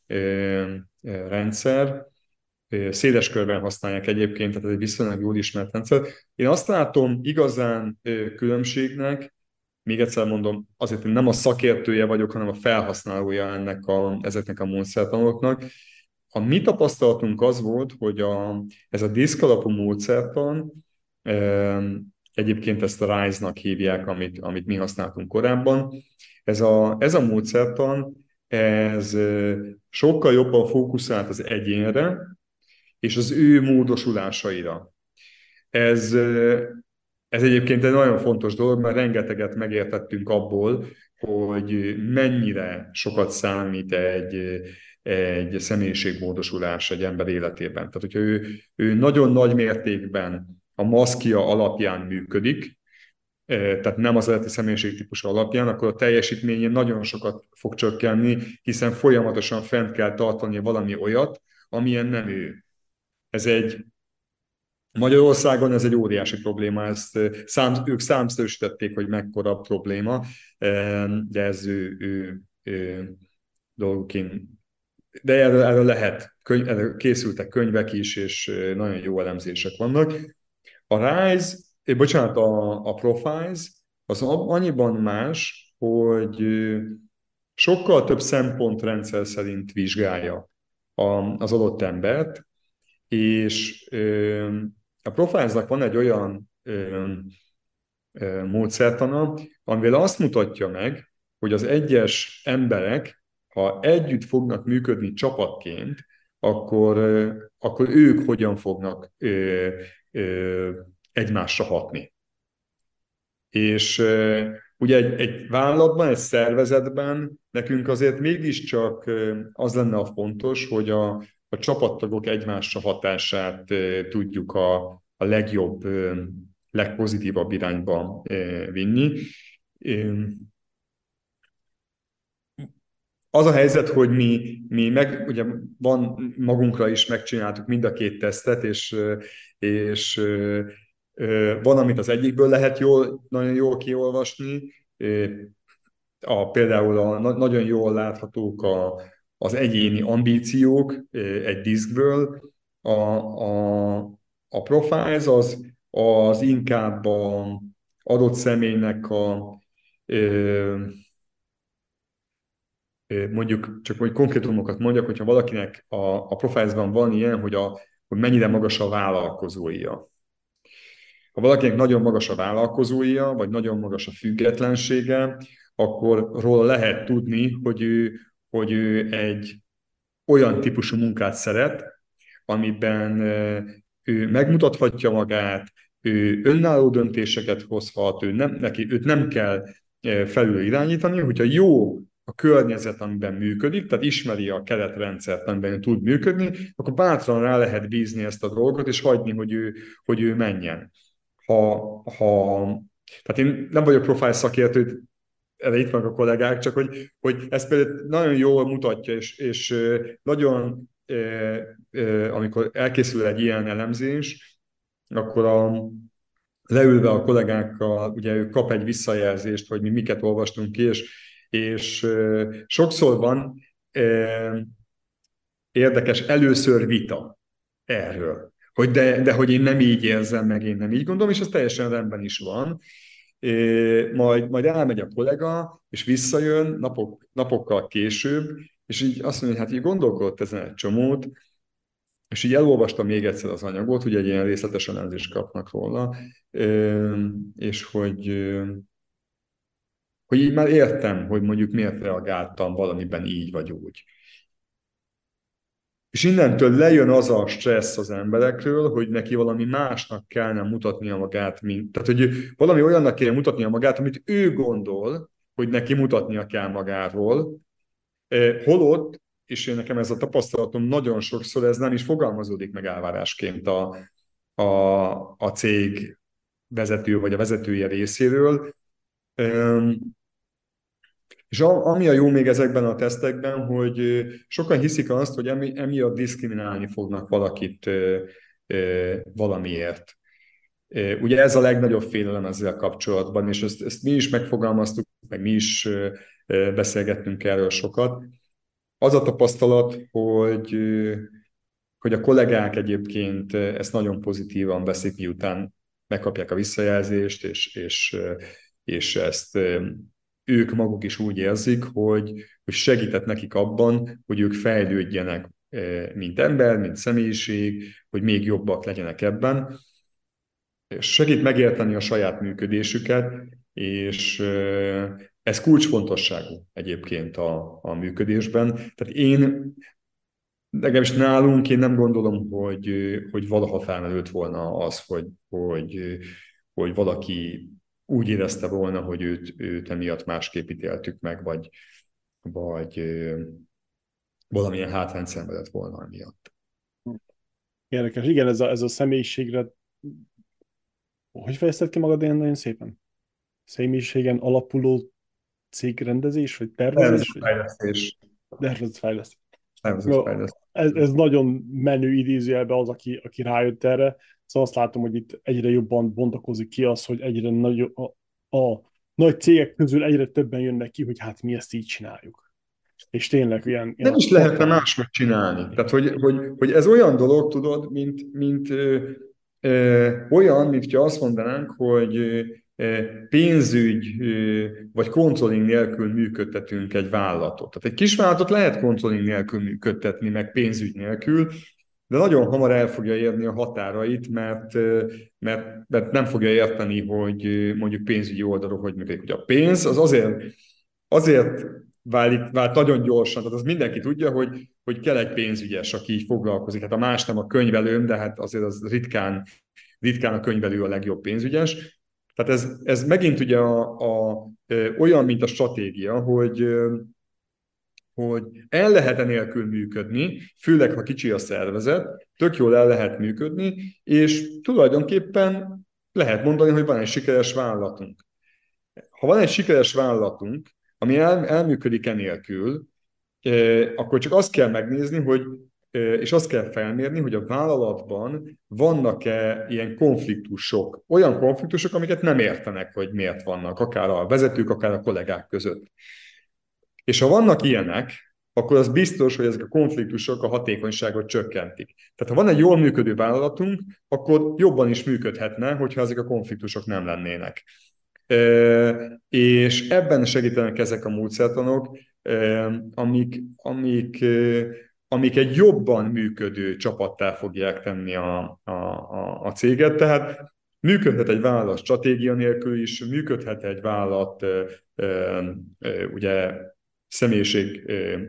rendszer, széles körben használják egyébként, tehát ez egy viszonylag jól ismert rendszer. Én azt látom igazán különbségnek, még egyszer mondom, azért én nem a szakértője vagyok, hanem a felhasználója ennek a, ezeknek a módszertanoknak. A mi tapasztalatunk az volt, hogy a, ez a diszk alapú módszertan, egyébként ezt a RISE-nak hívják, amit, amit mi használtunk korábban, ez a, ez a módszertan, ez sokkal jobban fókuszált az egyénre, és az ő módosulásaira. Ez, ez egyébként egy nagyon fontos dolog, mert rengeteget megértettünk abból, hogy mennyire sokat számít egy, egy személyiségmódosulás egy ember életében. Tehát, hogyha ő, ő nagyon nagy mértékben a maszkja alapján működik, tehát nem az eredeti személyiségtípus alapján, akkor a teljesítményén nagyon sokat fog csökkenni, hiszen folyamatosan fent kell tartani valami olyat, amilyen nem ő. Ez egy Magyarországon ez egy óriási probléma, ezt szám, ők számszerűsítették, hogy mekkora probléma, de ez ő, ő, ő dolgokén. De erről, erről lehet, könyv, erről készültek könyvek is, és nagyon jó elemzések vannak. A RISE, eh, bocsánat, a, a Profiles, az annyiban más, hogy sokkal több szempontrendszer szerint vizsgálja a, az adott embert, és ö, a Profilesnak van egy olyan ö, ö, módszertana, amivel azt mutatja meg, hogy az egyes emberek, ha együtt fognak működni csapatként, akkor, ö, akkor ők hogyan fognak ö, ö, egymásra hatni. És ö, ugye egy, egy vállalatban, egy szervezetben nekünk azért mégiscsak az lenne a fontos, hogy a, a csapattagok egymásra hatását tudjuk a, a legjobb, legpozitívabb irányba vinni. Az a helyzet, hogy mi, mi meg, ugye van magunkra is megcsináltuk mind a két tesztet, és, és van, amit az egyikből lehet jól, nagyon jól kiolvasni. A, például a, nagyon jól láthatók a, az egyéni ambíciók egy diszkből. A, a, a profiles az, az inkább a adott személynek a mondjuk csak hogy konkrétumokat mondjak, hogyha valakinek a, a profilesban van ilyen, hogy, a, hogy mennyire magas a vállalkozóija. Ha valakinek nagyon magas a vállalkozóija, vagy nagyon magas a függetlensége, akkor róla lehet tudni, hogy ő, hogy ő egy olyan típusú munkát szeret, amiben ő megmutathatja magát, ő önálló döntéseket hozhat, ő nem, neki, őt nem kell felül irányítani, hogyha jó a környezet, amiben működik, tehát ismeri a keretrendszert, amiben tud működni, akkor bátran rá lehet bízni ezt a dolgot, és hagyni, hogy ő, hogy ő menjen. Ha, ha, tehát én nem vagyok profil szakértő, erre itt vannak a kollégák, csak hogy, hogy ez például nagyon jól mutatja, és, és nagyon, amikor elkészül egy ilyen elemzés, akkor a, leülve a kollégákkal, ugye ő kap egy visszajelzést, hogy mi miket olvastunk ki, és, és sokszor van érdekes először vita erről. Hogy de, de hogy én nem így érzem, meg én nem így gondolom, és ez teljesen rendben is van. É, majd, majd elmegy a kollega, és visszajön napok, napokkal később, és így azt mondja, hogy hát így gondolkodott ezen egy csomót, és így elolvastam még egyszer az anyagot, ugye egy ilyen részletes elemzést kapnak róla, és hogy, hogy így már értem, hogy mondjuk miért reagáltam valamiben így vagy úgy. És innentől lejön az a stressz az emberekről, hogy neki valami másnak kellene mutatnia magát, mint, tehát hogy valami olyannak kell mutatnia magát, amit ő gondol, hogy neki mutatnia kell magáról, holott, és én nekem ez a tapasztalatom nagyon sokszor, ez nem is fogalmazódik meg elvárásként a, a, a cég vezető vagy a vezetője részéről. És ami a jó még ezekben a tesztekben, hogy sokan hiszik azt, hogy emi, emiatt diszkriminálni fognak valakit valamiért. Ugye ez a legnagyobb félelem ezzel kapcsolatban, és ezt, ezt mi is megfogalmaztuk, meg mi is beszélgettünk erről sokat. Az a tapasztalat, hogy, hogy a kollégák egyébként ezt nagyon pozitívan veszik, miután megkapják a visszajelzést, és, és, és ezt ők maguk is úgy érzik, hogy, hogy segített nekik abban, hogy ők fejlődjenek, mint ember, mint személyiség, hogy még jobbak legyenek ebben. Segít megérteni a saját működésüket, és ez kulcsfontosságú egyébként a, a működésben. Tehát én, legalábbis nálunk, én nem gondolom, hogy, hogy valaha felmerült volna az, hogy, hogy, hogy valaki úgy érezte volna, hogy őt, őt emiatt másképp ítéltük meg, vagy, vagy valamilyen hátrányt szenvedett volna emiatt. Érdekes. Igen, ez a, ez a személyiségre, hogy fejezted ki magad ilyen nagyon szépen? Személyiségen alapuló cégrendezés, vagy tervezés? Tervezetfejlesztés. Tervezetfejlesztés. Tervezetfejlesztés. Ez, ez nagyon menő idézőjelben az, aki, aki rájött erre. Szóval azt látom, hogy itt egyre jobban bontakozik ki az, hogy egyre nagy, a, a nagy cégek közül egyre többen jönnek ki, hogy hát mi ezt így csináljuk. És tényleg ilyen... Nem is lehetne máshogy csinálni. Tehát, hogy, hogy, hogy ez olyan dolog, tudod, mint, mint ö, ö, olyan, mint ha azt mondanánk, hogy ö, pénzügy ö, vagy controlling nélkül működtetünk egy vállalatot. Tehát egy kis vállalatot lehet controlling nélkül működtetni, meg pénzügy nélkül, de nagyon hamar el fogja érni a határait, mert, mert, mert nem fogja érteni, hogy mondjuk pénzügyi oldalról hogy működik. Ugye a pénz az azért, azért válik, vált nagyon gyorsan, tehát az mindenki tudja, hogy, hogy kell egy pénzügyes, aki így foglalkozik. Hát a más nem a könyvelőm, de hát azért az ritkán, ritkán a könyvelő a legjobb pénzügyes. Tehát ez, ez megint ugye a, a, olyan, mint a stratégia, hogy hogy el lehet enélkül működni, főleg ha kicsi a szervezet, tök jól el lehet működni, és tulajdonképpen lehet mondani, hogy van egy sikeres vállalatunk. Ha van egy sikeres vállalatunk, ami el, elműködik enélkül, akkor csak azt kell megnézni, hogy, és azt kell felmérni, hogy a vállalatban vannak-e ilyen konfliktusok, olyan konfliktusok, amiket nem értenek, hogy miért vannak, akár a vezetők, akár a kollégák között. És ha vannak ilyenek, akkor az biztos, hogy ezek a konfliktusok a hatékonyságot csökkentik. Tehát ha van egy jól működő vállalatunk, akkor jobban is működhetne, hogyha ezek a konfliktusok nem lennének. És ebben segítenek ezek a módszertanok, amik, amik, amik egy jobban működő csapattá fogják tenni a, a, a, a céget. Tehát működhet egy vállalat stratégia nélkül is, működhet egy vállalat ugye személyiség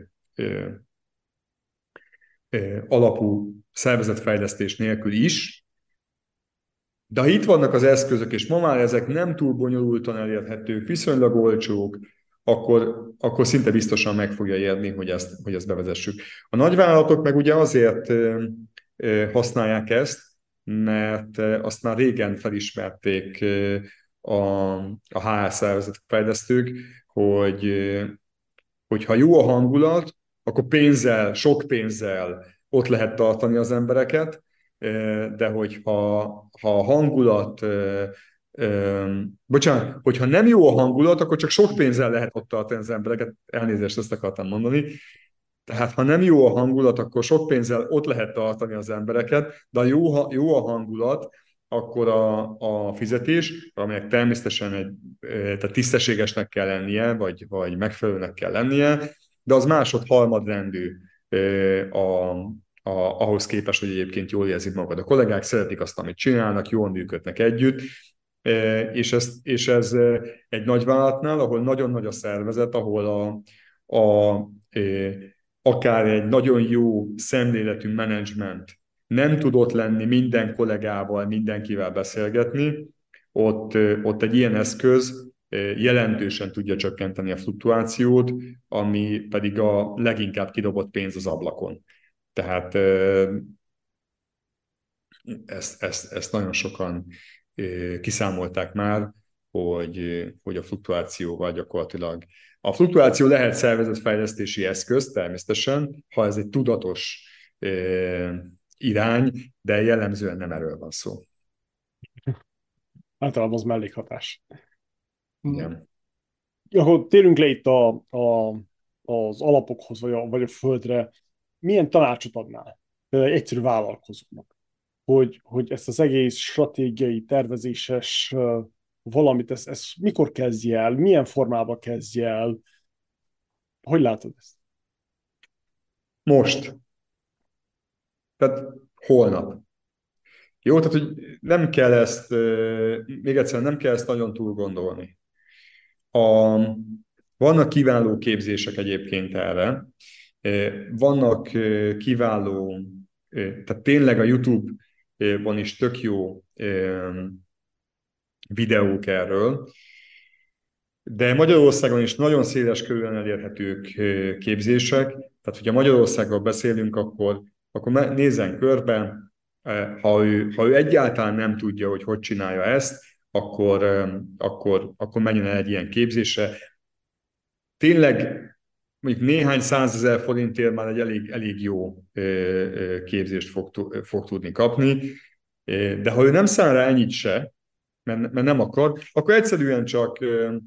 alapú szervezetfejlesztés nélkül is, de ha itt vannak az eszközök, és ma már ezek nem túl bonyolultan elérhetők, viszonylag olcsók, akkor, akkor szinte biztosan meg fogja érni, hogy ezt, hogy ezt bevezessük. A nagyvállalatok meg ugye azért használják ezt, mert azt már régen felismerték a, a há er szervezetfejlesztők, hogy hogyha jó a hangulat, akkor pénzzel, sok pénzzel ott lehet tartani az embereket, de hogyha ha a hangulat, bocsánat, hogyha nem jó a hangulat, akkor csak sok pénzzel lehet ott tartani az embereket, elnézést, ezt akartam mondani. Tehát ha nem jó a hangulat, akkor sok pénzzel ott lehet tartani az embereket, de ha jó, jó a hangulat, akkor a, a fizetés, amelyek természetesen egy, tehát tisztességesnek kell lennie, vagy, vagy megfelelőnek kell lennie, de az másod-harmadrendű a, a, ahhoz képest, hogy egyébként jól érzik magad. A kollégák szeretik azt, amit csinálnak, jól működnek együtt, és ez, és ez egy nagyvállalatnál, ahol nagyon nagy a szervezet, ahol a, a, akár egy nagyon jó szemléletű menedzsment nem tudott lenni minden kollégával, mindenkivel beszélgetni, ott, ott egy ilyen eszköz jelentősen tudja csökkenteni a fluktuációt, ami pedig a leginkább kidobott pénz az ablakon. Tehát ezt, ezt, ezt nagyon sokan kiszámolták már, hogy, hogy a fluktuációval gyakorlatilag. A fluktuáció lehet szervezetfejlesztési eszköz, természetesen, ha ez egy tudatos irány, de jellemzően nem erről van szó. Általában az mellékhatás. Igen. Akkor térünk le itt a, a, az alapokhoz, vagy a, vagy a földre. Milyen tanácsot adnál például egy egyszerű vállalkozónak, hogy, hogy ezt az egész stratégiai, tervezéses valamit, ezt, ezt mikor kezdje el, milyen formában kezdje el? Hogy látod ezt? Most. Tehát holnap. Jó, tehát hogy nem kell ezt, még egyszer nem kell ezt nagyon túl gondolni. A, vannak kiváló képzések egyébként erre, vannak kiváló, tehát tényleg a YouTube-ban is tök jó videók erről, de Magyarországon is nagyon széles körülön elérhetők képzések, tehát hogyha Magyarországról beszélünk, akkor, akkor nézzen körbe, ha ő, ha ő egyáltalán nem tudja, hogy hogy csinálja ezt, akkor, akkor, akkor menjen el egy ilyen képzésre. Tényleg mondjuk néhány százezer forintért már egy elég, elég jó képzést fog, fog tudni kapni, de ha ő nem száll rá ennyit se, mert, mert nem akar, akkor egyszerűen csak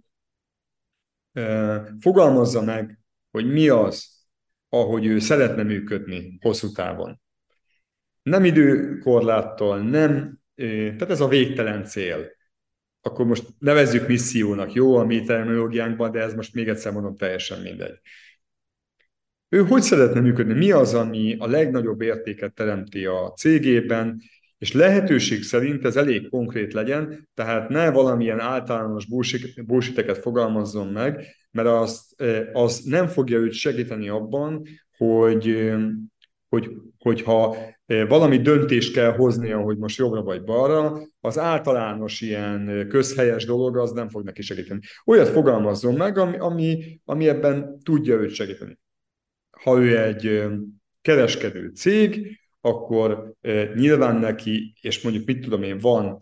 fogalmazza meg, hogy mi az, ahogy ő szeretne működni hosszú távon. Nem időkorláttal, nem, tehát ez a végtelen cél. Akkor most nevezzük missziónak, jó, a mi terminológiánkban, de ez most még egyszer mondom, teljesen mindegy. Ő hogy szeretne működni? Mi az, ami a legnagyobb értéket teremti a cégében, és lehetőség szerint ez elég konkrét legyen, tehát ne valamilyen általános bullshit-eket fogalmazzon meg, mert az, az nem fogja őt segíteni abban, hogy, hogy, hogyha valami döntést kell hoznia, hogy most jobbra vagy balra, az általános ilyen közhelyes dolog, az nem fog neki segíteni. Olyat fogalmazzon meg, ami, ami, ami ebben tudja őt segíteni. Ha ő egy kereskedő cég, akkor nyilván neki, és mondjuk mit tudom én, van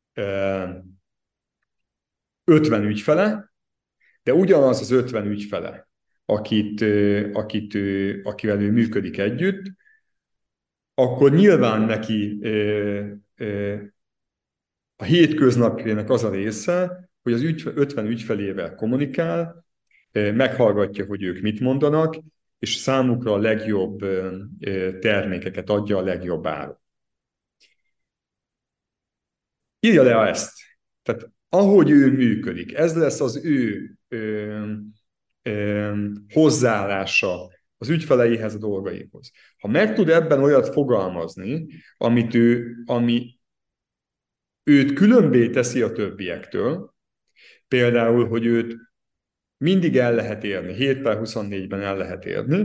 ötven ügyfele, de ugyanaz az ötven ügyfele, akit, akit, akivel ő működik együtt, akkor nyilván neki a hétköznapjának az a része, hogy az ötven ügyfelével kommunikál, meghallgatja, hogy ők mit mondanak, és számukra a legjobb termékeket adja a legjobb áron. Írja le ezt. Tehát ahogy ő működik, ez lesz az ő ö, ö, hozzáállása az ügyfeleihez, a dolgaihoz. Ha meg tud ebben olyat fogalmazni, amit ő, ami őt különbé teszi a többiektől, például, hogy őt mindig el lehet érni, hét per huszonnégyben el lehet érni,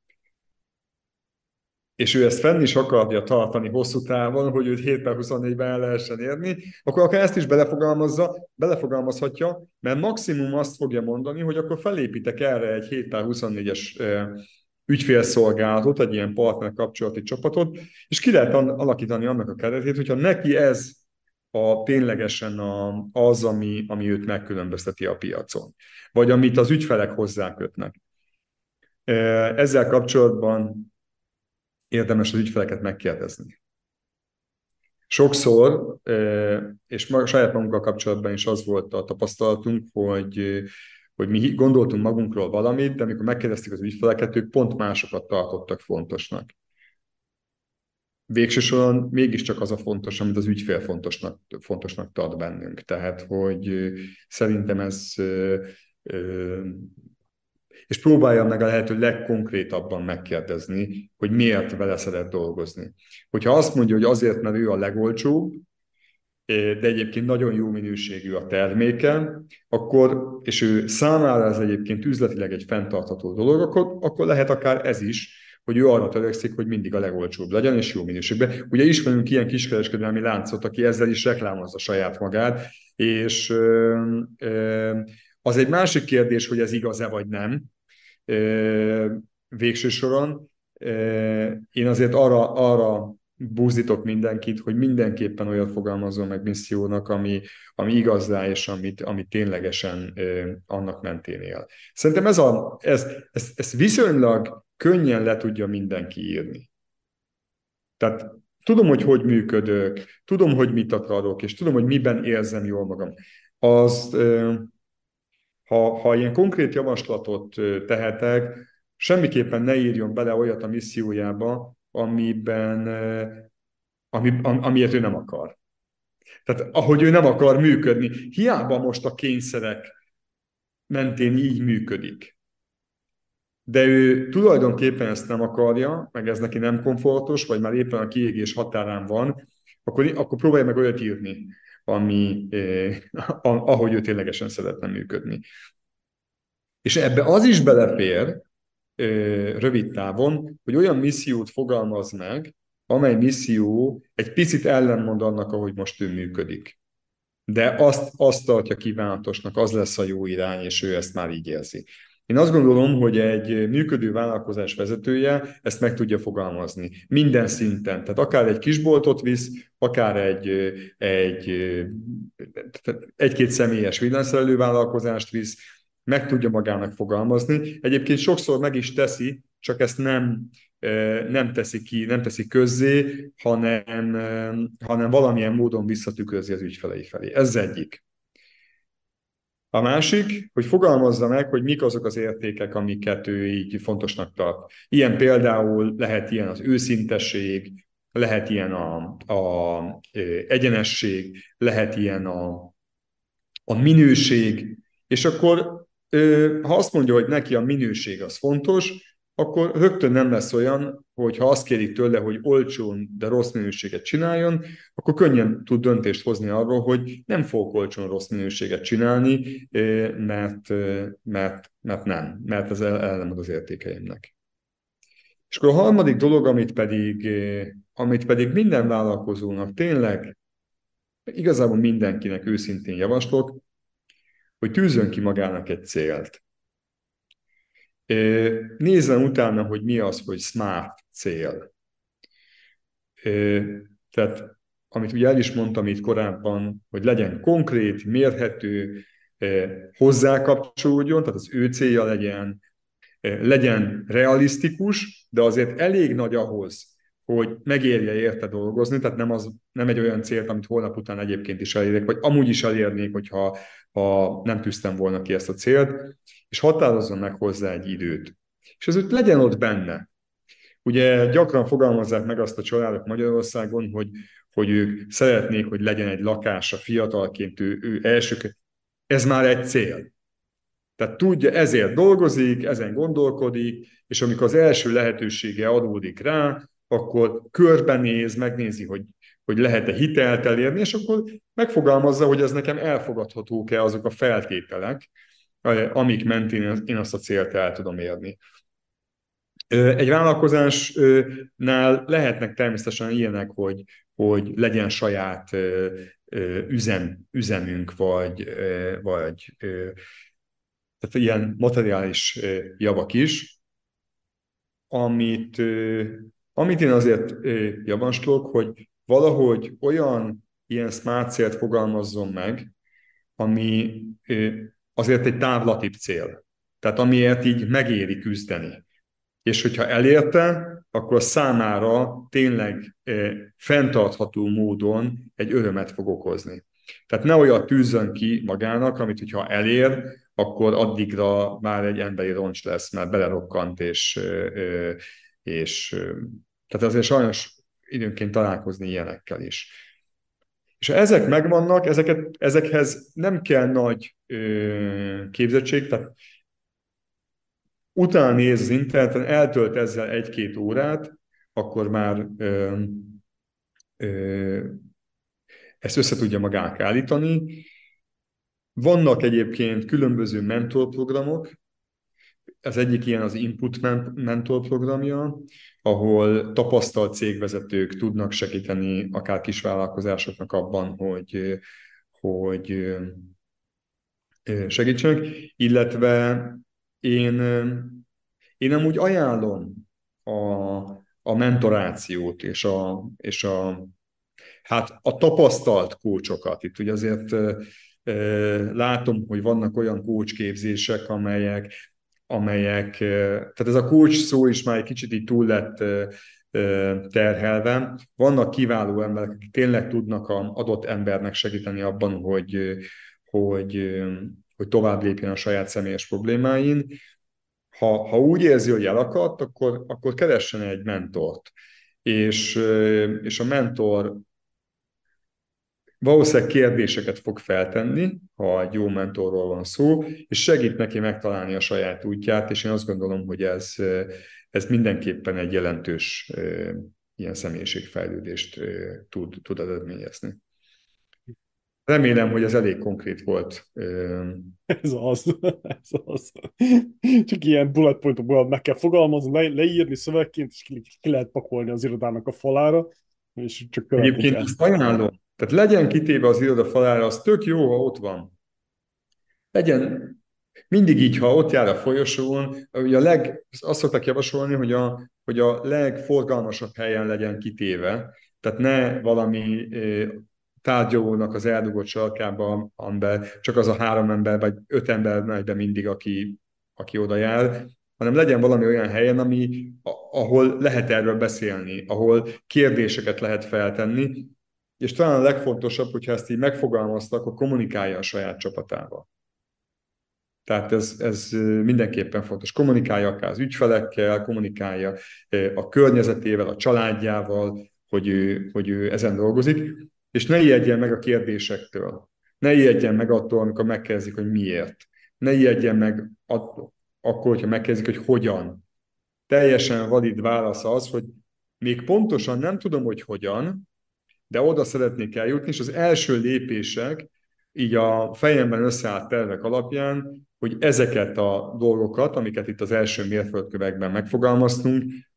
és ő ezt fenn is akarja tartani hosszú távon, hogy őt hét per huszonnégyben el lehessen érni, akkor akár ezt is belefogalmazza, belefogalmazhatja, mert maximum azt fogja mondani, hogy akkor felépítek erre egy hét per huszonnégyes ügyfélszolgálatot, egy ilyen partner kapcsolati csapatot, és ki lehet alakítani annak a keretét, hogyha neki ez a, ténylegesen a, az, ami, ami őt megkülönbözteti a piacon, vagy amit az ügyfelek hozzákötnek. Ezzel kapcsolatban érdemes az ügyfeleket megkérdezni. Sokszor, és saját magunkkal kapcsolatban is az volt a tapasztalatunk, hogy, hogy mi gondoltunk magunkról valamit, de amikor megkérdeztük az ügyfeleket, ők pont másokat tartottak fontosnak. Végső soron mégiscsak az a fontos, amit az ügyfél fontosnak, fontosnak tart bennünk. Tehát, hogy szerintem ez... és próbálja meg a lehető legkonkrétabban megkérdezni, hogy miért vele szeret dolgozni. Hogyha azt mondja, hogy azért, mert ő a legolcsóbb, de egyébként nagyon jó minőségű a terméke, akkor, és ő számára ez egyébként üzletileg egy fenntartható dolog, akkor, akkor lehet akár ez is, hogy ő arra törekszik, hogy mindig a legolcsóbb legyen, és jó minőségben. Ugye ismerünk ilyen kiskereskedelmi láncot, aki ezzel is reklámozza saját magát, és ö, ö, az egy másik kérdés, hogy ez igaz-e vagy nem. Végső soron én azért arra, arra buzdítok mindenkit, hogy mindenképpen olyat fogalmazzon meg missziónak, ami, ami igaz rá, és amit, amit ténylegesen annak mentén él. Szerintem ez, a, ez, ez, ez viszonylag könnyen le tudja mindenki írni. Tehát tudom, hogy hogy működök, tudom, hogy mit akarok, és tudom, hogy miben érzem jól magam. Az... Ha, ha ilyen konkrét javaslatot tehetek, semmiképpen ne írjon bele olyat a missziójába, amiben, ami, amilyet ő nem akar. Tehát ahogy ő nem akar működni, hiába most a kényszerek mentén így működik. De ő tulajdonképpen ezt nem akarja, meg ez neki nem komfortos, vagy már éppen a kiégés határán van, akkor, akkor próbálja meg olyat írni, ami, eh, ahogy ő ténylegesen szeretne működni. És ebbe az is belefér rövid távon, hogy olyan missziót fogalmaz meg, amely misszió egy picit ellenmond annak, ahogy most ő működik. De azt, azt tartja kívánatosnak, az lesz a jó irány, és ő ezt már így érzi. Én azt gondolom, hogy egy működő vállalkozás vezetője ezt meg tudja fogalmazni. Minden szinten. Tehát akár egy kisboltot visz, akár egy, egy, egy-két személyes villanyszerelő vállalkozást visz, meg tudja magának fogalmazni. Egyébként sokszor meg is teszi, csak ezt nem, nem teszi ki, nem teszi közzé, hanem, hanem valamilyen módon visszatükrözi az ügyfelei felé. Ez egyik. A másik, hogy fogalmazza meg, hogy mik azok az értékek, amiket ő így fontosnak tart. Ilyen például lehet ilyen az őszintesség, lehet ilyen a, a egyenesség, lehet ilyen a, a minőség, és akkor ha azt mondja, hogy neki a minőség az fontos, akkor rögtön nem lesz olyan, hogy ha azt kérik tőle, hogy olcsón, de rossz minőséget csináljon, akkor könnyen tud döntést hozni arról, hogy nem fogok olcsón rossz minőséget csinálni, mert, mert, mert nem, mert ez ellenmond az értékeimnek. És akkor a harmadik dolog, amit pedig, amit pedig minden vállalkozónak tényleg, igazából mindenkinek őszintén javaslok, hogy tűzzön ki magának egy célt. Nézzen utána, hogy mi az, hogy smart cél. Tehát, amit ugye el is mondtam itt korábban, hogy legyen konkrét, mérhető, hozzákapcsolódjon, tehát az ő célja legyen, legyen realisztikus, de azért elég nagy ahhoz, hogy megérje érte dolgozni, tehát nem, az, nem egy olyan célt, amit holnap után egyébként is elérnék, vagy amúgy is elérnék, hogyha ha nem tűztem volna ki ezt a célt, és határozzon meg hozzá egy időt. És ez legyen ott benne. Ugye gyakran fogalmazzák meg azt a családok Magyarországon, hogy, hogy ők szeretnék, hogy legyen egy lakása fiatalként, ő, ő elsők. Ez már egy cél. Tehát tudja, ezért dolgozik, ezen gondolkodik, és amikor az első lehetősége adódik rá, akkor körbenéz, megnézi, hogy, hogy lehet-e hitelt elérni, és akkor megfogalmazza, hogy ez nekem elfogadhatók-e azok a feltételek, amik mentén én azt a célt el tudom érni. Egy vállalkozásnál lehetnek természetesen ilyenek, hogy, hogy legyen saját üzem, üzemünk, vagy, vagy tehát ilyen materiális javak is, amit, amit én azért javaslok, hogy valahogy olyan ilyen smart célt fogalmazzon meg, ami azért egy távlatibb cél. Tehát amiért így megéri küzdeni. És hogyha elérte, akkor számára tényleg fenntartható módon egy örömet fog okozni. Tehát ne olyat tűzzön ki magának, amit hogyha elér, akkor addigra már egy emberi roncs lesz, mert belerokkant, és, és tehát azért sajnos időnként találkozni ilyenekkel is. És ha ezek megvannak, ezeket, ezekhez nem kell nagy képzettség, tehát utána néz az interneten, eltölt ezzel egy-két órát, akkor már ö, ö, ezt össze tudja magának állítani. Vannak egyébként különböző mentorprogramok, az egyik ilyen az Input Mentor programja, ahol tapasztalt cégvezetők tudnak segíteni akár kisvállalkozásoknak abban, hogy, hogy segítsenek, illetve én, én amúgy ajánlom a, a mentorációt és a, és a, hát a tapasztalt kócsokat. Itt ugye azért látom, hogy vannak olyan kócsképzések, amelyek, amelyek, tehát ez a kócs szó is már egy kicsit így túl lett terhelve. Vannak kiváló emberek, akik tényleg tudnak az adott embernek segíteni abban, hogy, hogy, hogy tovább lépjen a saját személyes problémáin. Ha, ha úgy érzi, hogy elakadt, akkor, akkor keressen egy mentort. És, és a mentor valószínűleg kérdéseket fog feltenni, ha egy jó mentorról van szó, és segít neki megtalálni a saját útját, és én azt gondolom, hogy ez, ez mindenképpen egy jelentős ilyen személyiségfejlődést tud, tud eredményezni. Remélem, hogy ez elég konkrét volt. Ez az, ez az. Csak ilyen bullet pointokból meg kell fogalmazni, le, leírni szövegként, és ki, ki lehet pakolni az irodának a falára, és csak követni Egyébként kell. ezt ajánlom. Tehát legyen kitéve az iroda falára, az tök jó, ha ott van. Legyen mindig így, ha ott jár a folyosón, ugye a leg, azt szokták javasolni, hogy a, hogy a legforgalmasabb helyen legyen kitéve, tehát ne valami tárgyalónak az eldugott sarkában, amiben csak az a három ember, vagy öt ember megy be mindig, aki, aki oda jár, hanem legyen valami olyan helyen, ami, ahol lehet erről beszélni, ahol kérdéseket lehet feltenni, és talán a legfontosabb, hogyha ezt így megfogalmazta, akkor kommunikálja a saját csapatával. Tehát ez, ez mindenképpen fontos. Kommunikálja akár az ügyfelekkel, kommunikálja a környezetével, a családjával, hogy ő, hogy ő ezen dolgozik, és ne ijedjen meg a kérdésektől. Ne ijedjen meg attól, amikor megkezdik, hogy miért. Ne ijedjen meg attól, akkor, hogyha megkezdik, hogy hogyan. Teljesen valid válasz az, hogy még pontosan nem tudom, hogy hogyan, de oda szeretnék eljutni, és az első lépések, így a fejemben összeállt tervek alapján, hogy ezeket a dolgokat, amiket itt az első mérföldkövekben megfogalmaztunk,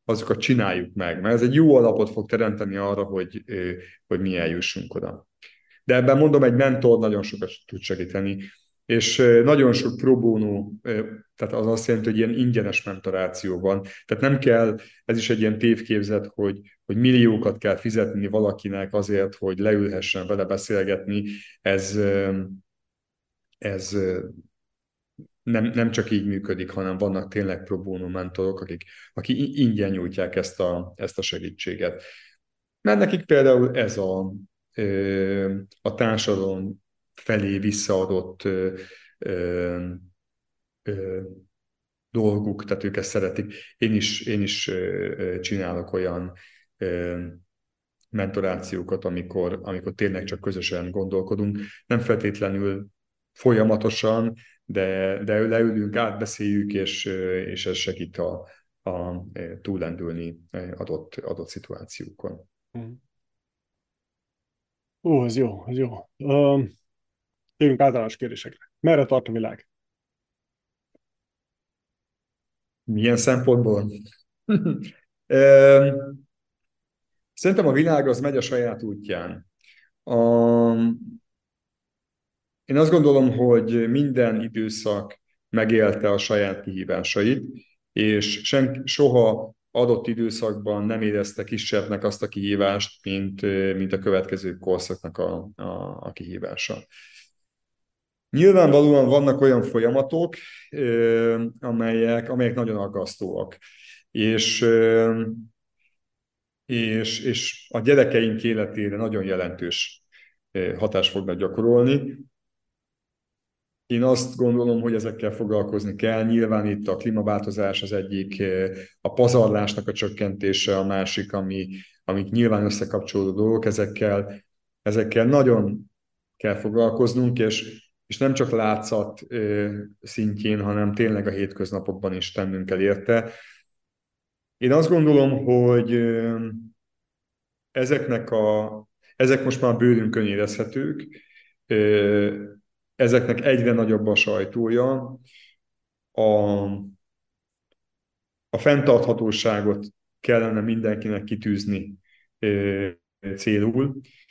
azokat csináljuk meg, mert ez egy jó alapot fog teremteni arra, hogy, hogy mi eljussunk oda. De ebben mondom, egy mentor nagyon sokat tud segíteni, és nagyon sok pro bono, tehát az azt jelenti, hogy ilyen ingyenes mentoráció van. Tehát nem kell, ez is egy ilyen tévképzet, hogy, hogy milliókat kell fizetni valakinek azért, hogy leülhessen vele beszélgetni. Ez, ez nem, nem csak így működik, hanem vannak tényleg pro bono mentorok, akik, akik ingyen nyújtják ezt a, ezt a segítséget. Mert nekik például ez a, a társadalom felé visszaadott ö, ö, ö, dolguk, tehát ők ezt szeretik. Én is, én is ö, csinálok olyan ö, mentorációkat, amikor, amikor tényleg csak közösen gondolkodunk. Nem feltétlenül folyamatosan, de, de leülünk, átbeszéljük, és, és ez segít a, a túllendülni adott, adott szituációkon. Ó, ez jó, ez jó. Um, Jövünk általános kérdésekre. Merre tart a világ? Milyen szempontból? Szerintem a világ az megy a saját útján. A... Én azt gondolom, hogy minden időszak megélte a saját kihívásait, és sen, soha adott időszakban nem érezte kisebbnek azt a kihívást, mint, mint a következő korszaknak a, a, a kihívása. Nyilvánvalóan vannak olyan folyamatok, amelyek, amelyek nagyon aggasztóak, és, és, és a gyerekeink életére nagyon jelentős hatást fognak gyakorolni. Én azt gondolom, hogy ezekkel foglalkozni kell. Nyilván itt a klímaváltozás az egyik, a pazarlásnak a csökkentése a másik, ami, amik nyilván összekapcsolódó dolgok. Ezekkel, ezekkel nagyon kell foglalkoznunk, és, és nem csak látszat szintjén, hanem tényleg a hétköznapokban is tennünk kell érte. Én azt gondolom, hogy ezeknek a, ezek most már bőrünkön érezhetők, ezeknek egyre nagyobb a sajtója, a, a fenntarthatóságot kellene mindenkinek kitűzni célul,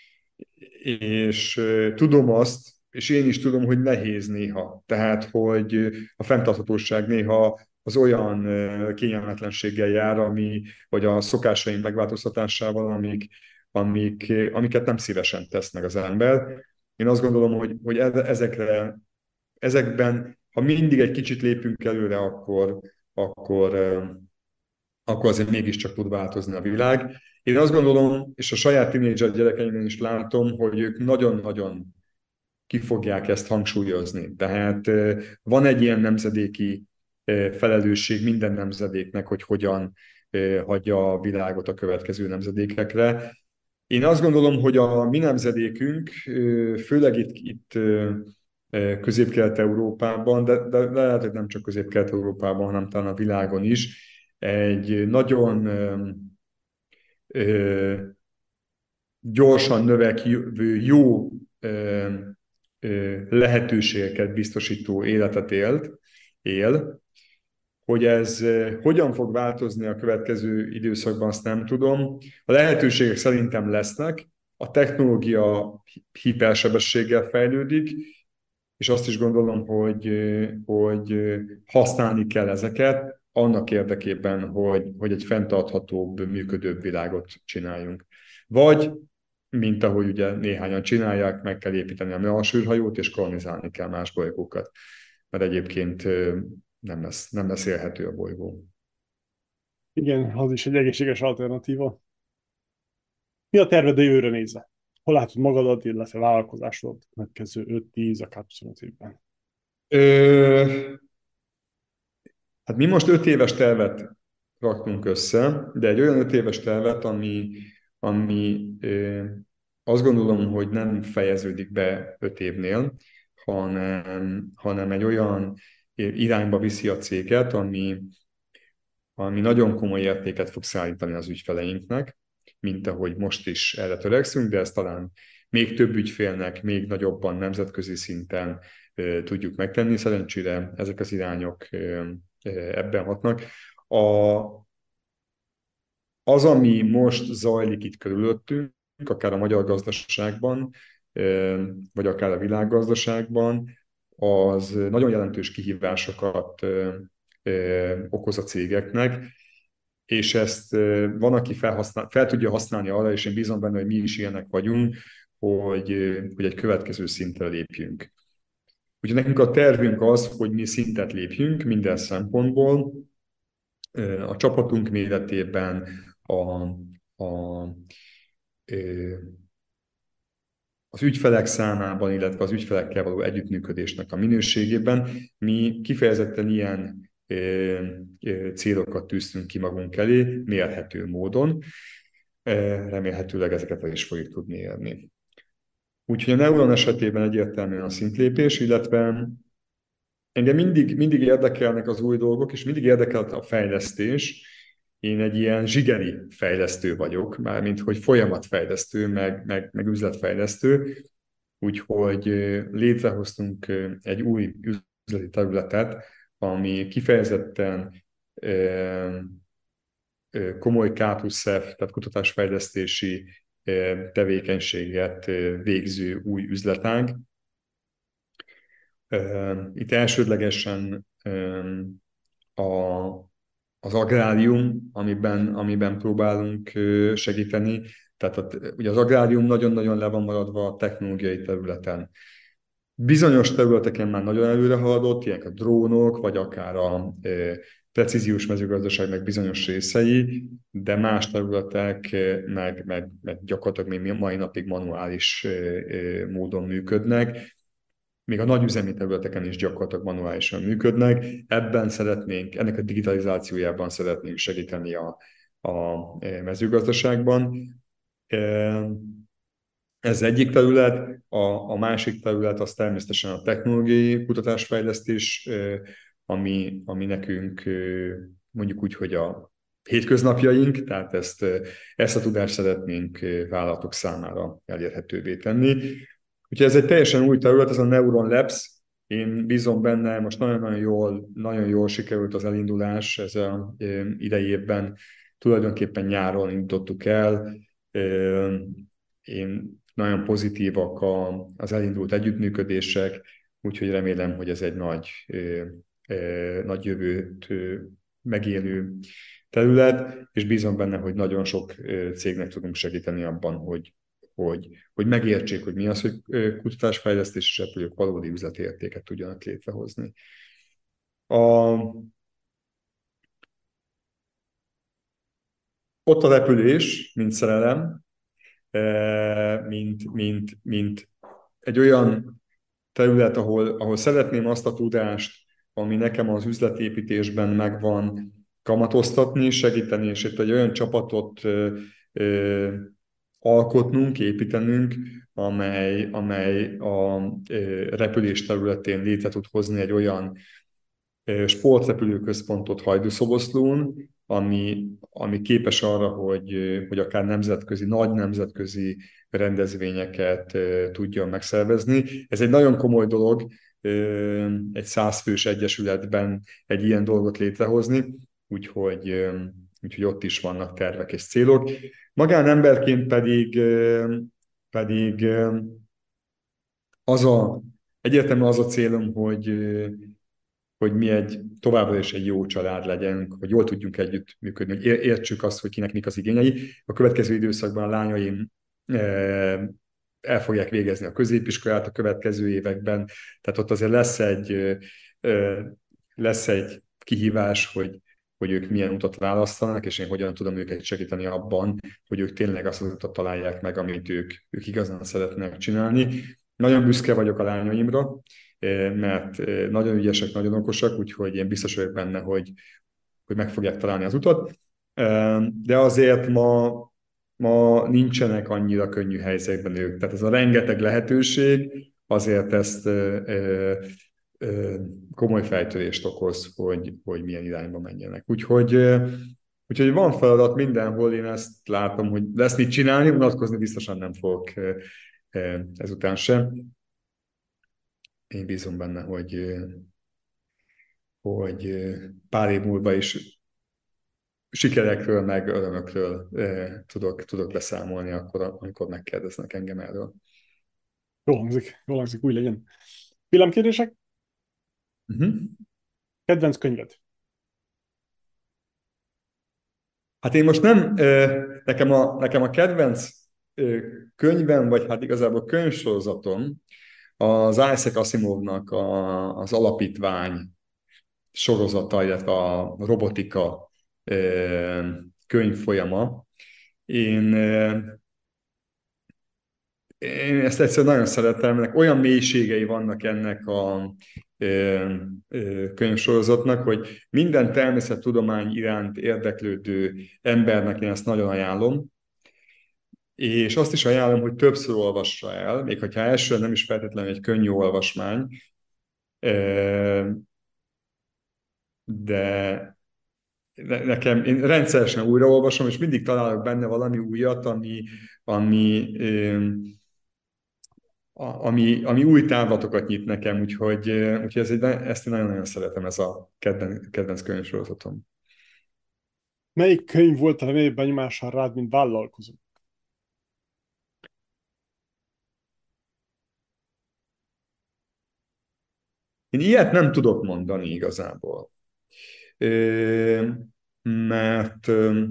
és tudom azt, és én is tudom, hogy nehéz néha. Tehát, hogy a fenntarthatóság néha az olyan kényelmetlenséggel jár, ami, vagy a szokásaink megváltoztatásával, amik, amik, amiket nem szívesen tesz meg az ember. Én azt gondolom, hogy, hogy ezekre, ezekben, ha mindig egy kicsit lépünk előre, akkor, akkor, akkor azért mégiscsak tud változni a világ. Én azt gondolom, és a saját tínédzser gyerekeimben is látom, hogy ők nagyon-nagyon ki fogják ezt hangsúlyozni. Tehát van egy ilyen nemzedéki felelősség minden nemzedéknek, hogy hogyan hagyja a világot a következő nemzedékekre. Én azt gondolom, hogy a mi nemzedékünk, főleg itt, itt Közép-Kelet-Európában, de, de lehet, hogy nem csak Közép-Kelet-Európában, hanem talán a világon is, egy nagyon ö, gyorsan növekvő, jó ö, ö, lehetőségeket biztosító életet élt, él. Hogy ez hogyan fog változni a következő időszakban, azt nem tudom. A lehetőségek szerintem lesznek, a technológia hipersebességgel fejlődik, és azt is gondolom, hogy, hogy használni kell ezeket annak érdekében, hogy, hogy egy fenntarthatóbb, működőbb világot csináljunk. Vagy, mint ahogy ugye néhányan csinálják, meg kell építeni a mealsűrhajót, és kolonizálni kell más bolygókat. Mert egyébként nem lesz, nem lesz élhető a bolygó. Igen, az is egy egészséges alternatíva. Mi a terved a jövőre nézve? Hol látod magadat, illetve vállalkozásod következő öt tíz, akár huszonöt évben? Ö, hát mi most öt éves tervet raktunk össze, de egy olyan öt éves tervet, ami, ami ö, azt gondolom, hogy nem fejeződik be öt évnél, hanem, hanem egy olyan irányba viszi a céget, ami, ami nagyon komoly értéket fog szállítani az ügyfeleinknek, mint ahogy most is erre törekszünk, de ezt talán még több ügyfélnek, még nagyobban nemzetközi szinten e, tudjuk megtenni. Szerencsére ezek az irányok e, ebben hatnak. A, az, ami most zajlik itt körülöttünk, akár a magyar gazdaságban, vagy akár a világgazdaságban, az nagyon jelentős kihívásokat okoz a cégeknek, és ezt van, aki felhasznál, fel tudja használni arra, és én bízom benne, hogy mi is ilyenek vagyunk, hogy, hogy egy következő szintre lépjünk. Úgyhogy nekünk a tervünk az, hogy mi szintet lépjünk minden szempontból, a csapatunk méretében, a, a, az ügyfelek számában, illetve az ügyfelekkel való együttműködésnek a minőségében. Mi kifejezetten ilyen célokat tűztünk ki magunk elé, mérhető módon. Remélhetőleg ezeket el is fogjuk tudni érni. Úgyhogy a Neuron esetében egyértelműen a szintlépés, illetve engem mindig, mindig érdekelnek az új dolgok, és mindig érdekelt a fejlesztés. Én egy ilyen zsigeri fejlesztő vagyok, mármint hogy folyamatfejlesztő, meg, meg, meg üzletfejlesztő. Úgyhogy létrehoztunk egy új üzleti területet, ami kifejezetten komoly ká plusz ef, tehát kutatásfejlesztési tevékenységet végző új üzletág. Itt elsődlegesen a, az agrárium, amiben, amiben próbálunk segíteni. Tehát a, ugye az agrárium nagyon-nagyon le van maradva a technológiai területen. Bizonyos területeken már nagyon előre haladott, ilyenek a drónok, vagy akár a precíziós mezőgazdaságnak bizonyos részei, de más területek meg, meg, meg gyakorlatilag még mai napig manuális módon működnek. Még a nagyüzemi területeken is gyakorlatilag manuálisan működnek. Ebben szeretnénk, ennek a digitalizációjában szeretnénk segíteni a, a mezőgazdaságban. Ez egyik terület, a, a másik terület az természetesen a technológiai kutatásfejlesztés, ami, ami nekünk mondjuk úgy, hogy a hétköznapjaink, tehát ezt, ezt a tudást szeretnénk vállalatok számára elérhetővé tenni. Úgyhogy ez egy teljesen új terület, ez a Neuron Labs. Én bízom benne, most nagyon-nagyon jól, nagyon jól sikerült az elindulás, ez az idei évben tulajdonképpen nyáron indítottuk el. Én nagyon pozitívak az elindult együttműködések, úgyhogy remélem, hogy ez egy nagy, nagy jövőt megélő terület, és bízom benne, hogy nagyon sok cégnek tudunk segíteni abban, hogy, hogy, hogy megértsék, hogy mi az, hogy kutatásfejlesztés, és repülők valódi üzleti értéket tudjanak létrehozni. A, ott a repülés, mint szerelem, mint, mint, mint egy olyan terület, ahol, ahol szeretném azt a tudást, ami nekem az üzletépítésben megvan, kamatoztatni, segíteni, és itt egy olyan csapatot ö, ö, alkotnunk, építenünk, amely, amely a ö, repülés területén létre tud hozni egy olyan ö, sportrepülőközpontot Hajdúszoboszlón, ami, ami képes arra, hogy, hogy akár nemzetközi, nagy nemzetközi rendezvényeket tudjon megszervezni. Ez egy nagyon komoly dolog, egy százfős egyesületben egy ilyen dolgot létrehozni, úgyhogy, úgyhogy ott is vannak tervek és célok. Magánemberként pedig, pedig az a, egyértelműen az a célom, hogy, hogy mi egy továbbra is egy jó család legyünk, hogy jól tudjunk együttműködni, hogy értsük azt, hogy kinek mik az igényei. A következő időszakban a lányaim el fogják végezni a középiskolát a következő években, tehát ott azért lesz egy, lesz egy kihívás, hogy, hogy ők milyen utat választanak, és én hogyan tudom őket segíteni abban, hogy ők tényleg azt az utat találják meg, amit ők, ők igazán szeretnek csinálni. Nagyon büszke vagyok a lányaimra, mert nagyon ügyesek, nagyon okosak, úgyhogy én biztos vagyok benne, hogy, hogy meg fogják találni az utat. De azért ma, ma nincsenek annyira könnyű helyzetben ők. Tehát ez a rengeteg lehetőség azért ezt komoly fejtörést okoz, hogy, hogy milyen irányba menjenek. Úgyhogy, úgyhogy van feladat mindenhol, én ezt látom, hogy lesz mit csinálni, unatkozni biztosan nem fogok ezután sem. Én bízom benne, hogy, hogy pár év múlva is sikerekről, meg örömökről tudok, tudok beszámolni akkor, amikor megkérdeznek engem erről. Jól hangzik, jól hangzik, úgy legyen. Villámkérdések? Uh-huh. Kedvenc könyved? Hát én most nem, nekem a, nekem a kedvenc könyvem, vagy hát igazából könyvsorozatom az Isaac Asimovnak a, az Alapítvány sorozata, illetve a robotika könyvfolyama. Én, én ezt egyszerűen nagyon szeretem, ennek olyan mélységei vannak ennek a könyvsorozatnak, hogy minden természettudomány iránt érdeklődő embernek én ezt nagyon ajánlom, és azt is ajánlom, hogy többször olvassa el, még hogyha elsőre nem is feltétlenül egy könnyű olvasmány, de nekem, én rendszeresen újraolvasom, és mindig találok benne valami újat, ami, ami, ami, ami új távlatokat nyit nekem, úgyhogy, úgyhogy ez egy, ezt én nagyon-nagyon szeretem, ez a kedvenc, kedvenc könyvsorozatom. Melyik könyv volt a legnagyobb benyomással rád, mint vállalkozó? Én ilyet nem tudok mondani igazából. Mert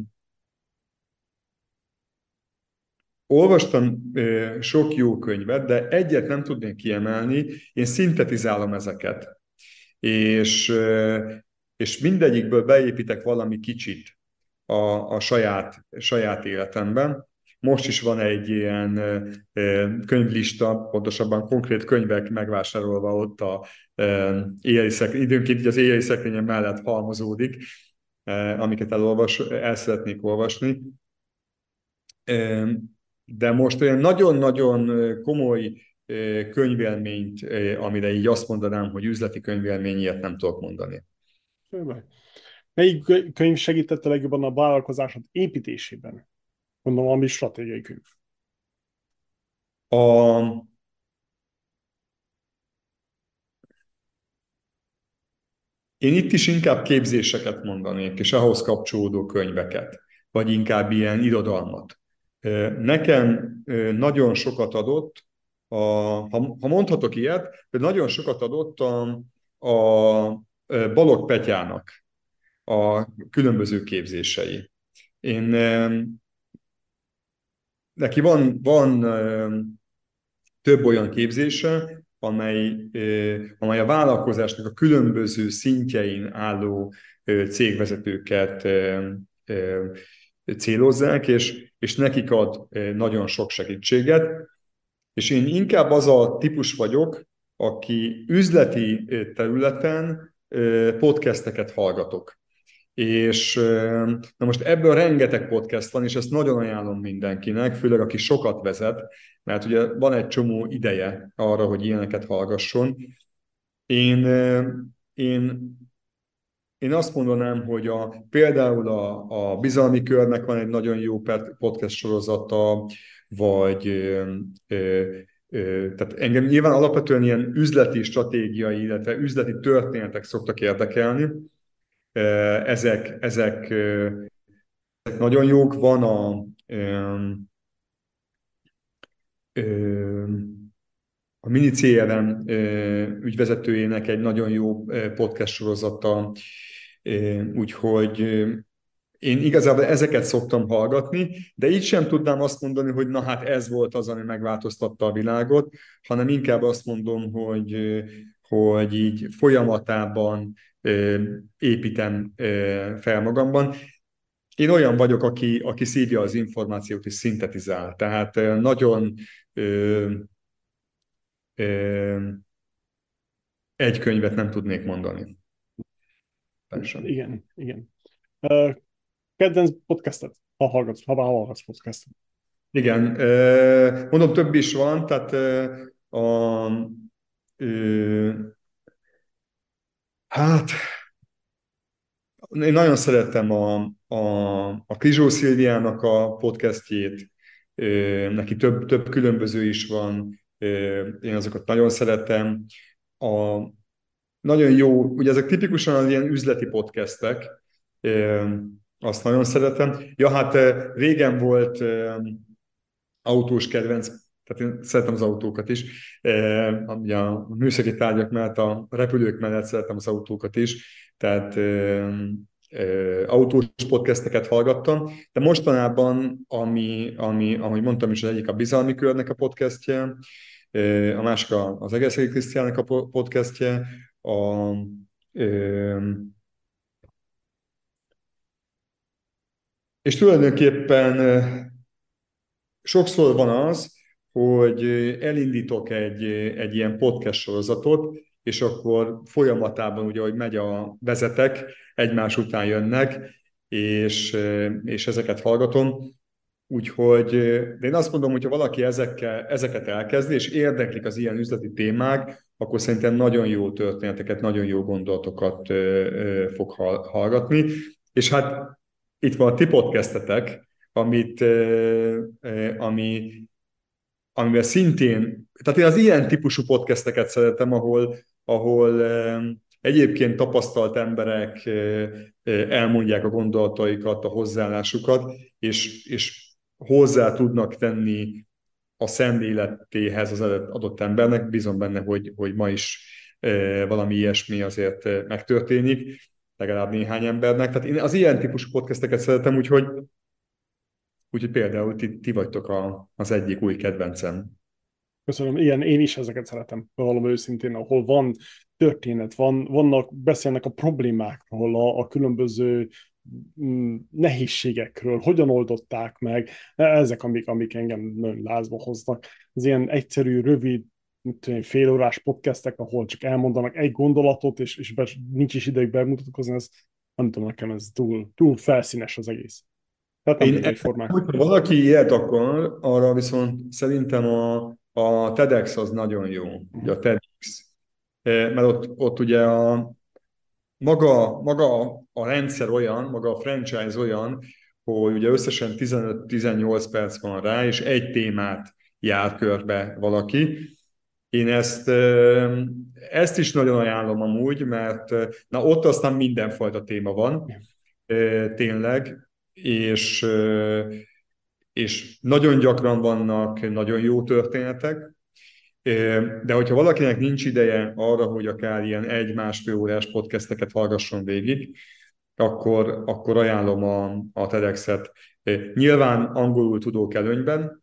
olvastam sok jó könyvet, de egyet nem tudnék kiemelni, én szintetizálom ezeket. És, és mindegyikből beépítek valami kicsit a, a saját, saját életemben. Most is van egy ilyen könyvlista, pontosabban konkrét könyvek megvásárolva ott a éjjeli szekrény, időnként az éjjeli szekrényem mellett halmozódik, amiket elolvas, el szeretnék olvasni. De most olyan nagyon-nagyon komoly könyvélményt, amire így azt mondanám, hogy üzleti könyvélmény, ilyet nem tudok mondani. Melyik könyv segítette legjobban a vállalkozásod építésében? Mondom, valami stratégiai könyv. A... Én itt is inkább képzéseket mondanék, és ahhoz kapcsolódó könyveket, vagy inkább ilyen irodalmat. Nekem nagyon sokat adott, a, ha, ha mondhatok ilyet, de nagyon sokat adott a, a Balogh Petyának a különböző képzései. Én, neki van, van több olyan képzése, amely, amely a vállalkozásnak a különböző szintjein álló cégvezetőket célozzák, és, és nekik ad nagyon sok segítséget. És én inkább az a típus vagyok, aki üzleti területen podcasteket hallgatok. És na most ebből rengeteg podcast van, és ezt nagyon ajánlom mindenkinek, főleg aki sokat vezet, mert ugye van egy csomó ideje arra, hogy ilyeneket hallgasson. Én, én, én azt mondanám, hogy a, például a, a Bizalmi Körnek van egy nagyon jó podcast sorozata, vagy ö, ö, ö, tehát engem nyilván alapvetően ilyen üzleti stratégiai, illetve üzleti történetek szoktak érdekelni. Ezek, ezek nagyon jók. Van a, a Mini cé er em ügyvezetőjének egy nagyon jó podcast sorozata, úgyhogy én igazából ezeket szoktam hallgatni, de így sem tudnám azt mondani, hogy na hát ez volt az, ami megváltoztatta a világot, hanem inkább azt mondom, hogy, hogy így folyamatában építem fel magamban. Én olyan vagyok, aki, aki szívja az információt és szintetizál. Tehát nagyon ö, ö, egy könyvet nem tudnék mondani. Persze. Igen, igen. Uh, kedvenc podcastet, ha hallgatsz, ha hallgatsz podcastet. Igen, mondom, több is van, tehát a, ö, hát én nagyon szeretem a, a, a Krizsó Szilviának a podcastjét, neki több, több különböző is van, én azokat nagyon szeretem. A, nagyon jó, ugye ezek tipikusan az ilyen üzleti podcastek, azt nagyon szeretem. Ja, hát eh, régen volt eh, autós kedvenc, tehát én szeretem az autókat is. Eh, ugye a műszaki tárgyak mellett, a repülők mellett szeretem az autókat is, tehát eh, eh, autós podcasteket hallgattam, de mostanában, ami, ami, ahogy mondtam is, az egyik a Bizalmi Körnek a podcastje, eh, a másik a- az Egerszegi Krisztiánnak a po- podcastje, a eh, és tulajdonképpen eh, sokszor van az, hogy elindítok egy, egy ilyen podcast sorozatot, és akkor folyamatában, ugye, hogy megy a vezetek, egymás után jönnek, és, és ezeket hallgatom. Úgyhogy de én azt mondom, hogy ha valaki ezekkel, ezeket elkezdi, és érdeklik az ilyen üzleti témák, akkor szerintem nagyon jó történeteket, nagyon jó gondolatokat ö, ö, fog hallgatni. És hát itt van a ti podcastetek, amit, ö, ö, ami, amivel szintén, tehát én az ilyen típusú podcasteket szeretem, ahol, ahol ö, egyébként tapasztalt emberek ö, ö, elmondják a gondolataikat, a hozzáállásukat, és, és hozzá tudnak tenni a szemléletéhez az adott embernek. Bízom benne, hogy, hogy ma is e, valami ilyesmi azért e, megtörténik, legalább néhány embernek. Tehát én az ilyen típusú podcasteket szeretem, úgyhogy, úgyhogy például ti, ti vagytok a, az egyik új kedvencem. Köszönöm. Igen, én is ezeket szeretem, valami őszintén, ahol van történet, van, vannak, beszélnek a problémákról, a, a különböző mm, nehézségekről, hogyan oldották meg, ezek, amik, amik engem nagyon lázba hoznak. Az ilyen egyszerű, rövid, mit tudom én, félórás podcastek, ahol csak elmondanak egy gondolatot, és, és be, nincs is ideig bemutatkozni, ez nem tudom, nekem ez túl, túl felszínes az egész. Tehát nem Én, egyformák. hogyha valaki ilyet akar, arra viszont szerintem a, a TEDx az nagyon jó, ugye a TEDx. E, Mert ott, ott ugye a, maga, maga a rendszer olyan, maga a franchise olyan, hogy ugye összesen tizenöt-tizennyolc perc van rá, és egy témát jár körbe valaki. Én ezt, ezt is nagyon ajánlom amúgy, mert na ott aztán mindenfajta téma van, tényleg, és, és nagyon gyakran vannak nagyon jó történetek, de hogyha valakinek nincs ideje arra, hogy akár ilyen egy-másfél órás podcasteket hallgasson végig, akkor, akkor ajánlom a, a TEDx-et. Nyilván angolul tudók előnyben,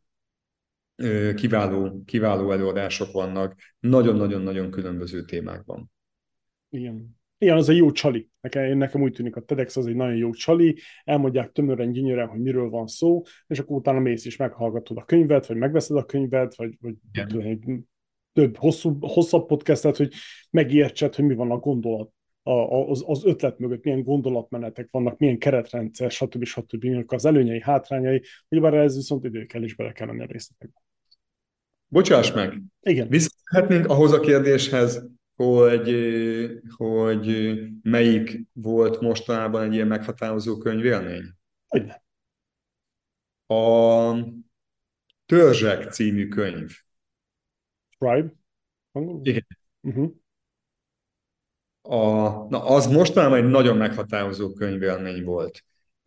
kiváló, kiváló előadások vannak, nagyon-nagyon-nagyon különböző témákban. Igen. Igen, az egy jó csali. Nekem, nekem úgy tűnik, a TEDx az egy nagyon jó csali, elmondják tömören, gyönyörűen, hogy miről van szó, és akkor utána mész és meghallgatod a könyvet, vagy megveszed a könyvet, vagy, vagy tudom, egy több hosszú, hosszabb podcastet, hogy megértsed, hogy mi van a gondolat, a, az, az ötlet mögött, milyen gondolatmenetek vannak, milyen keretrendszer, stb. stb. Milyenek az előnyei, hátrányai, ugyebár ez viszont idő kell, és bele kell menni a részletekbe. Bocsáss meg! Igen. Visszatérhetnénk ahhoz a kérdéshez, hogy, hogy melyik volt mostanában egy ilyen meghatározó könyvélmény? Hogyne. A Törzsek című könyv. Tribe? Igen. Uh-huh. A, na, az mostanában egy nagyon meghatározó könyvélmény volt.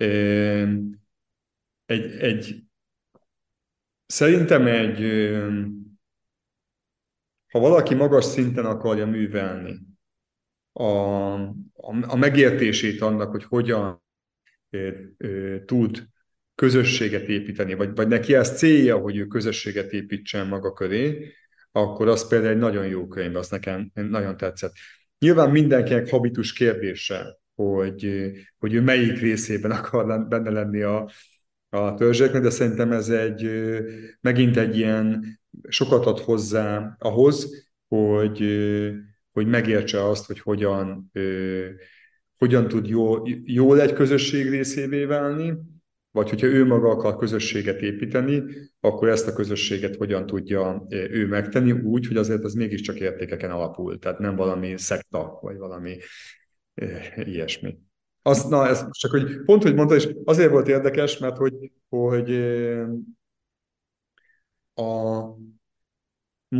Egy, egy, szerintem egy, ha valaki magas szinten akarja művelni a, a, a megértését annak, hogy hogyan tud közösséget építeni, vagy, vagy neki ez célja, hogy ő közösséget építsen maga köré, akkor az például egy nagyon jó könyv, az nekem nagyon tetszett. Nyilván mindenkinek habitus kérdése, hogy, hogy ő melyik részében akar benne lenni a, a törzseknek, de szerintem ez egy, megint egy ilyen sokat ad hozzá ahhoz, hogy, hogy megértse azt, hogy hogyan, hogyan tud jól, jól egy közösség részévé válni, vagy hogyha ő maga akar közösséget építeni, akkor ezt a közösséget hogyan tudja ő megtenni úgy, hogy azért az mégiscsak értékeken alapul, tehát nem valami szekta, vagy valami ilyesmi. Az, na, ez csak, hogy pont, hogy mondta, és azért volt érdekes, mert hogy, hogy a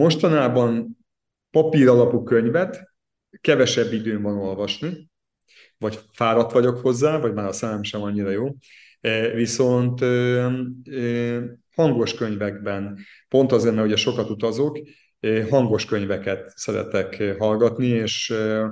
mostanában papír alapú könyvet kevesebb időn van olvasni, vagy fáradt vagyok hozzá, vagy már a szemem sem annyira jó. Viszont hangos könyvekben, pont azért, mert ugye sokat utazok, hangos könyveket szeretek hallgatni, és,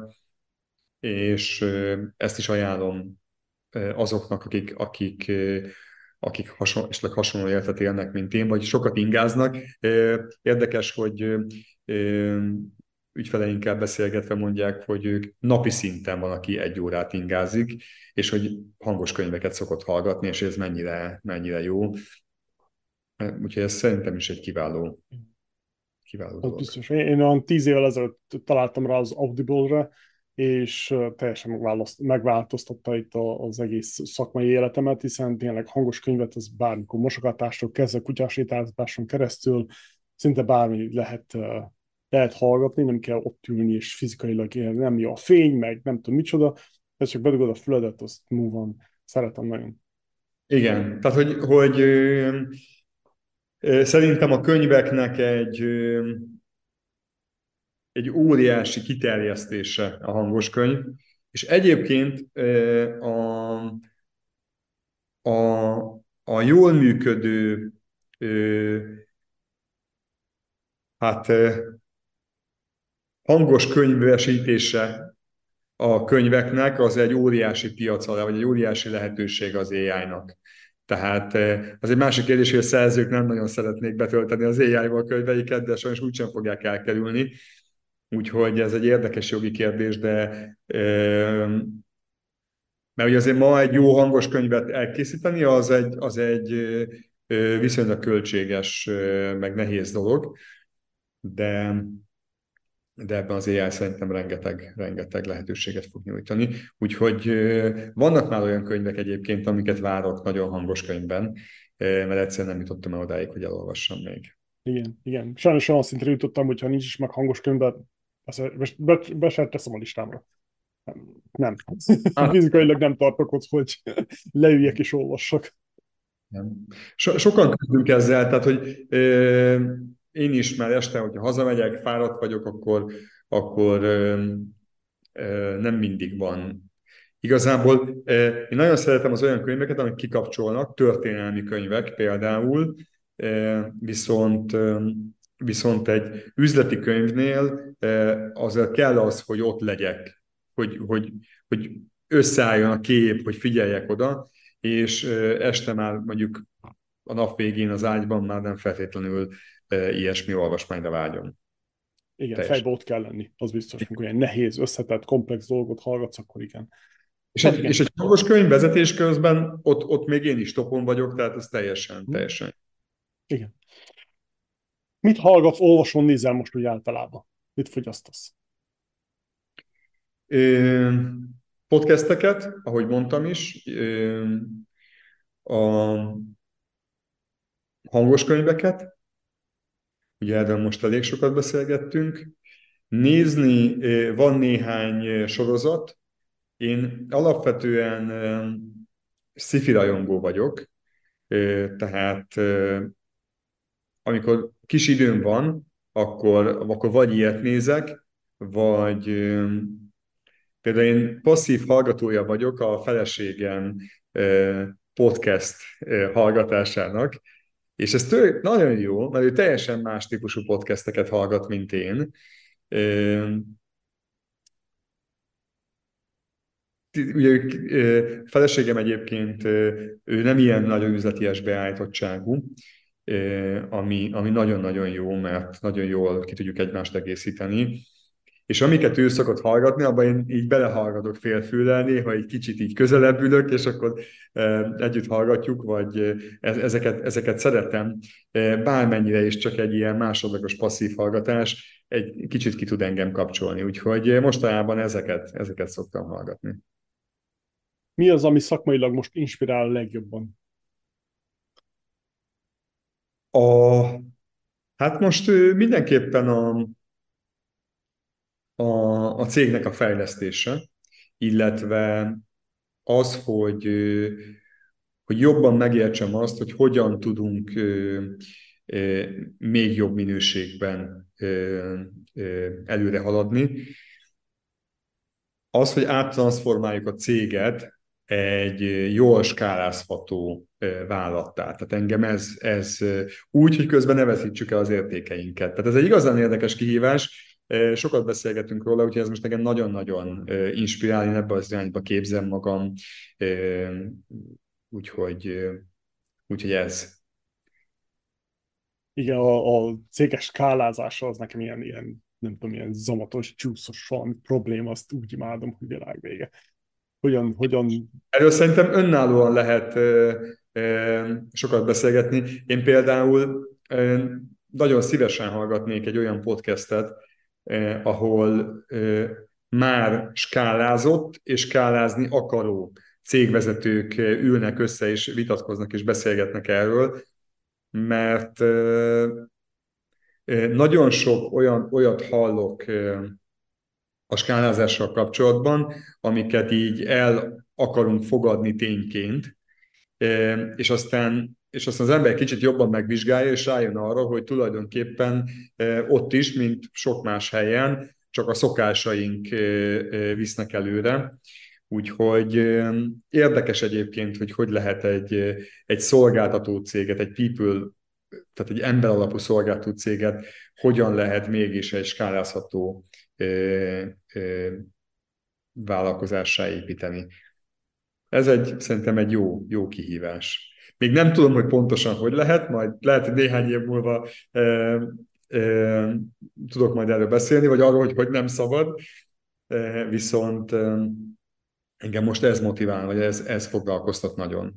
és ezt is ajánlom azoknak, akik, akik, akik hasonló, esetleg hasonló életet élnek, mint én, vagy sokat ingáznak. Érdekes, hogy ügyfeleinkkel beszélgetve mondják, hogy ők napi szinten van, aki egy órát ingázik, és hogy hangos könyveket szokott hallgatni, és ez mennyire, mennyire jó. Úgyhogy ez szerintem is egy kiváló, kiváló Az dolog. biztos. Én, én olyan tíz évvel ezelőtt találtam rá az Audible-re, és teljesen megváltoztatta itt az egész szakmai életemet, hiszen tényleg hangos könyvet az bármikor mosogatástól kezdve kutyásétáltatáson keresztül szinte bármi lehet, lehet hallgatni, nem kell ott ülni és fizikailag élni, nem jó a fény, meg nem tudom micsoda, ez csak bedugod a füledet, azt move van. Szeretem nagyon. Igen, tehát hogy, hogy ö, ö, szerintem a könyveknek egy ö, egy óriási kiterjesztése a hangos könyv, és egyébként a, a, a jól működő hát hangos könyvesítése a könyveknek az egy óriási piaca, vagy egy óriási lehetőség az á í-nak. Tehát az egy másik kérdés, hogy a szerzők nem nagyon szeretnék betölteni az á í-val könyveiket, de sajnos úgysem fogják elkerülni. Úgyhogy ez egy érdekes jogi kérdés, de mert ugye azért ma egy jó hangos könyvet elkészíteni, az egy, az egy viszonylag költséges, meg nehéz dolog, de, de ebben az á í szerintem rengeteg, rengeteg lehetőséget fog nyújtani. Úgyhogy vannak már olyan könyvek egyébként, amiket várok nagyon hangos könyvben, mert egyszerűen nem jutottam el odáig, hogy elolvassam még. Igen, igen. Sajnos olyan szintre jutottam, hogyha nincs is meg hangos könyvben, be, be sem teszem a listámra. Nem. Ah. Fizikailag nem tartok ott, hogy leüljek és olvassak. Nem. So, sokan küzdünk ezzel, tehát hogy ö, én is már este, hogyha hazamegyek, fáradt vagyok, akkor, akkor ö, ö, nem mindig van. Igazából ö, én nagyon szeretem az olyan könyveket, amik kikapcsolnak, történelmi könyvek például, ö, viszont ö, viszont egy üzleti könyvnél ö, azért kell az, hogy ott legyek, hogy, hogy, hogy összeálljon a kép, hogy figyeljek oda, és este már mondjuk a nap végén az ágyban már nem feltétlenül ilyesmi olvasmányra vágyom. Igen, Teljesen. fejbe ott kell lenni, az biztos, amikor ilyen nehéz, összetett, komplex dolgot hallgatsz, akkor igen. És, Hát egy, igen. és egy hangos könyv vezetés közben ott, ott még én is topon vagyok, tehát ez teljesen, teljesen. Igen. Mit hallgatsz, olvasol, nézel most úgy általában? Mit fogyasztasz? Ö, podcasteket, ahogy mondtam is, ö, a hangos könyveket, ugye erről most elég sokat beszélgettünk. Nézni van néhány sorozat. Én alapvetően sci-fi rajongó vagyok, tehát amikor kis időm van, akkor, akkor vagy ilyet nézek, vagy például én passzív hallgatója vagyok a feleségem podcast hallgatásának, és ez tőle nagyon jó, mert ő teljesen más típusú podcasteket hallgat, mint én. Ugye feleségem egyébként, ő nem ilyen nagyon üzleties beállítottságú, ami, ami nagyon-nagyon jó, mert nagyon jól ki tudjuk egymást egészíteni. És amiket ő szokott hallgatni, abban én így belehallgatok félfüllel, néha egy kicsit így közelebb ülök, és akkor együtt hallgatjuk, vagy ezeket, ezeket szeretem. Bármennyire is csak egy ilyen másodlagos passzív hallgatás, egy kicsit ki tud engem kapcsolni. Úgyhogy mostanában ezeket, ezeket szoktam hallgatni. Mi az, ami szakmailag most inspirál a legjobban? A, hát most mindenképpen a, a, a cégnek a fejlesztése, illetve az, hogy, hogy jobban megértsem azt, hogy hogyan tudunk még jobb minőségben előre haladni. az, hogy áttranszformáljuk a céget egy jól skálázható vállattá. Tehát engem ez, ez úgy, hogy közben ne veszítsük el az értékeinket. Tehát ez egy igazán érdekes kihívás. Sokat beszélgetünk róla, úgyhogy ez most nekem nagyon-nagyon inspirál, én ebbe az irányba képzem magam. Úgyhogy, úgyhogy ez. Igen, a, a céges skálázása az nekem ilyen, ilyen, nem tudom, ilyen zamatos, csúszos valami probléma, azt úgy imádom, hogy világ vége. Hogyan, hogyan... Erről szerintem önállóan lehet ö, ö, sokat beszélgetni. Én például ö, nagyon szívesen hallgatnék egy olyan podcastet, ö, ahol ö, már skálázott és skálázni akaró cégvezetők ülnek össze és vitatkoznak és beszélgetnek erről, mert ö, ö, nagyon sok olyan, olyat hallok ö, a skálázással kapcsolatban, amiket így el akarunk fogadni tényként, és aztán, és aztán az ember kicsit jobban megvizsgálja, és rájön arra, hogy tulajdonképpen ott is, mint sok más helyen, csak a szokásaink visznek előre. Úgyhogy érdekes egyébként, hogy hogy lehet egy, egy szolgáltató céget, egy people, tehát egy ember alapú szolgáltató céget, hogyan lehet mégis egy skálázható vállalkozássá építeni. Ez egy, szerintem egy jó, jó kihívás. Még nem tudom, hogy pontosan hogy lehet, majd lehet, hogy néhány év múlva e, e, tudok majd erről beszélni, vagy arról, hogy hogy nem szabad, e, viszont e, engem most ez motivál, vagy ez, ez foglalkoztat nagyon.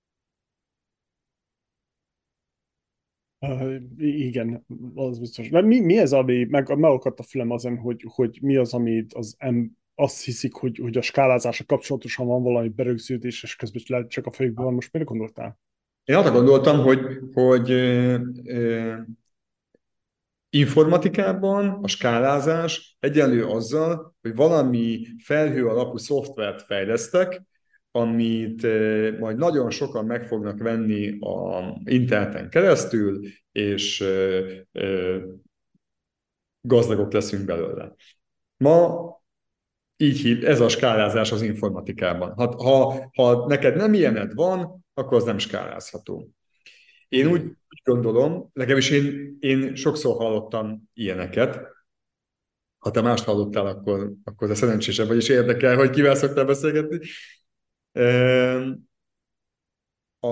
Uh, igen, az biztos. Mert mi, mi ez, ami meg, megakadt a fülem azon, hogy, hogy mi az, amit az em, azt hiszik, hogy, hogy a skálázásra kapcsolatosan van valami berögződés, és közben lehet csak a fejükben van. Most mire gondoltál? Én arra gondoltam, hogy, hogy ö, ö, informatikában a skálázás egyenlő azzal, hogy valami felhő alapú szoftvert fejlesztek, amit majd nagyon sokan meg fognak venni a interneten keresztül, és gazdagok leszünk belőle. Ma így hív, ez a skálázás az informatikában. Ha, ha, ha neked nem ilyened van, akkor az nem skálázható. Én úgy, úgy gondolom, legalábbis én, én sokszor hallottam ilyeneket. Ha te mást hallottál, akkor, akkor de szerencsésebb vagy, és érdekel, hogy kivel szoktál beszélgetni. A,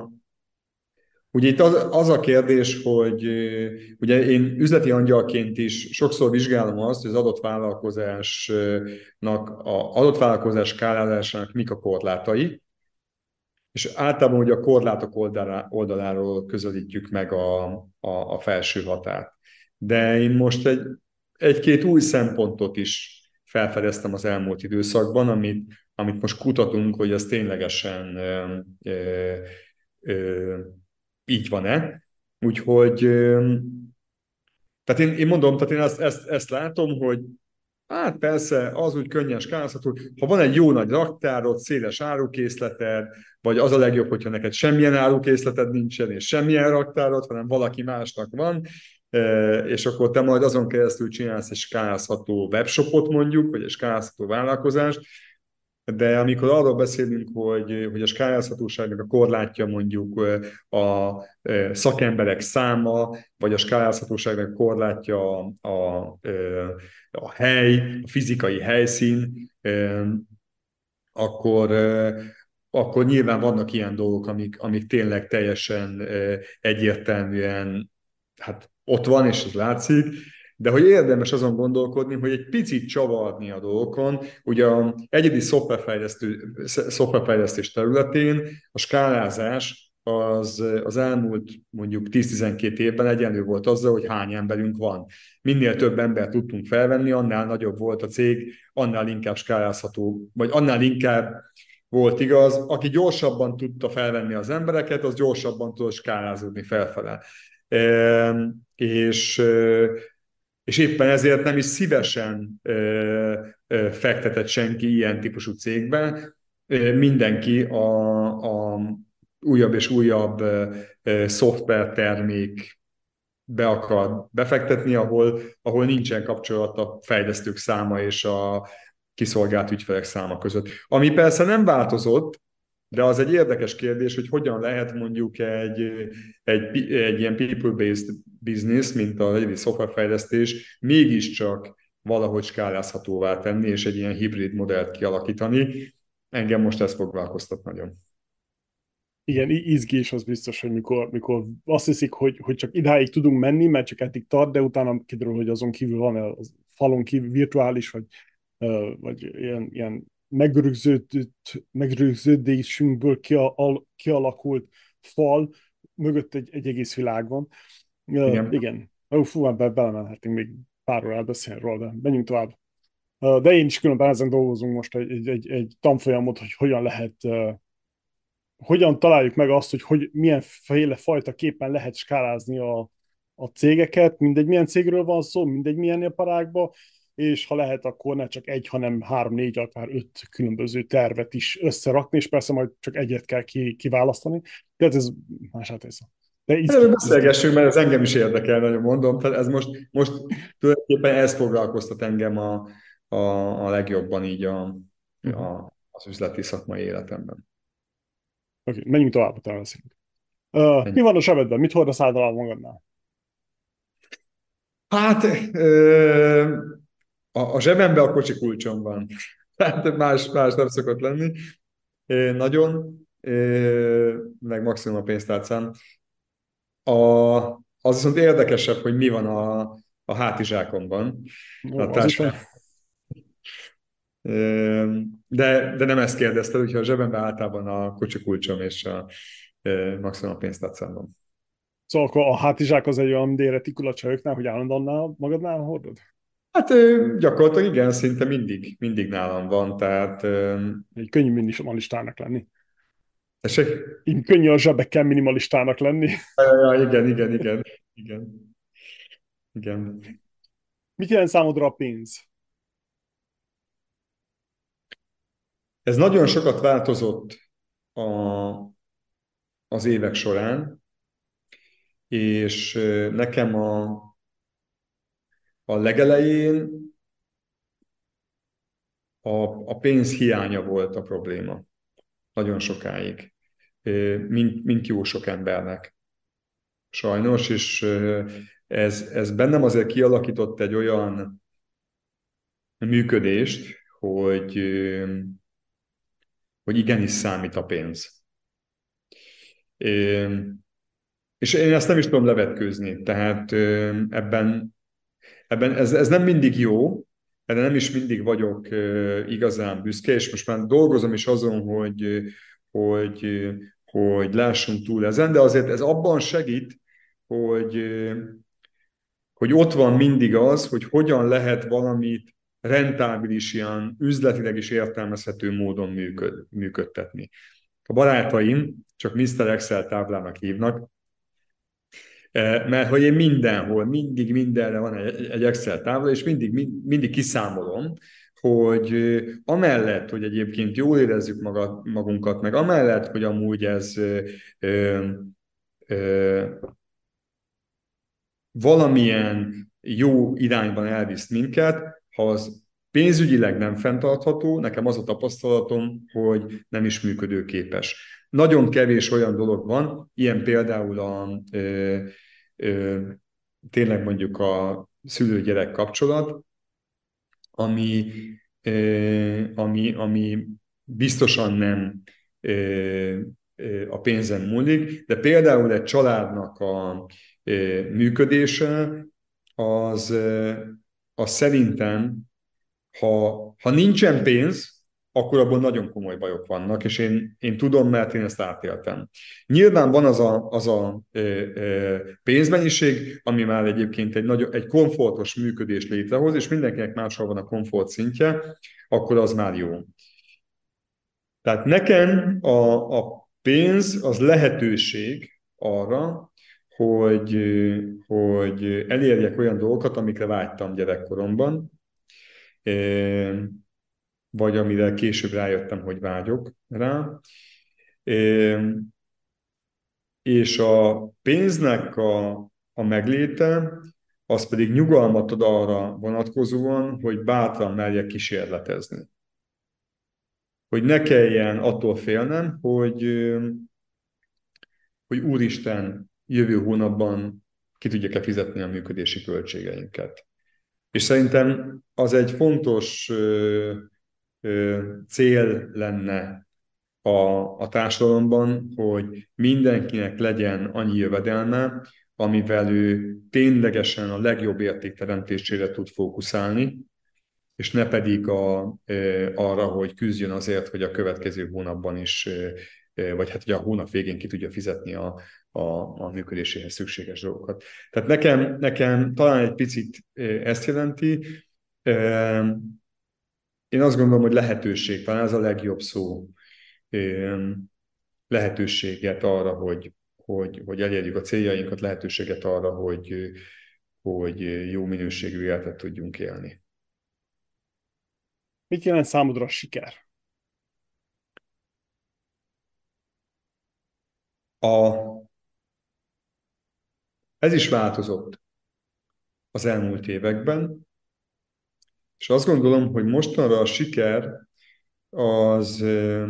ugye itt az, az a kérdés, hogy ugye én üzleti angyalként is sokszor vizsgálom azt, hogy az adott vállalkozásnak, a adott vállalkozás skálázásának mik a korlátai, és általában ugye a korlátok oldalá, oldaláról közelítjük meg a, a, a felső határt. De én most egy, egy-két új szempontot is felfedeztem az elmúlt időszakban, amit, amit most kutatunk, hogy ez ténylegesen ö, ö, ö, így van-e. Úgyhogy, ö, tehát én, én mondom, tehát én ezt, ezt, ezt látom, hogy hát persze, az úgy könnyen skálázható. Ha van egy jó nagy raktárod, széles árukészleted, vagy az a legjobb, hogyha neked semmilyen árukészleted nincsen, és semmilyen raktárod, hanem valaki másnak van, és akkor te majd azon keresztül csinálsz egy skálázható webshopot mondjuk, vagy egy skálázható vállalkozást, de amikor arról beszélünk, hogy, hogy a skálázhatóságnak a korlátja mondjuk a szakemberek száma, vagy a skálázhatóságnak a korlátja a, a, a hely, a fizikai helyszín, akkor, akkor nyilván vannak ilyen dolgok, amik, amik tényleg teljesen egyértelműen hát ott van, és ez látszik, de hogy érdemes azon gondolkodni, hogy egy picit csavarni a dolgokon. Ugye a egyedi szoftverfejlesztés területén a skálázás az, az elmúlt mondjuk tíz-tizenkét évben egyenlő volt azzal, hogy hány emberünk van. Minél több embert tudtunk felvenni, annál nagyobb volt a cég, annál inkább skálázható, vagy annál inkább volt igaz, aki gyorsabban tudta felvenni az embereket, az gyorsabban tudott skálázódni felfele. E, és és éppen ezért nem is szívesen ö, ö, fektetett senki ilyen típusú cégbe. Mindenki a, a újabb és újabb ö, ö, szoftvertermék be akar befektetni, ahol, ahol nincsen kapcsolat a fejlesztők száma és a, kiszolgált ügyfelek száma között. Ami persze nem változott, de az egy érdekes kérdés, hogy hogyan lehet mondjuk egy, egy, egy ilyen people-based business, mint a egyedi szoftverfejlesztés, mégiscsak valahogy skálázhatóvá tenni, és egy ilyen hibrid modellt kialakítani. Engem most ez foglalkoztat nagyon. Igen, izgés az biztos, hogy mikor, mikor azt hiszik, hogy, hogy csak idáig tudunk menni, mert csak eddig tart, de utána kiderül, hogy azon kívül van a falon kívül virtuális, vagy, vagy ilyen, ilyen megrögződött, megrögződésünkből kialakult fal mögött egy, egy egész világ van. Igen. Igen. Ó, fú, ebben belemenhetünk még pár órát beszélni róla, de menjünk tovább. De én is különben ezen dolgozunk most egy, egy, egy, egy tanfolyamot, hogy hogyan lehet hogyan találjuk meg azt, hogy, hogy milyen féle fajta képen lehet skálázni a, a cégeket, mindegy milyen cégről van szó, mindegy milyen iparágban, és ha lehet, akkor ne csak egy, hanem három, négy, akár öt különböző tervet is összerakni, és persze majd csak egyet kell ki, kiválasztani. Tehát ez mását észre. De Erről beszélgessünk, mert ez engem is érdekel, nagyon mondom. Tehát ez most, most tulajdonképpen ez foglalkoztat engem a, a, a legjobban így a, uh-huh. a, az üzleti szakmai életemben. Oké, okay, menjünk tovább, utána beszélünk. Uh, mi van a zsebedben? Mit hordasz általában magadnál? Hát ö, a, a zsebemben a kocsi kulcsom van. Tehát más, más nem szokott lenni. É, nagyon. É, meg maximum a pénztárcám. A, az viszont érdekesebb, hogy mi van a, a hátizsákomban. Ó, a táskám. De, de nem ezt kérdezted, úgyhogy a zsebemben általában a kocsi kulcsom és a maximum a pénztárcám van. Szóval akkor a hátizsák az egy olyan déretikula csajoknál, hogy állandóan magadnál hordod? Hát gyakorlatilag igen, szinte mindig, mindig nálam van, tehát... Egy könnyű minimalistának lenni. Tessék? Így könnyű a zsebekkel minimalistának lenni. Ja, igen, igen, igen, igen. Igen. Mit jelent számodra a pénz? Ez nagyon sokat változott a, az évek során, és nekem a, a legelején a, a pénz hiánya volt a probléma. Nagyon sokáig. Mint, mint jó sok embernek. Sajnos, és ez, ez bennem azért kialakított egy olyan működést, hogy, hogy igenis számít a pénz. És én ezt nem is tudom levetkőzni, tehát ebben, ebben ez, ez nem mindig jó, de nem is mindig vagyok igazán büszke, és most már dolgozom is azon, hogy, hogy, hogy lássunk túl ezen, de azért ez abban segít, hogy, hogy ott van mindig az, hogy hogyan lehet valamit rentábilis, ilyen üzletileg is értelmezhető módon működ, működtetni. A barátaim csak miszter Excel táblának hívnak, mert hogy én mindenhol, mindig mindenre van egy Excel tábla, és mindig, mindig kiszámolom, hogy amellett, hogy egyébként jól érezzük magunkat, meg amellett, hogy amúgy ez ö, ö, valamilyen jó irányban elvisz minket, ha az pénzügyileg nem fenntartható, nekem az a tapasztalatom, hogy nem is működőképes. Nagyon kevés olyan dolog van, ilyen például a, ö, ö, tényleg mondjuk a szülő-gyerek kapcsolat, ami, ö, ami, ami biztosan nem ö, ö, a pénzen múlik, de például egy családnak a ö, működése, az, ö, az szerintem, ha, ha nincsen pénz, akkor abban nagyon komoly bajok vannak, és én, én tudom, mert én ezt átéltem. Nyilván van az a, az a ö, ö, pénzmennyiség, ami már egyébként egy, nagy, egy komfortos működés létrehoz, és mindenkinek máshol van a komfort szintje, akkor az már jó. Tehát nekem a, a pénz az lehetőség arra, hogy, hogy elérjek olyan dolgokat, amikre vágytam gyerekkoromban, vagy amire később rájöttem, hogy vágyok rá. És a pénznek a, a megléte az pedig nyugalmat ad arra vonatkozóan, hogy bátran merjek kísérletezni. Hogy ne kelljen attól félnem, hogy, hogy úristen, jövő hónapban ki tudják-e fizetni a működési költségeinket. És szerintem az egy fontos ö, ö, cél lenne a, a társadalomban, hogy mindenkinek legyen annyi jövedelme, amivel ő ténylegesen a legjobb értékteremtésére tud fókuszálni, és ne pedig a, arra, hogy küzdjön azért, hogy a következő hónapban is, vagy hát hogy a hónap végén ki tudja fizetni a, a, a működéséhez szükséges dolgokat. Tehát nekem, nekem talán egy picit ezt jelenti. Én azt gondolom, hogy lehetőség, talán ez a legjobb szó, lehetőséget arra, hogy, hogy, hogy elérjük a céljainkat, lehetőséget arra, hogy, hogy jó minőségű életet tudjunk élni. Mit jelent számodra a siker? A, ez is változott az elmúlt években, és azt gondolom, hogy mostanra a siker az,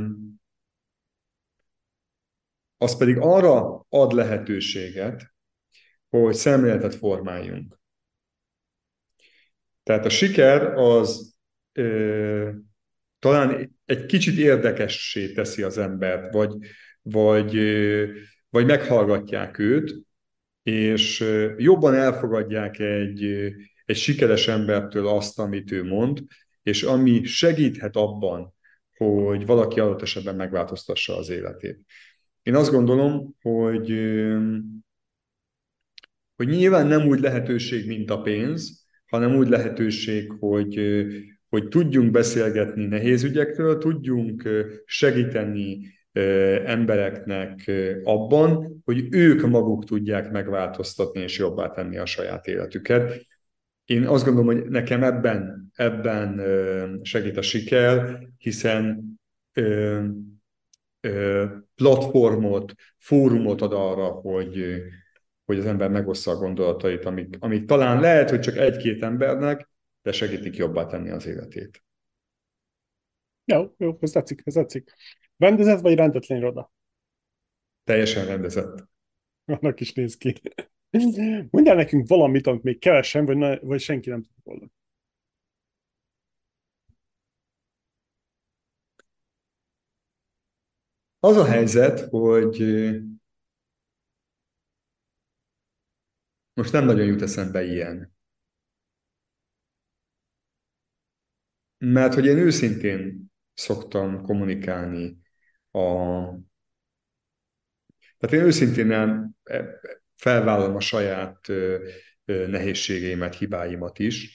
az pedig arra ad lehetőséget, hogy szemléletet formáljunk. Tehát a siker az ö, talán egy kicsit érdekessé teszi az embert, vagy, vagy, ö, vagy meghallgatják őt, és ö, jobban elfogadják egy, ö, egy sikeres embertől azt, amit ő mond, és ami segíthet abban, hogy valaki adott esetben megváltoztassa az életét. Én azt gondolom, hogy, ö, hogy nyilván nem úgy lehetőség, mint a pénz, hanem úgy lehetőség, hogy, hogy tudjunk beszélgetni nehéz ügyekről, tudjunk segíteni embereknek abban, hogy ők maguk tudják megváltoztatni és jobbá tenni a saját életüket. Én azt gondolom, hogy nekem ebben, ebben segít a siker, hiszen platformot, fórumot ad arra, hogy, hogy az ember megossza a gondolatait, amik, amik talán lehet, hogy csak egy-két embernek, de segítik jobbá tenni az életét. Jó, jó, ez tetszik, ez tetszik. Rendezett vagy rendetlen iroda? Teljesen rendezett. Annak is néz ki. Mondjál nekünk valamit, amit még kevesen, vagy, ne, vagy senki nem tud volna. Az a helyzet, hogy most nem nagyon jut eszembe ilyen. Mert hogy én őszintén szoktam kommunikálni a... Tehát én őszintén nem felvállalom a saját nehézségeimet, hibáimat is.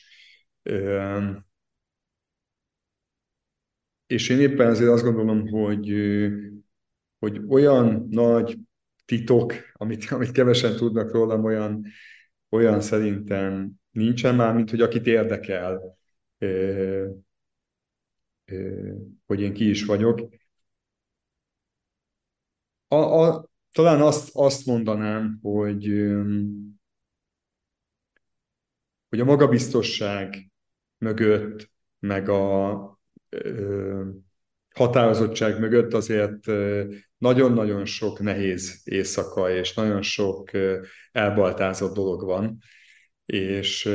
És én éppen ezért azt gondolom, hogy, hogy olyan nagy titok, amit, amit kevesen tudnak rólam, olyan, olyan szerintem nincsen már, mint hogy akit érdekel, hogy én ki is vagyok. A, a, talán azt, azt mondanám, hogy, hogy a magabiztosság mögött, meg a határozottság mögött azért nagyon-nagyon sok nehéz éjszaka, és nagyon sok elbaltázott dolog van. És,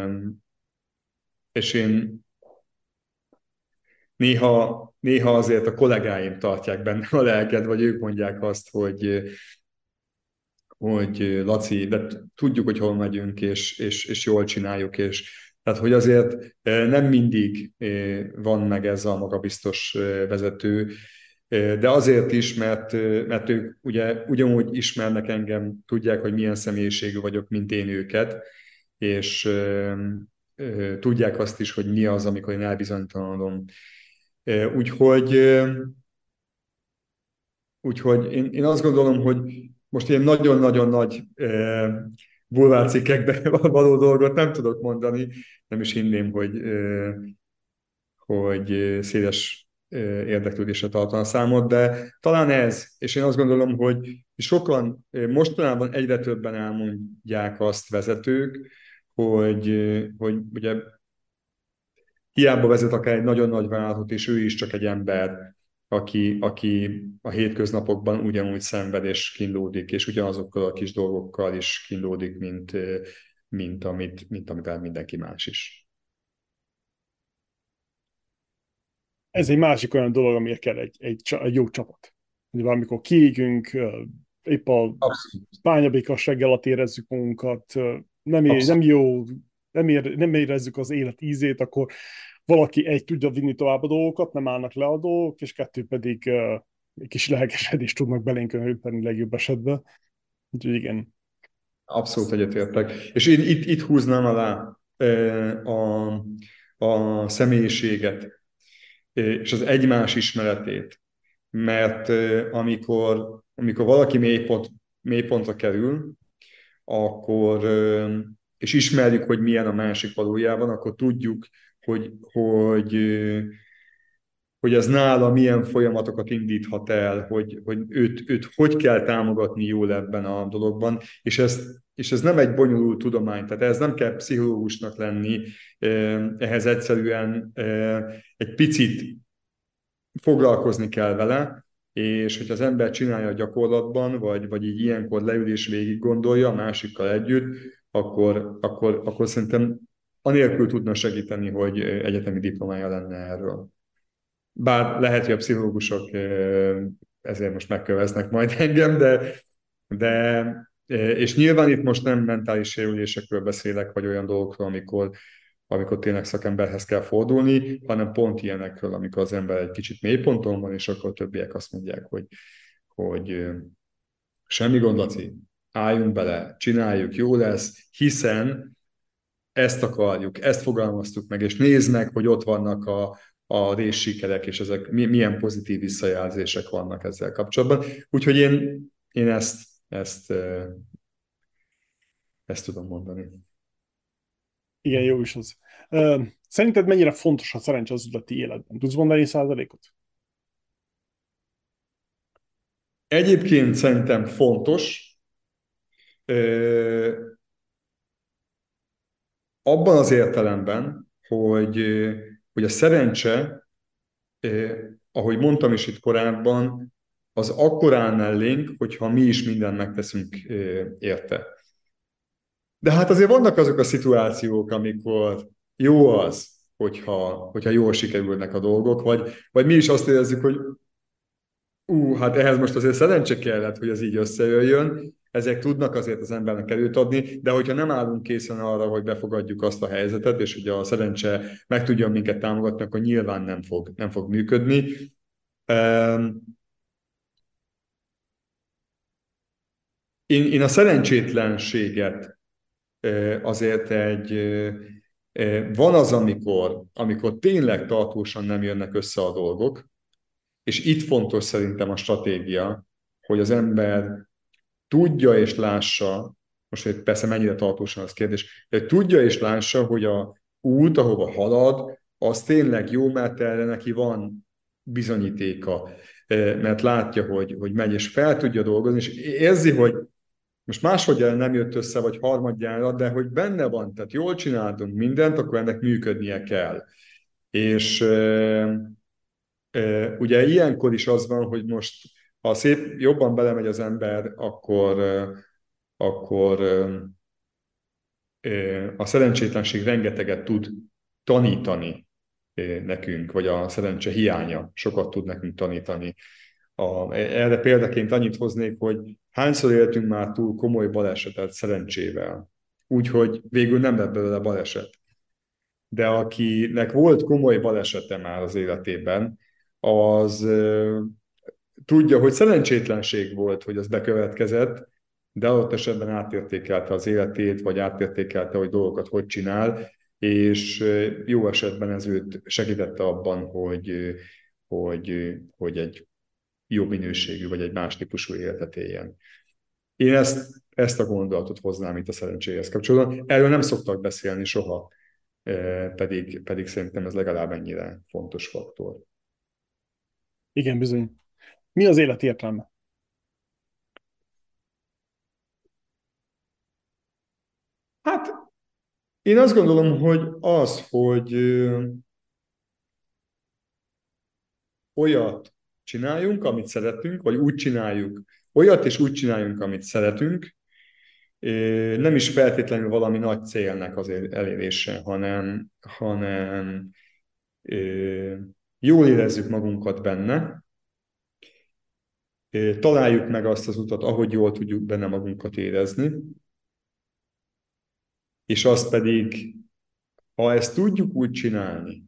és én néha, néha azért a kollégáim tartják benne a lelket, vagy ők mondják azt, hogy, hogy Laci, de tudjuk, hogy hol megyünk, és, és, és jól csináljuk, és tehát, hogy azért nem mindig van meg ez a magabiztos vezető, de azért is, mert, mert ők ugye ugyanúgy ismernek engem, tudják, hogy milyen személyiségű vagyok, mint én őket, és tudják azt is, hogy mi az, amikor én elbizonytalanodom. Úgyhogy, úgyhogy én, én azt gondolom, hogy most ilyen nagyon-nagyon nagy bulvárcikkekben való dolgot nem tudok mondani, nem is hinném, hogy, hogy széles érdeklődésre tartana számot, de talán ez, és én azt gondolom, hogy sokan mostanában egyre többen elmondják azt vezetők, hogy, hogy ugye hiába vezet akár egy nagyon nagy vállalatot, és ő is csak egy ember, aki, aki a hétköznapokban ugyanúgy szenved és kínlódik, és ugyanazokkal a kis dolgokkal is kínlódik, mint, mint, amit, mint amivel mindenki más is. Ez egy másik olyan dolog, amiért kell egy, egy, csa- egy jó csapat. Ugye valamikor kiégünk, ö, épp a Abszolút. bányabékas reggel alatt érezzük magunkat, ö, nem, é- nem Abszolút. jó, nem, ér, nem érezzük az élet ízét, akkor valaki egy tudja vinni tovább a dolgokat, nem állnak le a dolgok, és kettő pedig ö, egy kis lelkesedést tudnak belénk önteni legjobb esetben. Úgyhogy igen. Abszolút egyetértek. És én itt, itt húznám alá eh, a, a személyiséget eh, és az egymás ismeretét. Mert eh, amikor, amikor valaki mélypont, mélypontra kerül, akkor, eh, és ismerjük, hogy milyen a másik valójában, akkor tudjuk, hogy, hogy eh, hogy ez nála milyen folyamatokat indíthat el, hogy, hogy őt, őt hogy kell támogatni jól ebben a dologban, és ez, és ez nem egy bonyolult tudomány, tehát ez nem kell pszichológusnak lenni, ehhez egyszerűen egy picit foglalkozni kell vele, és hogyha az ember csinálja a gyakorlatban, vagy, vagy így ilyenkor leül és végig gondolja a másikkal együtt, akkor, akkor, akkor szerintem anélkül tudna segíteni, hogy egyetemi diplomája lenne erről. Bár lehet, hogy a pszichológusok ezért most megköveznek majd engem, de, de és nyilván itt most nem mentális sérülésekről beszélek, vagy olyan dolgokról, amikor, amikor tényleg szakemberhez kell fordulni, hanem pont ilyenekről, amikor az ember egy kicsit mélyponton van, és akkor a többiek azt mondják, hogy, hogy semmi gond, Laci, álljunk bele, csináljuk, jó lesz, hiszen ezt akarjuk, ezt fogalmaztuk meg, és nézd meg, hogy ott vannak a, a részsikerek, és ezek milyen pozitív visszajelzések vannak ezzel kapcsolatban. Úgyhogy én, én ezt, ezt, ezt tudom mondani. Igen, jó is az. Ö, Szerinted mennyire fontos a szerencse az üzleti életben? Tudsz mondani százalékot? Egyébként szerintem fontos, abban az értelemben, hogy, hogy a szerencse, ahogy mondtam is itt korábban, az akkor áll mellénk, hogyha mi is mindent megteszünk érte. De hát azért vannak azok a szituációk, amikor jó az, hogyha, hogyha jól sikerülnek a dolgok, vagy, vagy mi is azt érezzük, hogy ú, hát ehhez most azért szerencse kellett, hogy ez így összejöjjön, ezek tudnak azért az embernek erőt adni, de hogyha nem állunk készen arra, hogy befogadjuk azt a helyzetet, és hogy a szerencse meg tudjon minket támogatni, akkor nyilván nem fog, nem fog működni. Én, én a szerencsétlenséget azért egy, van az, amikor, amikor tényleg tartósan nem jönnek össze a dolgok, és itt fontos szerintem a stratégia, hogy az ember tudja és lássa, most hogy persze mennyire tartósan az kérdés, de tudja és lássa, hogy a út, ahova halad, az tényleg jó, mert erre neki van bizonyítéka, mert látja, hogy, hogy megy, és fel tudja dolgozni, és érzi, hogy most máshogy nem jött össze, vagy harmadjára, de hogy benne van, tehát jól csináltunk mindent, akkor ennek működnie kell. És e, e, ugye ilyenkor is az van, hogy most ha szép jobban belemegy az ember, akkor, e, akkor e, a szerencsétlenség rengeteget tud tanítani nekünk, vagy a szerencse hiánya sokat tud nekünk tanítani. A, erre példaként annyit hoznék, hogy hányszor éltünk már túl komoly balesetet szerencsével, úgyhogy végül nem lett belőle baleset. De akinek volt komoly balesete már az életében, az uh, tudja, hogy szerencsétlenség volt, hogy az bekövetkezett, de adott esetben átértékelte az életét, vagy átértékelte, hogy dolgokat hogy csinál, és jó esetben ez őt segítette abban, hogy, hogy, hogy egy jobb minőségű, vagy egy más típusú életet éljen. Én ezt, ezt a gondolatot hoznám itt a szerencséhez kapcsolatban. Erről nem szoktak beszélni soha, pedig, pedig szerintem ez legalább ennyire fontos faktor. Igen, bizony. Mi az élet értelme? Hát Én azt gondolom, hogy az, hogy ö, olyat csináljunk, amit szeretünk, vagy úgy csináljuk, olyat és úgy csináljunk, amit szeretünk, ö, nem is feltétlenül valami nagy célnak az el- elérése, hanem, hanem ö, jól érezzük magunkat benne, ö, találjuk meg azt az utat, ahogy jól tudjuk benne magunkat érezni, és azt pedig, ha ezt tudjuk úgy csinálni,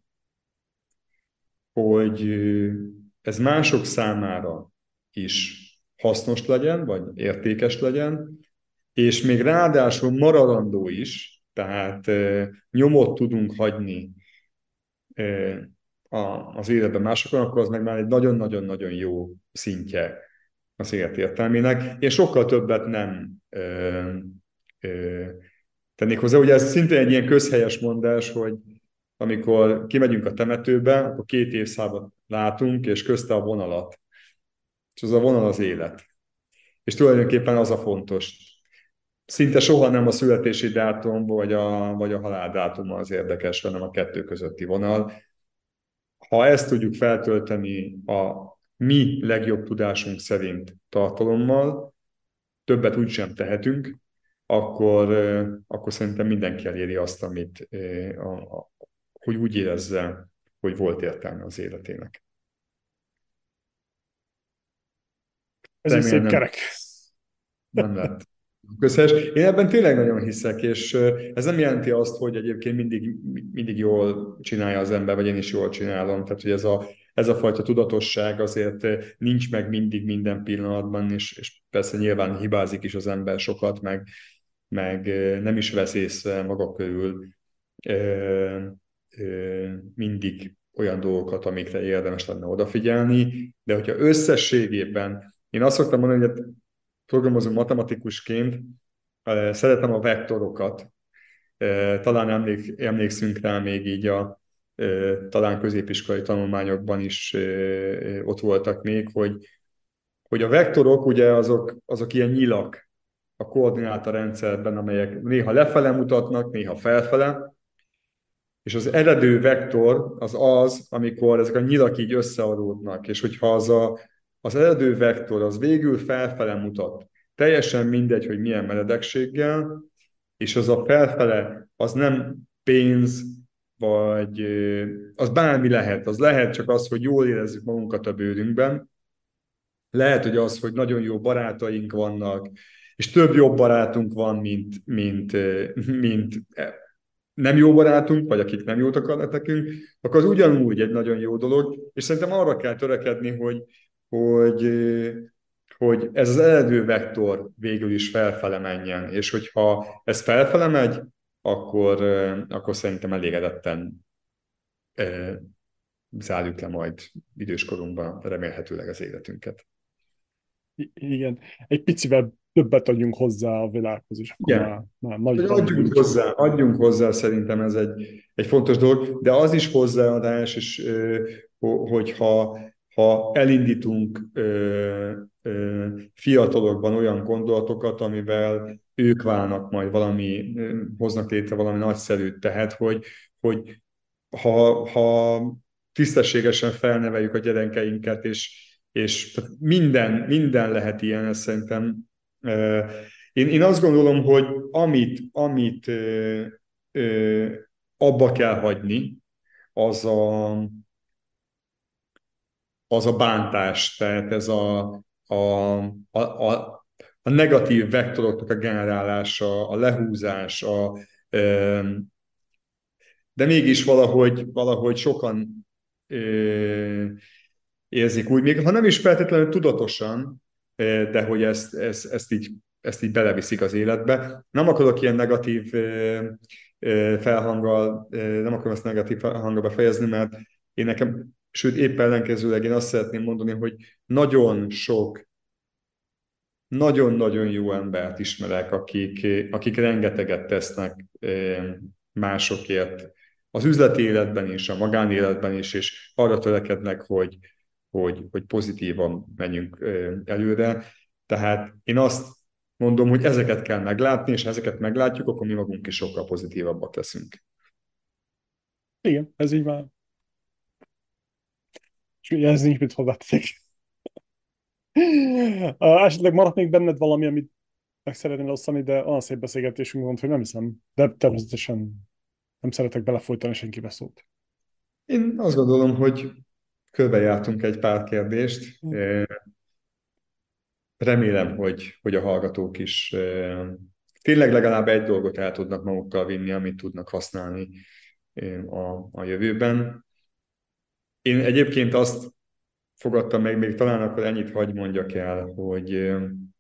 hogy ö, ez mások számára is hasznos legyen, vagy értékes legyen, és még ráadásul maradandó is, tehát ö, nyomot tudunk hagyni ö, a, az életben másokon, akkor az meg már egy nagyon-nagyon-nagyon jó szintje az élet értelmének. Én sokkal többet nem ö, ö, tennék hozzá. Ugye ez szintén egy ilyen közhelyes mondás, hogy amikor kimegyünk a temetőbe, akkor két évszázat látunk, és közte a vonalat. És az a vonal az élet. És tulajdonképpen az a fontos. Szinte soha nem a születési dátum vagy a, vagy a haláldátum az érdekes, hanem a kettő közötti vonal. Ha ezt tudjuk feltölteni a mi legjobb tudásunk szerint tartalommal, többet úgysem tehetünk, akkor, akkor szerintem mindenki eléri azt, amit, a, a, hogy úgy érezze, hogy volt értelme az életének. Ez egy szép Remélem kerek. nem lett közhelyes. Én ebben tényleg nagyon hiszek, és ez nem jelenti azt, hogy egyébként mindig, mindig jól csinálja az ember, vagy én is jól csinálom. Tehát, hogy ez a, ez a fajta tudatosság azért nincs meg mindig minden pillanatban, és, és persze nyilván hibázik is az ember sokat, meg, meg nem is vesz észre maga körül ö, ö, mindig olyan dolgokat, amikre érdemes lenne odafigyelni, de hogyha összességében, én azt szoktam mondani, hogy programozó matematikusként eh, szeretem a vektorokat. Eh, Talán emlék, emlékszünk rá még így a eh, talán középiskolai tanulmányokban is eh, ott voltak még, hogy, hogy a vektorok ugye azok, azok ilyen nyilak a koordináta rendszerben, amelyek néha lefele mutatnak, néha felfele, és az eredő vektor az az, amikor ezek a nyilak így összeadódnak, és hogyha az a, az eredő vektor az végül felfele mutat, teljesen mindegy, hogy milyen meredekséggel, és az a felfele az nem pénz, vagy ö, az bármi lehet. Az lehet csak az, hogy jól érezzük magunkat a bőrünkben. Lehet, hogy az, hogy nagyon jó barátaink vannak, és több jobb barátunk van, mint, mint, ö, mint nem jó barátunk, vagy akik nem jót akarnak nekünk, akkor az ugyanúgy egy nagyon jó dolog, és szerintem arra kell törekedni, hogy, hogy, hogy ez az eredő vektor végül is felfele menjen, és hogyha ez felfele megy, akkor, akkor szerintem elégedetten eh, zárjuk le majd időskorunkban remélhetőleg az életünket. I- Igen. Egy picivel többet adjunk hozzá a világhoz, és akkor Igen. már, már Hogy nagyban adjunk vagyunk. hozzá, adjunk hozzá, szerintem ez egy, egy fontos dolog, de az is hozzáadás, és, ö, ho- hogyha ha elindítunk ö, ö, fiatalokban olyan gondolatokat, amivel ők válnak majd valami, ö, hoznak létre valami nagyszerűt, tehát hogy, hogy ha, ha tisztességesen felneveljük a gyerekeinket, és, és tehát minden, minden lehet ilyen, ez szerintem ö, én, én azt gondolom, hogy amit, amit ö, ö, abba kell hagyni, az a, az a bántás, tehát ez a, a, a, a, a negatív vektoroknak a generálása, a lehúzás, a, ö, de mégis valahogy, valahogy sokan ö, érzik úgy, még ha nem is feltétlenül tudatosan, ö, de hogy ezt, ezt, ezt, így, ezt így beleviszik az életbe. Nem akarok ilyen negatív ö, ö, felhanggal, ö, nem akarom ezt negatív felhanggal befejezni, mert én nekem, sőt épp ellenkezőleg én azt szeretném mondani, hogy nagyon sok nagyon-nagyon jó embert ismerek, akik, akik rengeteget tesznek másokért, az üzleti életben is, a magánéletben is, és arra törekednek, hogy, hogy, hogy pozitívan menjünk előre. Tehát én azt mondom, hogy ezeket kell meglátni, és ha ezeket meglátjuk, akkor mi magunk is sokkal pozitívabbak leszünk. Igen, ez így van. És ugye ez nincs mit hozzátettek. Uh, esetleg maradt még benned valami, amit meg szeretném osztani, de olyan szép beszélgetésünk volt, hogy nem hiszem. De természetesen nem szeretek belefolytani senkibe szót. Én azt gondolom, hogy körbejártunk egy pár kérdést. Remélem, hogy, hogy a hallgatók is tényleg legalább egy dolgot el tudnak magukkal vinni, amit tudnak használni a, a jövőben. Én egyébként azt fogadtam meg, még talán akkor ennyit hagy mondjak el, hogy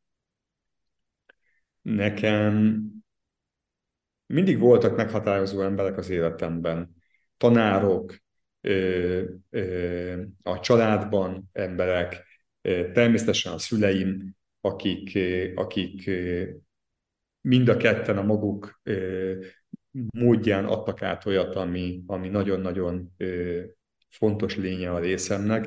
nekem mindig voltak meghatározó emberek az életemben. Tanárok, a családban emberek, természetesen a szüleim, akik, akik mind a ketten a maguk módján adtak át olyat, ami, ami nagyon-nagyon fontos lénye a részemnek.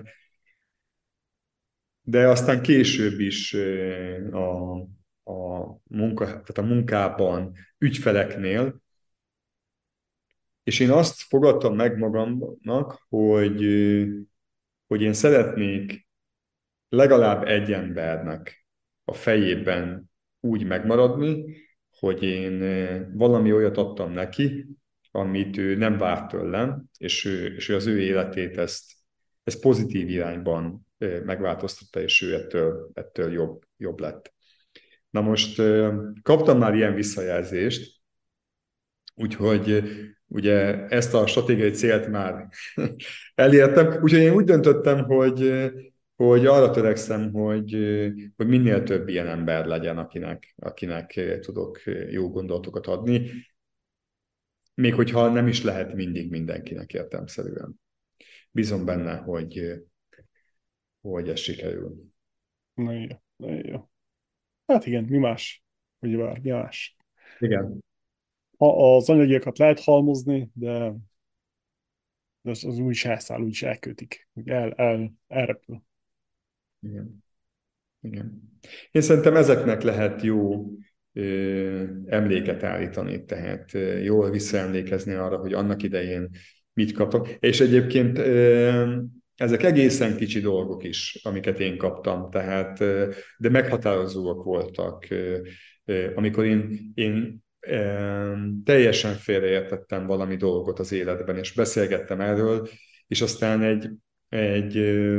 De aztán később is a, a, munka, tehát a munkában, ügyfeleknél, és én azt fogadtam meg magamnak, hogy, hogy én szeretnék legalább egy embernek a fejében úgy megmaradni, hogy én valami olyat adtam neki, amit ő nem várt tőlem, és ő, és ő az ő életét ezt, ezt pozitív irányban megváltoztatta, és ő ettől, ettől jobb, jobb lett. Na most kaptam már ilyen visszajelzést, úgyhogy ugye ezt a stratégiai célt már elértem, úgyhogy én úgy döntöttem, hogy, hogy arra törekszem, hogy, hogy minél több ilyen ember legyen, akinek, akinek tudok jó gondolatokat adni, még hogyha nem is lehet mindig mindenkinek értelemszerűen. Bízom benne, hogy, hogy ez sikerül. Nagyon jó, nagyon jó. Hát igen, mi más? Ugye bár, mi más? Igen. Ha az anyagiakat lehet halmozni, de, de az, az úgy is elszáll, úgy is elkötik. El, el, elrepül. Igen. Igen. Én szerintem ezeknek lehet jó ö, emléket állítani, tehát ö, jól visszaemlékezni arra, hogy annak idején mit kaptam. És egyébként ö, ezek egészen kicsi dolgok is, amiket én kaptam, tehát, ö, de meghatározóak voltak. Ö, ö, amikor én, én ö, teljesen félreértettem valami dolgot az életben, és beszélgettem erről, és aztán egy, egy ö,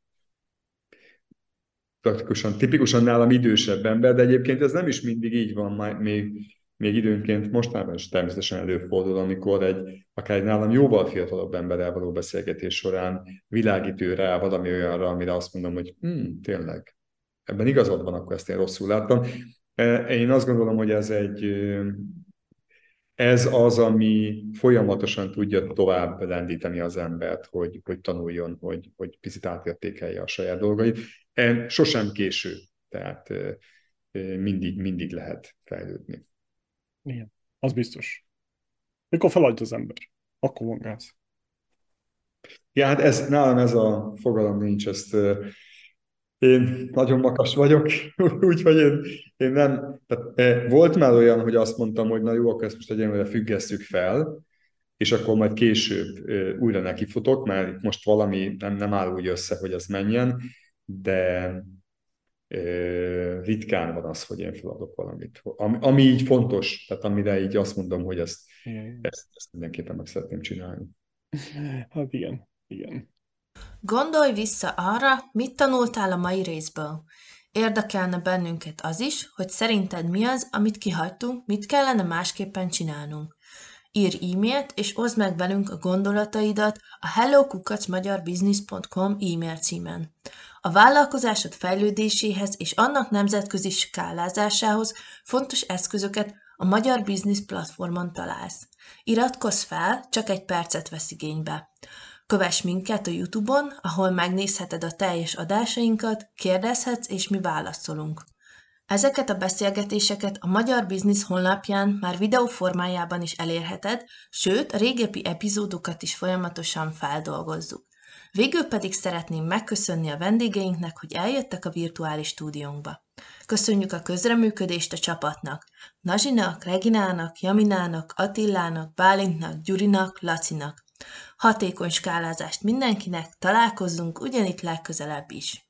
praktikusan, tipikusan nálam idősebb ember, de egyébként ez nem is mindig így van, még, még időnként mostában is természetesen előfordul, amikor egy, akár egy nálam jóval fiatalabb emberrel való beszélgetés során világít ő rá valami olyanra, amire azt mondom, hogy hm, tényleg, ebben igazad van, akkor ezt én rosszul láttam. Én azt gondolom, hogy ez egy ez az, ami folyamatosan tudja tovább lendíteni az embert, hogy, hogy tanuljon, hogy, hogy picit átértékelje a saját dolgait. Sosem késő, tehát mindig, mindig lehet fejlődni. Igen, az biztos. Mikor feladja az ember, akkor van gáz. Ja, hát ez, nálam ez a fogalom nincs, ezt én nagyon makas vagyok, úgyhogy én, én nem... Tehát, volt már olyan, hogy azt mondtam, hogy na jó, akkor ezt most egyenlőre függesszük fel, és akkor majd később újra nekifutok, mert most valami nem, nem áll úgy össze, hogy ez menjen, de ritkán van az, hogy én feladok valamit. Ami, ami így fontos, tehát amire így azt mondom, hogy ezt, ezt, ezt mindenképpen meg szeretném csinálni. Hát igen, igen. Gondolj vissza arra, mit tanultál a mai részből. Érdekelne bennünket az is, hogy szerinted mi az, amit kihagytunk, mit kellene másképpen csinálnunk. Írj e-mailt, és oszd meg velünk a gondolataidat a hello kukac magyar business pont com e-mail címen. A vállalkozásod fejlődéséhez és annak nemzetközi skálázásához fontos eszközöket a Magyar Business platformon találsz. Iratkozz fel, csak egy percet vesz igénybe. Kövess minket a YouTube-on, ahol megnézheted a teljes adásainkat, kérdezhetsz, és mi válaszolunk. Ezeket a beszélgetéseket a Magyar Business honlapján már videó formájában is elérheted, sőt, a régebbi epizódokat is folyamatosan feldolgozzuk. Végül pedig szeretném megköszönni a vendégeinknek, hogy eljöttek a virtuális stúdiónkba. Köszönjük a közreműködést a csapatnak, Nazsinak, Reginának, Jaminának, Attilának, Bálintnak, Gyurinak, Lacinak. Hatékony skálázást mindenkinek, találkozzunk ugyanitt legközelebb is!